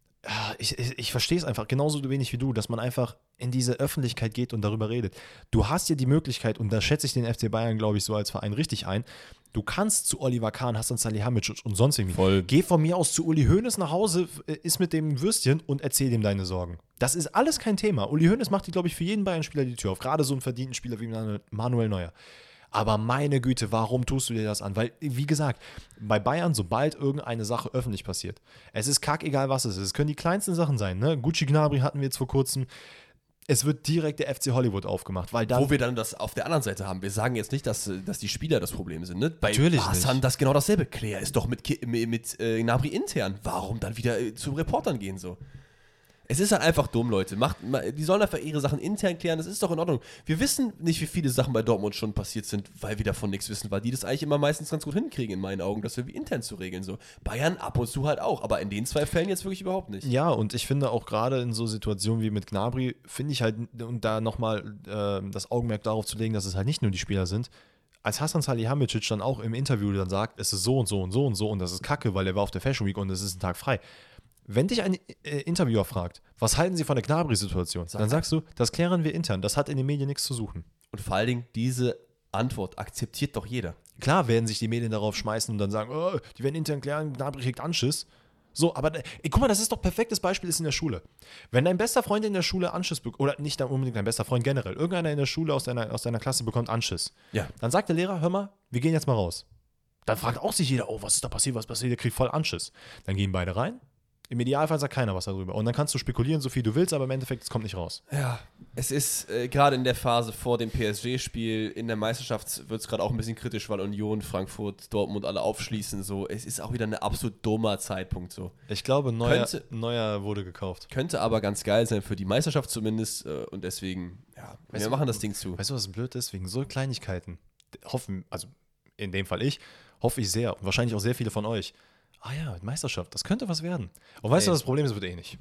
ich verstehe es einfach genauso wenig wie du, dass man einfach in diese Öffentlichkeit geht und darüber redet. Du hast ja die Möglichkeit, und da schätze ich den FC Bayern, glaube ich, so als Verein richtig ein, du kannst zu Oliver Kahn, Hasan Salihamidzic und sonst irgendwie. Voll. Geh von mir aus zu Uli Hoeneß nach Hause, iss mit dem Würstchen und erzähl ihm deine Sorgen. Das ist alles kein Thema. Uli Hoeneß macht, glaube ich, für jeden Bayern-Spieler die Tür auf. Gerade so einen verdienten Spieler wie Manuel Neuer. Aber meine Güte, warum tust du dir das an? Weil, wie gesagt, bei Bayern, sobald irgendeine Sache öffentlich passiert, es ist kackegal, was es ist. Es können die kleinsten Sachen sein. Ne? Gucci Gnabry hatten wir jetzt vor kurzem. Es wird direkt der FC Hollywood aufgemacht. Weil dann, wo wir dann das auf der anderen Seite haben. Wir sagen jetzt nicht, dass die Spieler das Problem sind. Ne? Bei Natürlich Hasan nicht. das genau dasselbe. Claire ist doch mit Gnabry intern. Warum dann wieder zu Reportern gehen so? Es ist halt einfach dumm, Leute. Die sollen einfach ihre Sachen intern klären, das ist doch in Ordnung. Wir wissen nicht, wie viele Sachen bei Dortmund schon passiert sind, weil wir davon nichts wissen, weil die das eigentlich immer meistens ganz gut hinkriegen, in meinen Augen, das irgendwie intern zu regeln. So. Bayern ab und zu halt auch, aber in den 2 Fällen jetzt wirklich überhaupt nicht. Ja, und ich finde auch gerade in so Situationen wie mit Gnabry, finde ich halt, und da nochmal das Augenmerk darauf zu legen, dass es halt nicht nur die Spieler sind, als Hasan Salihamidzic dann auch im Interview dann sagt, es ist so und so und so und so und das ist kacke, weil er war auf der Fashion Week und es ist ein Tag frei. Wenn dich ein Interviewer fragt, was halten Sie von der Gnabry-Situation, dann sagst du, das klären wir intern, das hat in den Medien nichts zu suchen. Und vor allen Dingen, diese Antwort akzeptiert doch jeder. Klar werden sich die Medien darauf schmeißen und dann sagen, oh, die werden intern klären, Gnabry kriegt Anschiss. So, aber guck mal, das ist doch perfektes Beispiel ist in der Schule. Wenn dein bester Freund in der Schule Anschiss bekommt, oder nicht unbedingt dein bester Freund generell, irgendeiner in der Schule aus deiner Klasse bekommt Anschiss, Ja. dann sagt der Lehrer, hör mal, wir gehen jetzt mal raus. Dann fragt auch sich jeder, oh, was ist da passiert, der kriegt voll Anschiss. Dann gehen beide rein. Im Idealfall sagt keiner was darüber. Und dann kannst du spekulieren, so viel du willst, aber im Endeffekt, es kommt nicht raus. Ja, es ist gerade in der Phase vor dem PSG-Spiel, in der Meisterschaft wird es gerade auch ein bisschen kritisch, weil Union, Frankfurt, Dortmund alle aufschließen. So. Es ist auch wieder ein absolut dummer Zeitpunkt. So. Ich glaube, Neuer wurde gekauft. Könnte aber ganz geil sein für die Meisterschaft zumindest. Und deswegen, ja, wir machen das Ding zu. Weißt du, was blöd ist? Wegen so Kleinigkeiten. Also in dem Fall hoffe ich sehr und wahrscheinlich auch sehr viele von euch. Ah ja, Meisterschaft, das könnte was werden. Und weißt du, das Problem ist, es wird nicht.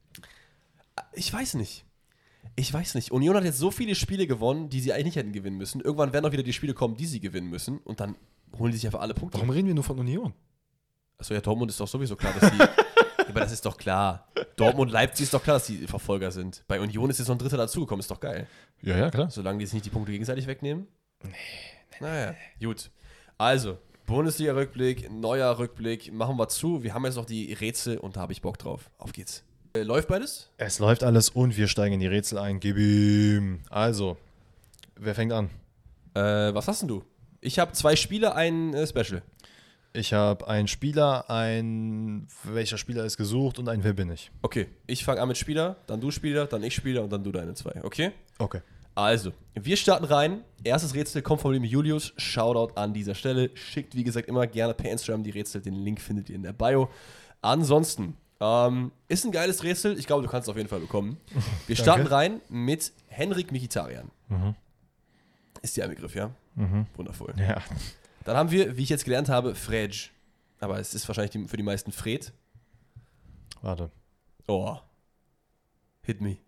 Ich weiß nicht. Union hat jetzt so viele Spiele gewonnen, die sie eigentlich nicht hätten gewinnen müssen. Irgendwann werden auch wieder die Spiele kommen, die sie gewinnen müssen. Und dann holen die sich einfach alle Punkte. Warum reden wir nur von Union? Achso, ja, Dortmund ist doch sowieso klar, dass die. Aber das ist doch klar. Dortmund, Leipzig ist doch klar, dass die Verfolger sind. Bei Union ist jetzt noch ein Dritter dazugekommen, ist doch geil. Ja, klar. Solange die sich nicht die Punkte gegenseitig wegnehmen. Nee. Naja, gut. Also, Bundesliga-Rückblick, neuer Rückblick, machen wir zu. Wir haben jetzt noch die Rätsel und da habe ich Bock drauf. Auf geht's. Läuft beides? Es läuft alles und wir steigen in die Rätsel ein. Gib ihm. Also, wer fängt an? Was hast denn du? Ich habe 2 Spieler, ein Special. Ich habe einen Spieler, welcher Spieler ist gesucht und ein Wer bin ich. Okay, ich fange an mit Spieler, dann du Spieler, dann ich Spieler und dann du deine 2, okay? Okay. Also, wir starten rein. Erstes Rätsel kommt von dem Julius. Shoutout an dieser Stelle. Schickt, wie gesagt, immer gerne per Instagram die Rätsel. Den Link findet ihr in der Bio. Ansonsten, ist ein geiles Rätsel. Ich glaube, du kannst es auf jeden Fall bekommen. Wir starten rein mit Henrik Mkhitaryan. Mhm. Ist dir ein Begriff, ja? Mhm. Wundervoll. Ja. Dann haben wir, wie ich jetzt gelernt habe, Frej. Aber es ist wahrscheinlich für die meisten Fred. Warte. Oh. Hit me.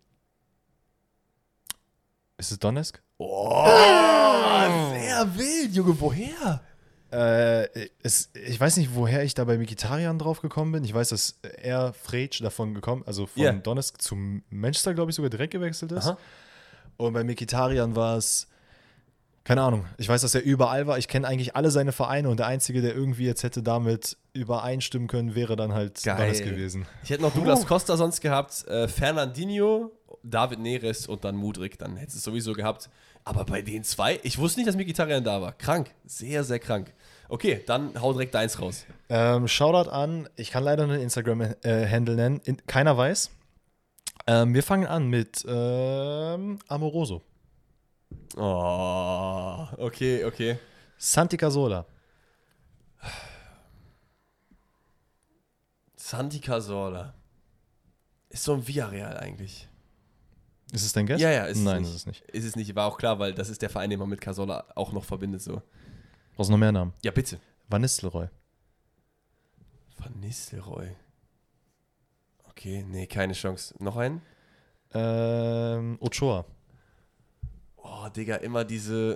Ist es Donetsk? Oh, sehr wild, Junge, woher? Ich weiß nicht, woher ich da bei Mkhitaryan drauf gekommen bin. Ich weiß, dass er, Frej, davon gekommen, also von Donetsk zu Manchester, glaube ich, sogar direkt gewechselt ist. Aha. Und bei Mkhitaryan war es, keine Ahnung, ich weiß, dass er überall war. Ich kenne eigentlich alle seine Vereine und der Einzige, der irgendwie jetzt hätte damit übereinstimmen können, wäre dann halt Donetsk gewesen. Ich hätte noch Douglas Costa sonst gehabt, Fernandinho, David Neres und dann Mudryk. Dann hättest du es sowieso gehabt. Aber bei den 2, ich wusste nicht, dass Mkhitaryan da war. Krank, sehr, sehr krank. Okay, dann hau direkt deins raus. Shoutout an, ich kann leider nur einen Instagram-Handle nennen, keiner weiß. Wir fangen an mit Amoroso. Oh, okay. Santi Cazorla. Santi Cazorla. Ist so ein Villarreal eigentlich. Ist es dein Guess? Ja, ist Nein, es ist es nicht. Ist es nicht. War auch klar, weil das ist der Verein, den man mit Cazorla auch noch verbindet. So. Brauchst du noch mehr Namen? Ja, bitte. Van Nistelrooy. Van Nistelrooy. Okay, nee, keine Chance. Noch einen? Ochoa. Oh, Digga, immer diese...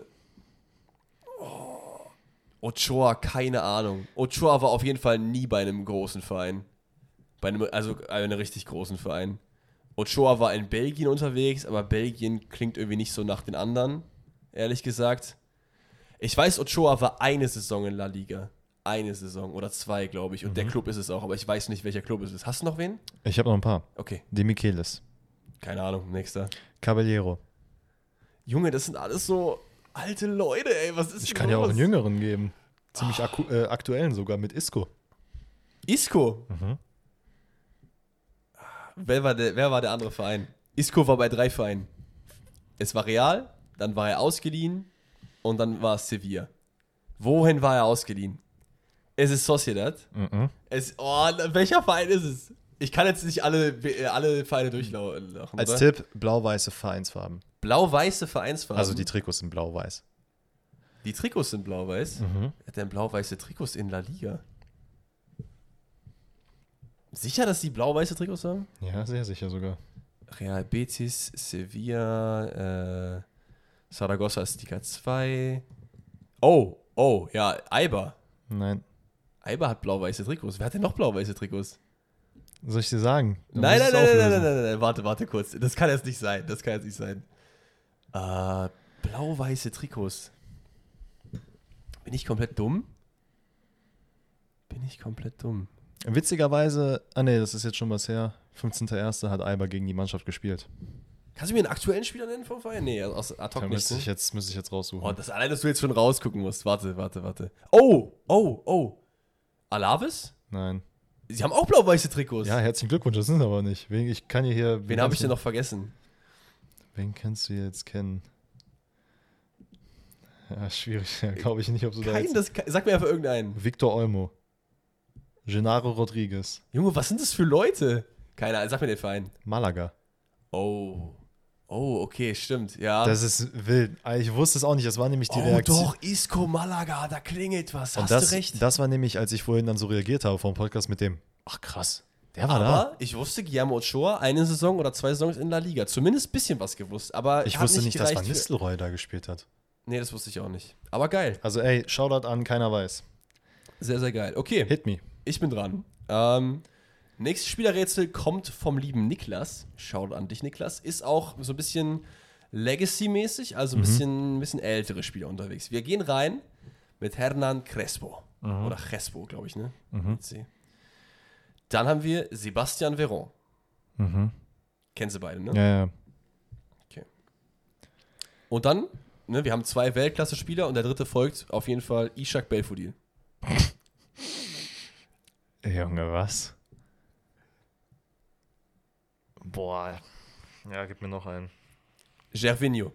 Ochoa, keine Ahnung. Ochoa war auf jeden Fall nie bei einem großen Verein. Also einem richtig großen Verein. Ochoa war in Belgien unterwegs, aber Belgien klingt irgendwie nicht so nach den anderen, ehrlich gesagt. Ich weiß, Ochoa war eine Saison in La Liga. Eine Saison oder 2, glaube ich. Und der Club ist es auch, aber ich weiß nicht, welcher Club es ist. Hast du noch wen? Ich habe noch ein paar. Okay, De Michelis. keine Ahnung, nächster. Caballero. Junge, das sind alles so alte Leute, ey. Was ist Ich denn kann ja auch los? einen Jüngeren geben. Ziemlich aktuellen sogar mit Isco. Isco. Wer war der andere Verein? Isco war bei 3 Vereinen. Es war Real, dann war er ausgeliehen und dann war es Sevilla. Wohin war er ausgeliehen? Es ist Sociedad. Welcher Verein ist es? Ich kann jetzt nicht alle Vereine durchlaufen. Als oder? Tipp, blau-weiße Vereinsfarben. Blau-weiße Vereinsfarben. Also die Trikots sind blau-weiß. Die Trikots sind blau-weiß. Hat denn blau-weiße Trikots in La Liga? Sicher, dass die blau-weiße Trikots haben? Ja, sehr sicher sogar. Real Betis, Sevilla, Saragossa ist Liga 2. Oh, ja, Eibar. Nein. Eibar hat blau-weiße Trikots. Wer hat denn noch blau-weiße Trikots? Soll ich dir sagen? Dann Nein, musst du es auflösen. nein, warte kurz. Das kann jetzt nicht sein. Blau-weiße Trikots. Bin ich komplett dumm? Witzigerweise, das ist jetzt schon was her. 15.01. hat Eibar gegen die Mannschaft gespielt. Kannst du mir einen aktuellen Spieler nennen vom Verein? Nee, aus ad hoc Da nicht. müsste ich jetzt raussuchen. Oh, das allein, dass du jetzt schon rausgucken musst. Warte. Oh. Alaves? Nein. Sie haben auch blau-weiße Trikots. Ja, herzlichen Glückwunsch, das sind aber nicht. Ich kann hier. Wen habe ich denn noch vergessen? Wen kannst du jetzt kennen? Ja, schwierig. Ja, glaube ich nicht, ob du da jetzt... Sag mir einfach irgendeinen. Victor Olmo. Genaro Rodriguez. Junge, was sind das für Leute? Keine Ahnung, sag mir den Verein. Malaga. Oh, okay, stimmt, ja. Das ist wild. Ich wusste es auch nicht, das war nämlich die Reaktion. Doch, Isco Malaga, da klingelt was, Und hast du recht. Das war nämlich, als ich vorhin dann so reagiert habe vom Podcast mit dem, ach krass, der war da. Aber ich wusste, Guillermo Ochoa, eine Saison oder 2 Saisons in La Liga. Zumindest ein bisschen was gewusst, aber Ich hat wusste nicht, dass gereicht Van Nistelrooy da gespielt hat. Nee, das wusste ich auch nicht. Aber geil, Also Shoutout an, keiner weiß. sehr, sehr geil. Okay, Hit me. ich bin dran. Nächstes Spielerrätsel kommt vom lieben Niklas. Schaut an dich, Niklas. Ist auch so ein bisschen Legacy-mäßig, also ein bisschen ältere Spieler unterwegs. Wir gehen rein mit Hernan Crespo. Oder Crespo, glaube ich, ne? Mit C. Dann haben wir Sebastian Veron. Kennen Sie beide, ne? Ja. Okay. Und dann, ne, wir haben 2 Weltklasse-Spieler und der dritte folgt auf jeden Fall Ishak Belfodil. Junge, was? Boah. Ja, gib mir noch einen. Gervinho.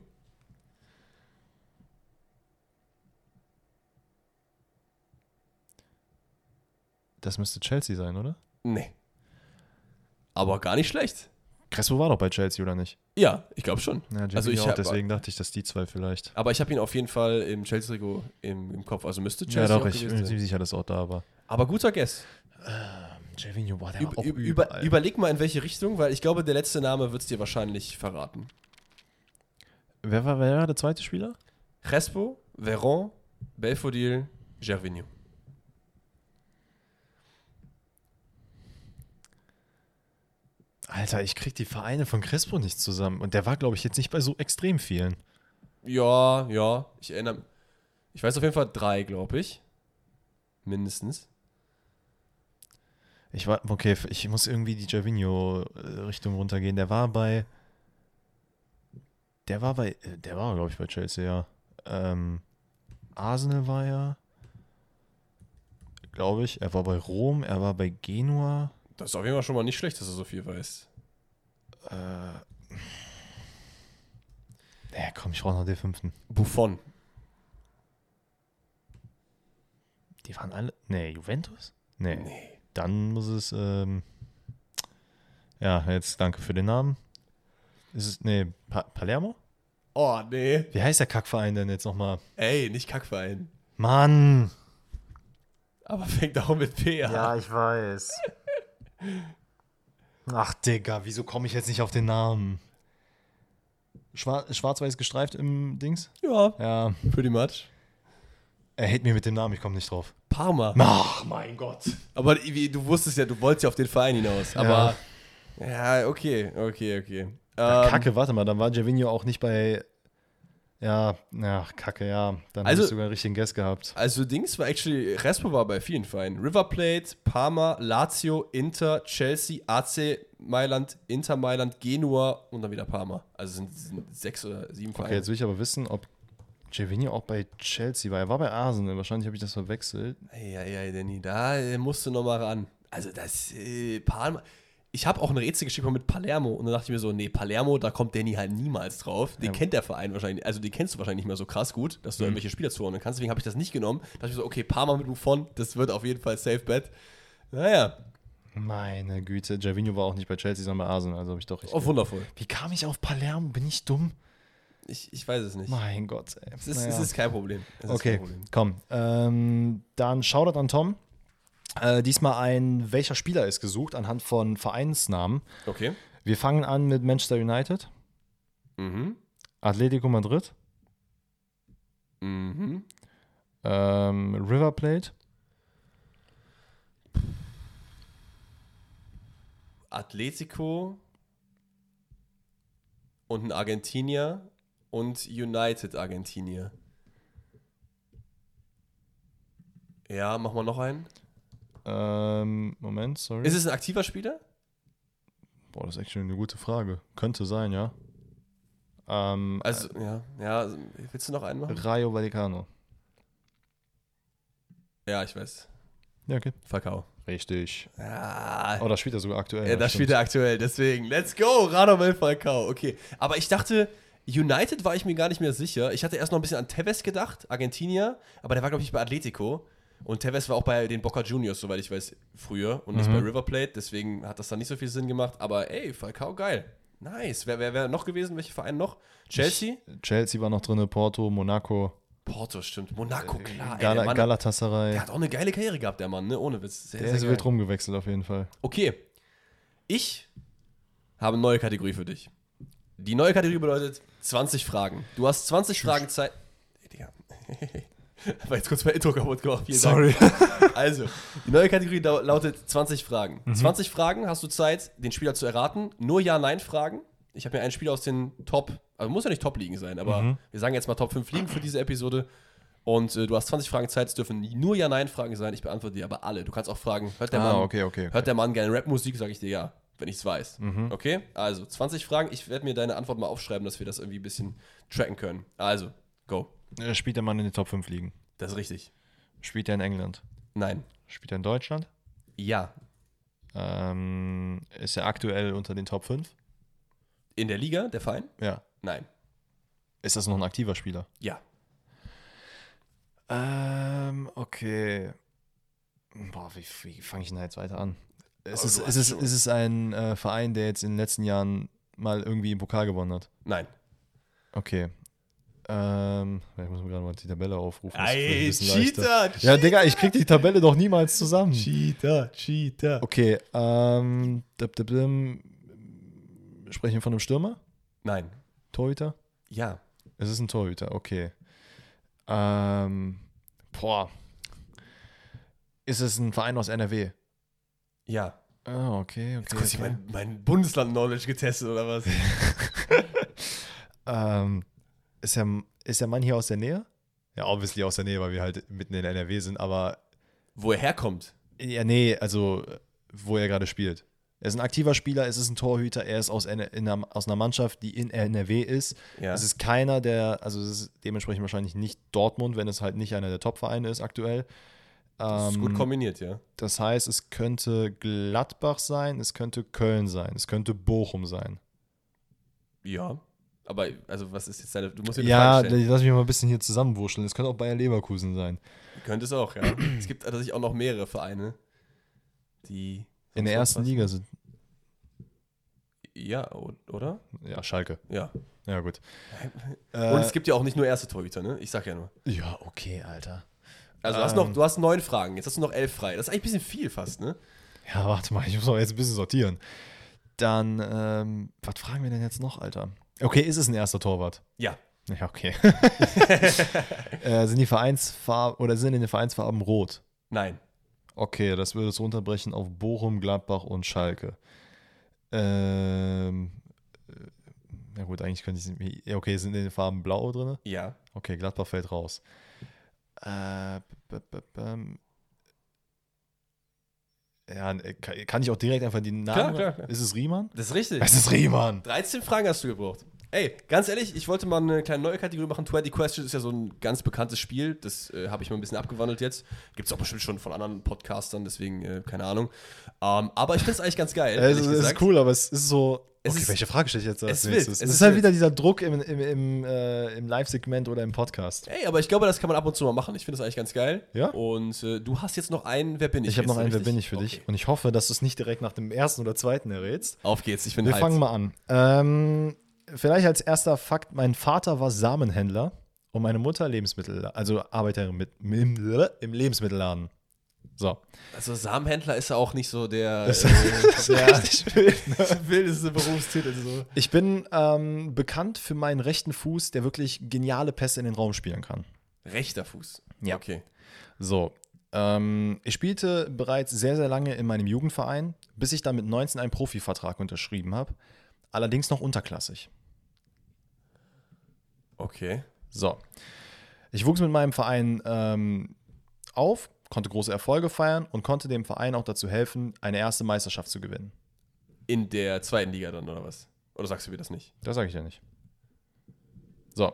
Das müsste Chelsea sein, oder? Nee. Aber gar nicht schlecht. Crespo war doch bei Chelsea, oder nicht? Ja, ich glaube schon. Ja, Also auch, deswegen dachte ich, dass die 2 vielleicht. Aber ich habe ihn auf jeden Fall im Chelsea-Trikot im Kopf. Also müsste Chelsea Ja, doch, auch ich gewesen bin sein. ziemlich sicher, dass auch da war. Aber guter Guess. Gervinho, boah, der war auch überall. Überleg mal in welche Richtung, weil ich glaube, der letzte Name wird es dir wahrscheinlich verraten. Wer war der zweite Spieler? Crespo, Veron, Belfodil, Gervinho. Alter, ich krieg die Vereine von Crespo nicht zusammen. Und der war, glaube ich, jetzt nicht bei so extrem vielen. Ja, ich erinnere mich. Ich weiß auf jeden Fall 3, glaube ich. Mindestens. Ich muss irgendwie die Gervinho-Richtung runtergehen. Der war, glaube ich, bei Chelsea, ja. Arsenal war er, glaube ich. Er war bei Rom, er war bei Genua. Das ist auf jeden Fall schon mal nicht schlecht, dass du so viel weißt. Komm, ich brauche noch den 5. Buffon. Die waren alle. Nee, Juventus? Nee. Nee. Dann muss es. Ja, jetzt danke für den Namen. Ist es, nee, Palermo? Oh, nee. Wie heißt der Kackverein denn jetzt nochmal? Ey, nicht Kackverein. Mann! Aber fängt auch mit P an. Ja, ich weiß. Ach, Digga, wieso komme ich jetzt nicht auf den Namen? Schwarz-weiß gestreift im Dings? Ja, Ja, pretty much. er hält mir mit dem Namen, ich komme nicht drauf. Parma. Ach, mein Gott. Aber du wusstest ja, du wolltest ja auf den Verein hinaus. Aber, ja, okay. Kacke, warte mal, dann war Gervinho auch nicht bei. Ja, Kacke, ja. Dann Also- hast du sogar einen richtigen Guess gehabt. Also Dings war actually, Respo war bei vielen Vereinen. River Plate, Parma, Lazio, Inter, Chelsea, AC Mailand, Inter Mailand, Genua und dann wieder Parma. Also sind 6 oder 7 Okay, Vereine. jetzt will ich aber wissen, ob Gervinho auch bei Chelsea war. Er war bei Arsenal, wahrscheinlich habe ich das verwechselt. Ja, Danny, da musst du noch mal ran. Also das, Parma. Ich habe auch ein Rätsel geschickt mit Palermo und dann dachte ich mir so, nee, Palermo, da kommt Danny halt niemals drauf. Den kennt der Verein wahrscheinlich, also den kennst du wahrscheinlich nicht mehr so krass gut, dass du irgendwelche Spieler zuordnen kannst. Deswegen habe ich das nicht genommen. Da dachte ich mir so, okay, Parma mit Buffon, das wird auf jeden Fall Safe Bet. Naja, Meine Güte, Gervinho war auch nicht bei Chelsea, sondern bei Arsenal, also habe ich doch richtig. oh, wundervoll. Wie kam ich auf Palermo? Bin ich dumm? Ich weiß es nicht. Mein Gott, ey. Es ist kein Problem. Es ist Okay, kein Problem. komm. Dann Shoutout an Tom. Diesmal welcher Spieler ist gesucht anhand von Vereinsnamen. Okay. Wir fangen an mit Manchester United, Mhm. Atletico Madrid, Mhm. River Plate, Atletico und ein Argentinier und United Argentinier. Ja, machen wir noch einen. Moment, sorry. Ist es ein aktiver Spieler? Boah, das ist echt eine gute Frage. Könnte sein, ja. Also, ja. Willst du noch einen machen? Rayo Vallecano. Ja, ich weiß. Ja, okay. Falcao. Richtig. Ja, Oh, das spielt er sogar aktuell. ja, das spielt er aktuell, deswegen. Let's go, Radamel Falcao. Okay, aber ich dachte, United war ich mir gar nicht mehr sicher. Ich hatte erst noch ein bisschen an Tevez gedacht, Argentinier, aber der war, glaube ich, bei Atletico. Und Tevez war auch bei den Boca Juniors, soweit ich weiß, früher und nicht bei River Plate. Deswegen hat das dann nicht so viel Sinn gemacht. Aber ey, Falcao, geil. Nice. Wer noch gewesen? Welche Vereine noch? Chelsea? Chelsea war noch drin, Porto, Monaco, Porto, stimmt. Monaco, klar. Ey, Galatasaray. der hat auch eine geile Karriere gehabt, der Mann, ne? Ohne Witz. Sehr, Der sehr ist geil. wild rumgewechselt auf jeden Fall. Okay. Ich habe eine neue Kategorie für dich. Die neue Kategorie bedeutet 20 Fragen. Du hast 20 Fragen Zeit. Hey, Digga. War jetzt kurz mein Intro kaputt gemacht. Vielen Dank. Also, die neue Kategorie lautet 20 Fragen. 20 Fragen hast du Zeit, den Spieler zu erraten. Nur Ja-Nein-Fragen. Ich habe mir einen Spieler aus den Top, also muss ja nicht Top-Ligen sein, aber wir sagen jetzt mal Top 5 Ligen für diese Episode. Und du hast 20 Fragen Zeit, es dürfen nur Ja-Nein-Fragen sein. Ich beantworte dir aber alle. Du kannst auch fragen, hört der Mann gerne Rapmusik? Sage ich dir ja, wenn ich es weiß. Okay? Also, 20 Fragen. Ich werde mir deine Antwort mal aufschreiben, dass wir das irgendwie ein bisschen tracken können. Also, go. Spielt der Mann in den Top 5 Ligen? Das ist richtig. Spielt er in England? Nein. Spielt er in Deutschland? Ja. Ist er aktuell unter den Top 5? In der Liga, der Verein? Ja. Nein. Ist das noch ein aktiver Spieler? Ja. Okay. Boah, wie fange ich denn da jetzt weiter an? Ist Aber es ein Verein, der jetzt in den letzten Jahren mal irgendwie einen Pokal gewonnen hat? Nein. Okay. Ich muss mir gerade mal die Tabelle aufrufen. Das ist vielleicht ein Ey, bisschen leichter. Cheater! Ja, Digga, ich krieg die Tabelle doch niemals zusammen. Cheater. Okay, sprechen wir von einem Stürmer? Nein. Torhüter? Ja. Es ist ein Torhüter, okay. Ist es ein Verein aus NRW? Ja. Ah, okay. Jetzt kurz mein Bundesland-Knowledge getestet, oder was? Ist der Mann hier aus der Nähe? Ja, obviously aus der Nähe, weil wir halt mitten in NRW sind, aber Wo er herkommt. ja, nee, also wo er gerade spielt. Er ist ein aktiver Spieler, es ist ein Torhüter, er ist aus einer Mannschaft, die in NRW ist. Ja. Es ist keiner also es ist dementsprechend wahrscheinlich nicht Dortmund, wenn es halt nicht einer der Top-Vereine ist aktuell. Das ist gut kombiniert, ja. Das heißt, es könnte Gladbach sein, es könnte Köln sein, es könnte Bochum sein. Ja. Aber, also, was ist jetzt deine. Du musst mir eine Ja, Frage stellen. lass mich mal ein bisschen hier zusammenwurschteln. Es könnte auch Bayer Leverkusen sein. Könnte es auch, ja. Es gibt tatsächlich auch noch mehrere Vereine, die. In der ersten Liga sind. Ja, oder? Ja, Schalke. Ja. Ja, gut. Und es gibt ja auch nicht nur erste Torhüter, ne? Ich sag ja nur. Ja, okay, Alter. Also du hast 9 Fragen, jetzt hast du noch 11 frei. Das ist eigentlich ein bisschen viel fast, ne? Ja, warte mal, ich muss auch jetzt ein bisschen sortieren. Dann, was fragen wir denn jetzt noch, Alter? Okay, ist es ein erster Torwart? Ja. Ja, okay. Sind in den Vereinsfarben rot? Nein. Okay, das würde es runterbrechen auf Bochum, Gladbach und Schalke. Ja gut, eigentlich könnte ich es. Okay, sind in den Farben blau drin? Ja. Okay, Gladbach fällt raus. Ja, kann ich auch direkt einfach die Namen? Klar. Ist es Riemann? Das ist richtig. Es ist Riemann. 13 Fragen hast du gebraucht. Ey, ganz ehrlich, ich wollte mal eine kleine neue Kategorie machen. 20 Questions ist ja so ein ganz bekanntes Spiel. Das habe ich mal ein bisschen abgewandelt jetzt. Gibt es auch bestimmt schon von anderen Podcastern, deswegen keine Ahnung. Aber ich finde es eigentlich ganz geil. Es ist cool, aber es ist so. Okay, welche Frage stelle ich jetzt als nächstes? Es ist halt wieder dieser Druck im Live-Segment oder im Podcast. Ey, aber ich glaube, das kann man ab und zu mal machen. Ich finde das eigentlich ganz geil. Ja? Und du hast jetzt noch einen Wer bin ich? Ich habe noch einen Wer bin ich für okay. dich. Und ich hoffe, dass du es nicht direkt nach dem ersten oder zweiten errätst. Auf geht's, ich bin Wir fangen mal an. Vielleicht als erster Fakt: Mein Vater war Samenhändler und meine Mutter Arbeiterin im Lebensmittelladen. So. Also Samenhändler ist ja auch nicht so der wildeste Berufstitel. So. Ich bin bekannt für meinen rechten Fuß, der wirklich geniale Pässe in den Raum spielen kann. Rechter Fuß? Ja. Okay. So. Ich spielte bereits sehr, sehr lange in meinem Jugendverein, bis ich dann mit 19 einen Profivertrag unterschrieben habe. Allerdings noch unterklassig. Okay. So. Ich wuchs mit meinem Verein auf, konnte große Erfolge feiern und konnte dem Verein auch dazu helfen, eine erste Meisterschaft zu gewinnen. In der zweiten Liga dann, oder was? Oder sagst du mir das nicht? Das sage ich ja nicht. So.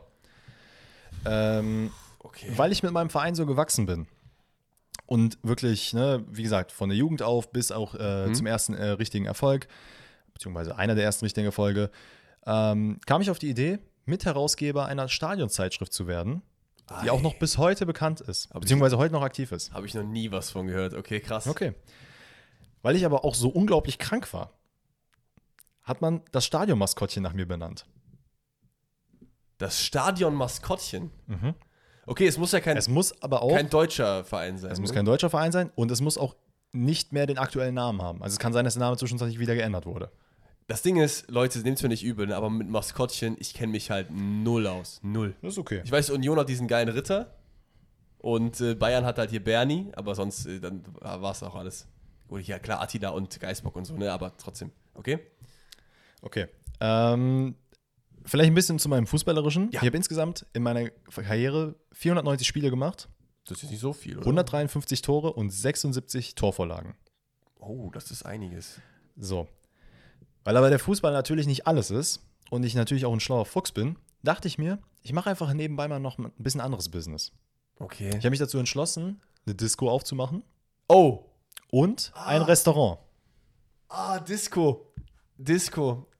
Okay. Weil ich mit meinem Verein so gewachsen bin und wirklich, ne, wie gesagt, von der Jugend auf bis auch zum ersten richtigen Erfolg, beziehungsweise einer der ersten richtigen Erfolge, kam ich auf die Idee, Mitherausgeber einer Stadionzeitschrift zu werden, die auch noch bis heute bekannt ist, beziehungsweise heute noch aktiv ist. Habe ich noch nie was von gehört. Okay, krass. Okay. Weil ich aber auch so unglaublich krank war, hat man das Stadionmaskottchen nach mir benannt. Das Stadionmaskottchen? Mhm. Okay, es muss ja kein deutscher Verein sein. Es muss kein deutscher Verein sein und es muss auch nicht mehr den aktuellen Namen haben. Also es kann sein, dass der Name zwischenzeitlich wieder geändert wurde. Das Ding ist, Leute, nehmt es mir nicht übel, aber mit Maskottchen, ich kenne mich halt null aus. Null. Das ist okay. Ich weiß, Union hat diesen geilen Ritter und Bayern hat halt hier Bernie, aber sonst dann war es auch alles. Gut, ja klar, Attila und Geisbock und so, ne, aber trotzdem. Okay? Okay. Vielleicht ein bisschen zu meinem Fußballerischen. Ja. Ich habe insgesamt in meiner Karriere 490 Spiele gemacht. Das ist nicht so viel, oder? 153 Tore und 76 Torvorlagen. Oh, das ist einiges. So. Weil aber der Fußball natürlich nicht alles ist und ich natürlich auch ein schlauer Fuchs bin, dachte ich mir, ich mache einfach nebenbei mal noch ein bisschen anderes Business. Okay. Ich habe mich dazu entschlossen, eine Disco aufzumachen. Oh. Und ein Restaurant. Disco. Das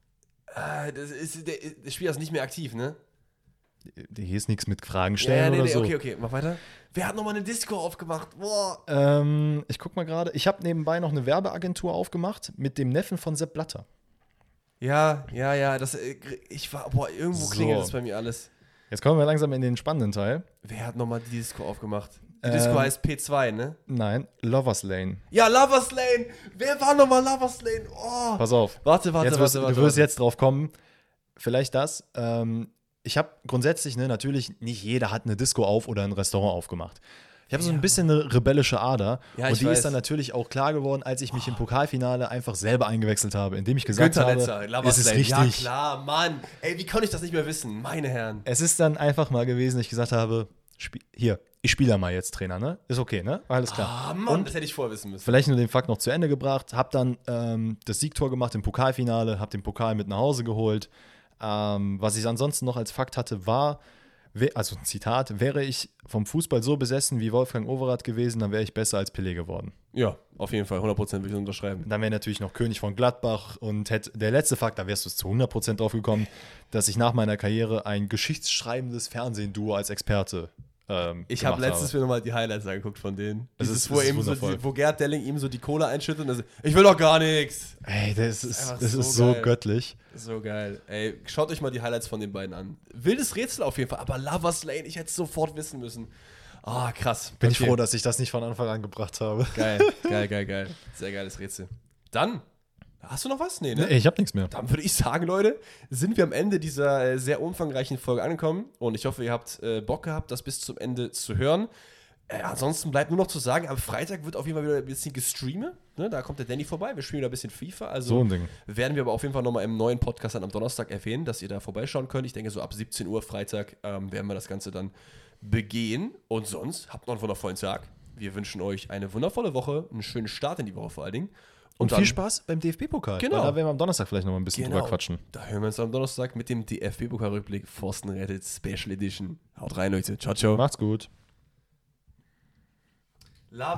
Spiel ist nicht mehr aktiv, ne? Hier ist nichts mit Fragen stellen oder so. Okay, mach weiter. Wer hat nochmal eine Disco aufgemacht? Boah. Ich guck mal gerade. Ich habe nebenbei noch eine Werbeagentur aufgemacht mit dem Neffen von Sepp Blatter. Ja. Irgendwo klingelt das bei mir alles. Jetzt kommen wir langsam in den spannenden Teil. Wer hat nochmal die Disco aufgemacht? Die Disco heißt P2, ne? Nein, Lovers Lane. Ja, Lovers Lane. Wer war nochmal Lovers Lane? Oh. Pass auf. Warte. Du wirst jetzt drauf kommen. Vielleicht das. Ich habe grundsätzlich, natürlich nicht jeder hat eine Disco auf oder ein Restaurant aufgemacht. Ich habe so ein bisschen eine rebellische Ader. Ja, und die ist dann natürlich auch klar geworden, als ich mich im Pokalfinale einfach selber eingewechselt habe, indem ich gesagt Günther habe, Netzer, es ist Lane. richtig. Ja klar, Mann. Ey, wie konnte ich das nicht mehr wissen? Meine Herren. Es ist dann einfach mal gewesen, dass ich gesagt habe, ich spiele da mal jetzt Trainer, ne? Ist okay, ne? Alles klar. Mann, das hätte ich vorher wissen müssen. Vielleicht nur den Fakt noch zu Ende gebracht, habe dann das Siegtor gemacht im Pokalfinale, habe den Pokal mit nach Hause geholt. Was ich ansonsten noch als Fakt hatte, war, also ein Zitat, wäre ich vom Fußball so besessen wie Wolfgang Overath gewesen, dann wäre ich besser als Pelé geworden. Ja, auf jeden Fall, 100% würde ich unterschreiben. Dann wäre natürlich noch König von Gladbach und der letzte Fakt, da wärst du zu 100% drauf gekommen, dass ich nach meiner Karriere ein geschichtsschreibendes Fernsehen-Duo als Experte Ich habe letztens mir nochmal die Highlights angeguckt von denen. Wo Gerd Delling ihm so die Kohle einschüttet und ich will doch gar nichts. Ey, das ist so göttlich. So geil. Ey, schaut euch mal die Highlights von den beiden an. Wildes Rätsel auf jeden Fall, aber Lover's Lane, ich hätte es sofort wissen müssen. Ah, krass. Bin ich froh, dass ich das nicht von Anfang an gebracht habe. Geil. Sehr geiles Rätsel. Dann, hast du noch was? Nee, ne? Nee, ich habe nichts mehr. Dann würde ich sagen, Leute, sind wir am Ende dieser sehr umfangreichen Folge angekommen und ich hoffe, ihr habt Bock gehabt, das bis zum Ende zu hören. Ansonsten bleibt nur noch zu sagen, am Freitag wird auf jeden Fall wieder ein bisschen gestreamt. Ne? Da kommt der Danny vorbei, wir spielen wieder ein bisschen FIFA. Also so ein Ding. Werden wir aber auf jeden Fall nochmal im neuen Podcast dann am Donnerstag erwähnen, dass ihr da vorbeischauen könnt. Ich denke, so ab 17 Uhr Freitag werden wir das Ganze dann begehen. Und sonst habt noch einen wundervollen Tag. Wir wünschen euch eine wundervolle Woche, einen schönen Start in die Woche vor allen Dingen. Und viel Spaß beim DFB-Pokal. Genau. Da werden wir am Donnerstag vielleicht noch mal ein bisschen drüber quatschen. Da hören wir uns am Donnerstag mit dem DFB-Pokal-Rückblick Forsten rettet Special Edition. Haut rein, Leute. Ciao, ciao. Macht's gut.